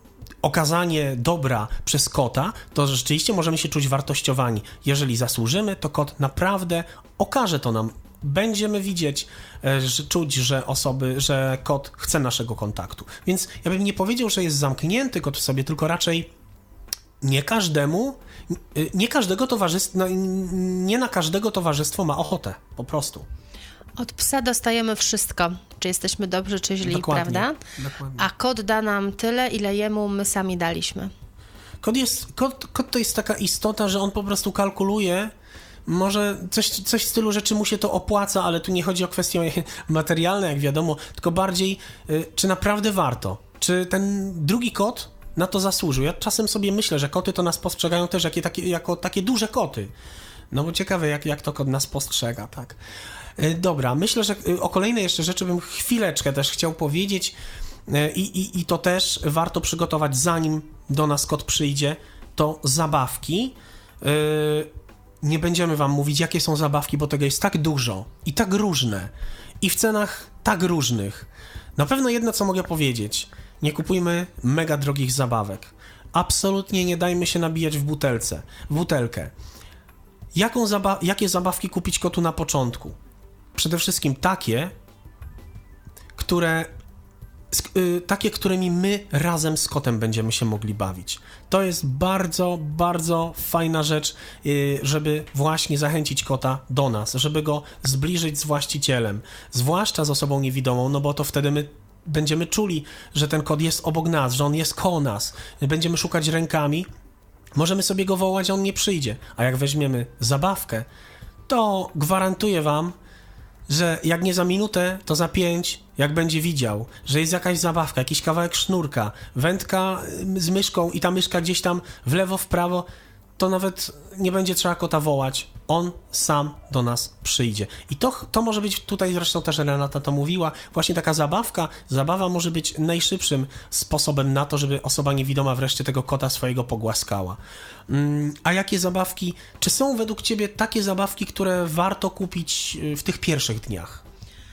okazanie dobra przez kota, to rzeczywiście możemy się czuć wartościowani. Jeżeli zasłużymy, to kot naprawdę okaże to nam. Będziemy widzieć, że, czuć, że osoby, że kot chce naszego kontaktu. Więc ja bym nie powiedział, że jest zamknięty kot w sobie, tylko raczej nie każdemu, nie każdego towarzystwa, nie na każdego towarzystwo ma ochotę, po prostu. Od psa dostajemy wszystko, czy jesteśmy dobrzy, czy źli, Dokładnie, prawda? dokładnie. A kot da nam tyle, ile jemu my sami daliśmy. Kot, jest, kot, kot to jest taka istota, że on po prostu kalkuluje, może coś, coś w stylu rzeczy mu się to opłaca, ale tu nie chodzi o kwestie materialne, jak wiadomo, tylko bardziej, y, czy naprawdę warto, czy ten drugi kot na to zasłużył. Ja czasem sobie myślę, że koty to nas postrzegają też jakie, takie, jako takie duże koty. No bo ciekawe, jak, jak to kot nas postrzega, tak. Y, dobra, myślę, że y, o kolejnej jeszcze rzeczy bym chwileczkę też chciał powiedzieć y, i, i to też warto przygotować, zanim do nas kot przyjdzie, to zabawki. Y, nie będziemy wam mówić, jakie są zabawki, bo tego jest tak dużo i tak różne i w cenach tak różnych. Na pewno jedno, co mogę powiedzieć, nie kupujmy mega drogich zabawek. Absolutnie nie dajmy się nabijać w butelce, w butelkę. Jaką zaba- jakie zabawki kupić kotu na początku? Przede wszystkim takie, które, y, takie, którymi my razem z kotem będziemy się mogli bawić. To jest bardzo, bardzo fajna rzecz, y, żeby właśnie zachęcić kota do nas, żeby go zbliżyć z właścicielem, zwłaszcza z osobą niewidomą, no bo to wtedy my będziemy czuli, że ten kot jest obok nas, że on jest koło nas. Będziemy szukać rękami, możemy sobie go wołać, a on nie przyjdzie. A jak weźmiemy zabawkę, to gwarantuję wam, że jak nie za minutę, to za pięć, jak będzie widział, że jest jakaś zabawka, jakiś kawałek sznurka, wędka z myszką i ta myszka gdzieś tam w lewo, w prawo, to nawet nie będzie trzeba kota wołać, on sam do nas przyjdzie. I to, to może być, tutaj zresztą też Renata to mówiła, właśnie taka zabawka, zabawa może być najszybszym sposobem na to, żeby osoba niewidoma wreszcie tego kota swojego pogłaskała. A jakie zabawki, czy są według Ciebie takie zabawki, które warto kupić w tych pierwszych dniach?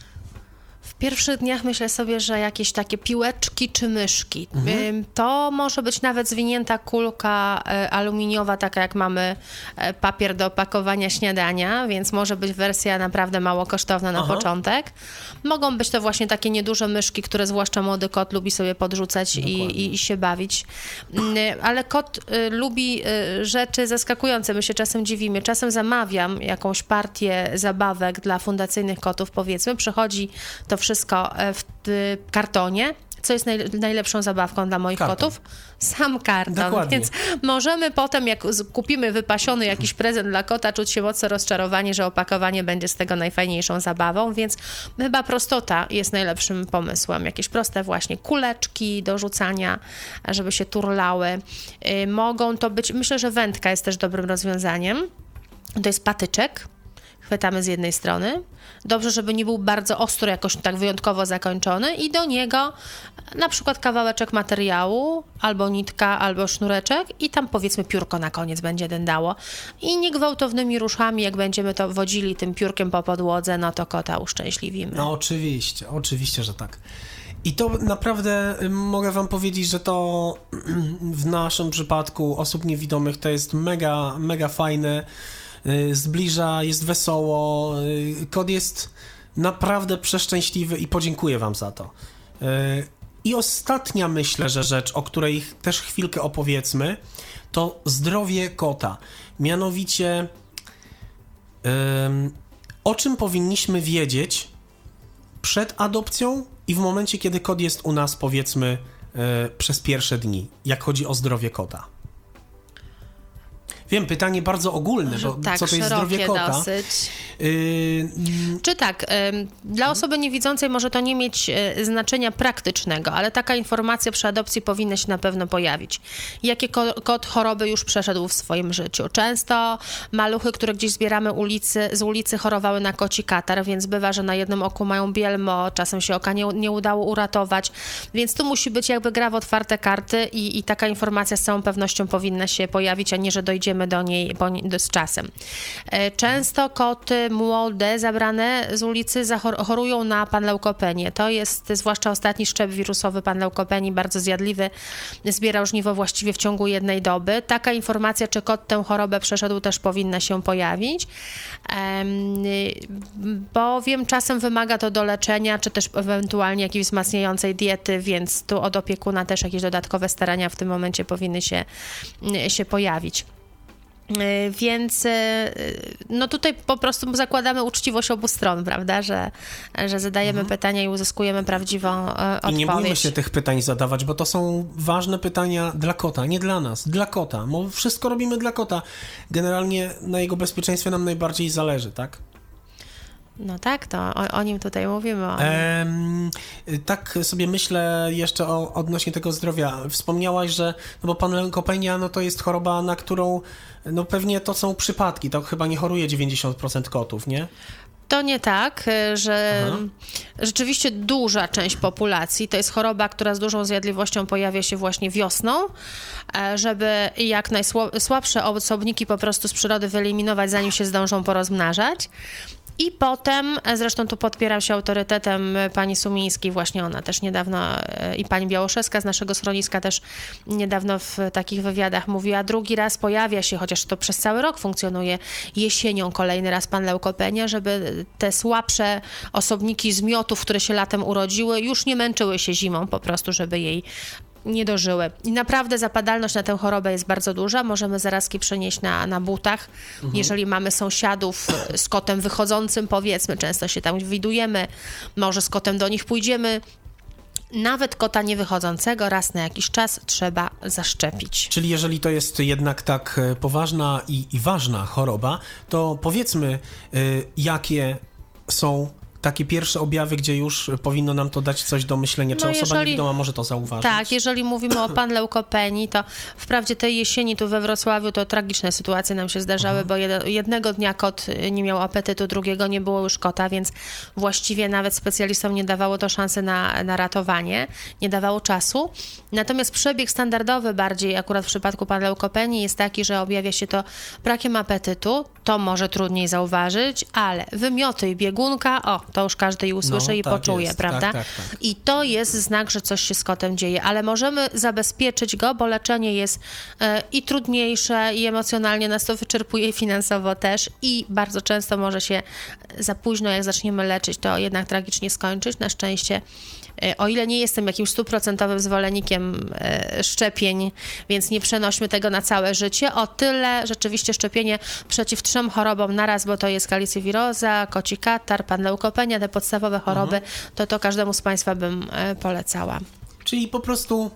W pierwszych dniach myślę sobie, że jakieś takie piłeczki czy myszki. Mhm. To może być nawet zwinięta kulka aluminiowa, taka jak mamy papier do opakowania śniadania, więc może być wersja naprawdę mało kosztowna na Aha. początek. Mogą być to właśnie takie nieduże myszki, które zwłaszcza młody kot lubi sobie podrzucać i, i, i się bawić. Ale kot y, lubi y, rzeczy zaskakujące. My się czasem dziwimy. Czasem zamawiam jakąś partię zabawek dla fundacyjnych kotów, powiedzmy. Przychodzi to wszystko w kartonie. Co jest naj, najlepszą zabawką dla moich Karton. kotów? Sam karton. Dokładnie. Więc możemy potem, jak kupimy wypasiony jakiś prezent dla kota, czuć się mocno rozczarowani, że opakowanie będzie z tego najfajniejszą zabawą, więc chyba prostota jest najlepszym pomysłem. Jakieś proste właśnie kuleczki do rzucania, żeby się turlały. Yy, mogą to być, myślę, że wędka jest też dobrym rozwiązaniem. To jest patyczek. Chwytamy z jednej strony. Dobrze, żeby nie był bardzo ostro, jakoś tak wyjątkowo zakończony i do niego na przykład kawałeczek materiału, albo nitka, albo sznureczek i tam powiedzmy piórko na koniec będzie dędało. I niegwałtownymi ruszami, jak będziemy to wodzili tym piórkiem po podłodze, no to kota uszczęśliwimy. No oczywiście, oczywiście, że tak. I to naprawdę mogę wam powiedzieć, że to w naszym przypadku osób niewidomych to jest mega, mega fajne. Zbliża, jest wesoło, kot jest naprawdę przeszczęśliwy i podziękuję wam za to. I ostatnia, myślę, że rzecz, o której też chwilkę opowiedzmy, to zdrowie kota. Mianowicie, o czym powinniśmy wiedzieć przed adopcją i w momencie, kiedy kot jest u nas, powiedzmy, przez pierwsze dni, jak chodzi o zdrowie kota. Wiem, pytanie bardzo ogólne, bo tak, co to jest zdrowie kota? Dosyć. Yy... Czy tak, dla osoby niewidzącej może to nie mieć znaczenia praktycznego, ale taka informacja przy adopcji powinna się na pewno pojawić. Jakie kot choroby już przeszedł w swoim życiu? Często maluchy, które gdzieś zbieramy ulicy, z ulicy chorowały na koci katar, więc bywa, że na jednym oku mają bielmo, czasem się oka nie, nie udało uratować, więc tu musi być jakby gra w otwarte karty i, i taka informacja z całą pewnością powinna się pojawić, a nie, że dojdziemy do niej z czasem. Często koty młode, zabrane z ulicy, chorują na panleukopenię. To jest zwłaszcza ostatni szczep wirusowy panleukopenii, bardzo zjadliwy, zbierał żniwo właściwie w ciągu jednej doby. Taka informacja, czy kot tę chorobę przeszedł, też powinna się pojawić, bowiem czasem wymaga to doleczenia, czy też ewentualnie jakiejś wzmacniającej diety, więc tu od opiekuna też jakieś dodatkowe starania w tym momencie powinny się, się pojawić. Więc no tutaj po prostu zakładamy uczciwość obu stron, prawda, że, że zadajemy mhm. pytania i uzyskujemy prawdziwą odpowiedź. I nie bójmy się tych pytań zadawać, bo to są ważne pytania dla kota, nie dla nas, dla kota. Bo wszystko robimy dla kota. Generalnie na jego bezpieczeństwie nam najbardziej zależy, tak? No tak, to o, o nim tutaj mówimy. O nim. Ehm, tak sobie myślę jeszcze o, odnośnie tego zdrowia. Wspomniałaś, że no bo panleukopenia, no to jest choroba, na którą no pewnie to są przypadki, to chyba nie choruje dziewięćdziesiąt procent kotów, nie? To nie tak, że Aha. rzeczywiście duża część populacji to jest choroba, która z dużą zjadliwością pojawia się właśnie wiosną, żeby jak najsłabsze osobniki po prostu z przyrody wyeliminować, zanim się zdążą porozmnażać. I potem, zresztą tu podpieram się autorytetem pani Sumińskiej, właśnie ona też niedawno i pani Białoszewska z naszego schroniska też niedawno w takich wywiadach mówiła, drugi raz pojawia się, chociaż to przez cały rok funkcjonuje, jesienią kolejny raz panleukopenia, żeby te słabsze osobniki zmiotów, które się latem urodziły, już nie męczyły się zimą po prostu, żeby jej nie dożyły. I naprawdę zapadalność na tę chorobę jest bardzo duża. Możemy zarazki przenieść na, na butach. Mhm. Jeżeli mamy sąsiadów z kotem wychodzącym, powiedzmy, często się tam widujemy, może z kotem do nich pójdziemy. Nawet kota niewychodzącego raz na jakiś czas trzeba zaszczepić. Czyli jeżeli to jest jednak tak poważna i, i ważna choroba, to powiedzmy, y, jakie są takie pierwsze objawy, gdzie już powinno nam to dać coś do myślenia? Czy No osoba jeżeli- niewidoma może to zauważyć? Tak, jeżeli mówimy o panleukopenii, to wprawdzie tej jesieni tu we Wrocławiu to tragiczne sytuacje nam się zdarzały, bo jed- jednego dnia kot nie miał apetytu, drugiego nie było już kota, więc właściwie nawet specjalistom nie dawało to szansy na, na ratowanie, nie dawało czasu. Natomiast przebieg standardowy bardziej akurat w przypadku panleukopenii jest taki, że objawia się to brakiem apetytu, to może trudniej zauważyć, ale wymioty i biegunka, o, to już każdy i usłyszy No, i tak poczuje, jest. prawda? Tak, tak, tak. I to jest znak, że coś się z kotem dzieje, ale możemy zabezpieczyć go, bo leczenie jest e, i trudniejsze, i emocjonalnie nas to wyczerpuje, i finansowo też, i bardzo często może się za późno, jak zaczniemy leczyć, to jednak tragicznie skończyć. Na szczęście, e, o ile nie jestem jakimś stuprocentowym zwolennikiem e, szczepień, więc nie przenośmy tego na całe życie, o tyle rzeczywiście szczepienie przeciw trzem chorobom naraz, bo to jest kalicjowiroza, koci katar, panleukopenia, te podstawowe choroby, Mhm. to to każdemu z Państwa bym e, polecała. Czyli po prostu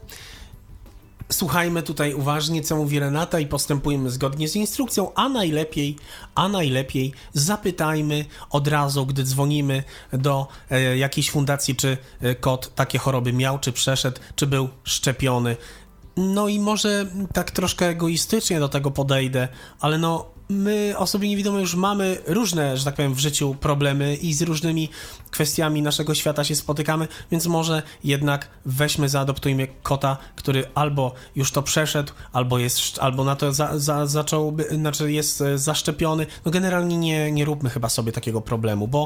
słuchajmy tutaj uważnie, co mówi Renata i postępujemy zgodnie z instrukcją, a najlepiej, a najlepiej zapytajmy od razu, gdy dzwonimy do e, jakiejś fundacji, czy e, kot takie choroby miał, czy przeszedł, czy był szczepiony. No i może tak troszkę egoistycznie do tego podejdę, ale no my, osoby niewidome, już mamy różne, że tak powiem, w życiu problemy i z różnymi kwestiami naszego świata się spotykamy, więc może jednak weźmy, zaadoptujmy kota, który albo już to przeszedł, albo jest, albo na to za, za, zaczął, znaczy jest e, zaszczepiony. No generalnie nie, nie róbmy chyba sobie takiego problemu, bo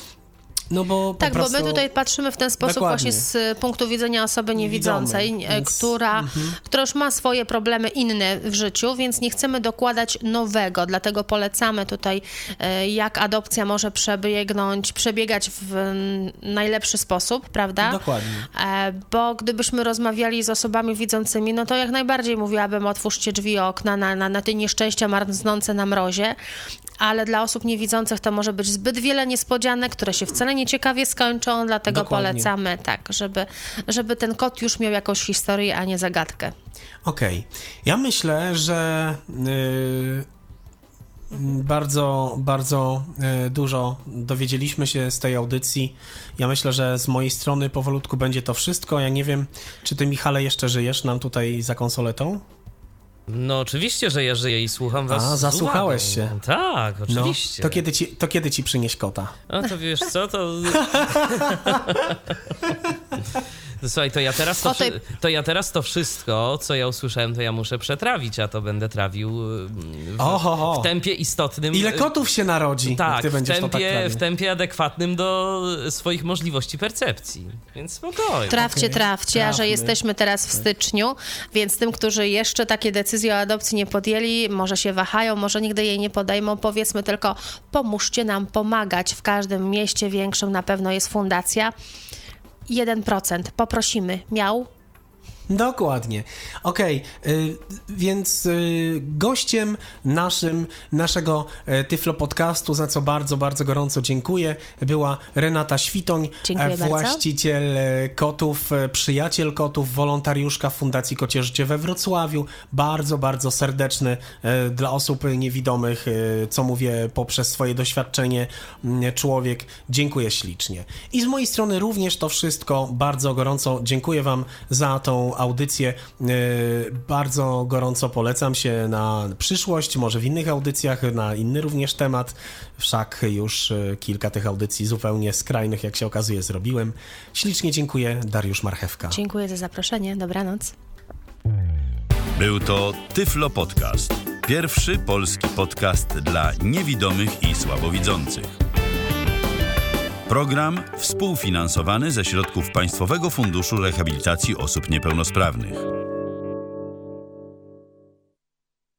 no bo Tak, po prostu... bo my tutaj patrzymy w ten sposób Dokładnie. właśnie z punktu widzenia osoby niewidzącej, Niewidomej, e, więc- która, która już ma swoje problemy inne w życiu, więc nie chcemy dokładać nowego, dlatego polecamy tutaj, e, jak adopcja może przebiegnąć, przebiegać w mm, najlepszy sposób, prawda? Dokładnie. E, Bo gdybyśmy rozmawiali z osobami widzącymi, no to jak najbardziej mówiłabym, otwórzcie drzwi, okna na, na, na te nieszczęścia marznące na mrozie, ale dla osób niewidzących to może być zbyt wiele niespodzianek, które się wcale nieciekawie skończą, dlatego Dokładnie. polecamy tak, żeby, żeby ten kot już miał jakąś historię, a nie zagadkę. Okej. Ja myślę, że yy, bardzo, bardzo yy, dużo dowiedzieliśmy się z tej audycji. Ja myślę, że z mojej strony powolutku będzie to wszystko. Ja nie wiem, czy ty, Michale, jeszcze żyjesz nam tutaj za konsoletą? No oczywiście, że ja żyję i słucham was. A, z zasłuchałeś uwagą. się. Tak, oczywiście. No, to kiedy ci, to kiedy ci przynieść kota? No to wiesz co, to... No, słuchaj, to ja, teraz to, O tej- wszy- to ja teraz to wszystko, co ja usłyszałem, to ja muszę przetrawić, a to będę trawił w, Oho, w tempie istotnym. Ile kotów się narodzi, jak Tak, ty w będziesz to tak tempie, trawił? w tempie adekwatnym do swoich możliwości percepcji. Więc spokojnie. Trawcie, Okej, trawcie, a że trawmy. jesteśmy teraz w styczniu, więc tym, którzy jeszcze takie decyzje o adopcji nie podjęli, może się wahają, może nigdy jej nie podejmą, powiedzmy tylko, pomóżcie nam pomagać. W każdym mieście większym na pewno jest fundacja. jeden procent. Poprosimy. Miał? Dokładnie. Okej, y, więc y, gościem naszym, naszego e, Tyflo Podcastu, za co bardzo, bardzo gorąco dziękuję, była Renata Świtoń, Dziękuję e, bardzo. właściciel e, kotów, e, przyjaciel kotów, wolontariuszka w Fundacji Kocie Życie we Wrocławiu. Bardzo, bardzo serdeczny e, dla osób niewidomych, e, co mówię poprzez swoje doświadczenie, m, człowiek. Dziękuję ślicznie. I z mojej strony również to wszystko. Bardzo gorąco dziękuję wam za tą audycję. E, Bardzo gorąco polecam się na przyszłość, może w innych audycjach, na inny również temat. Wszak już e, kilka tych audycji zupełnie skrajnych, jak się okazuje, zrobiłem. Ślicznie dziękuję. Dariusz Marchewka. Dziękuję za zaproszenie. Dobranoc. Był to Tyflo Podcast. Pierwszy polski podcast dla niewidomych i słabowidzących. Program współfinansowany ze środków Państwowego Funduszu Rehabilitacji Osób Niepełnosprawnych.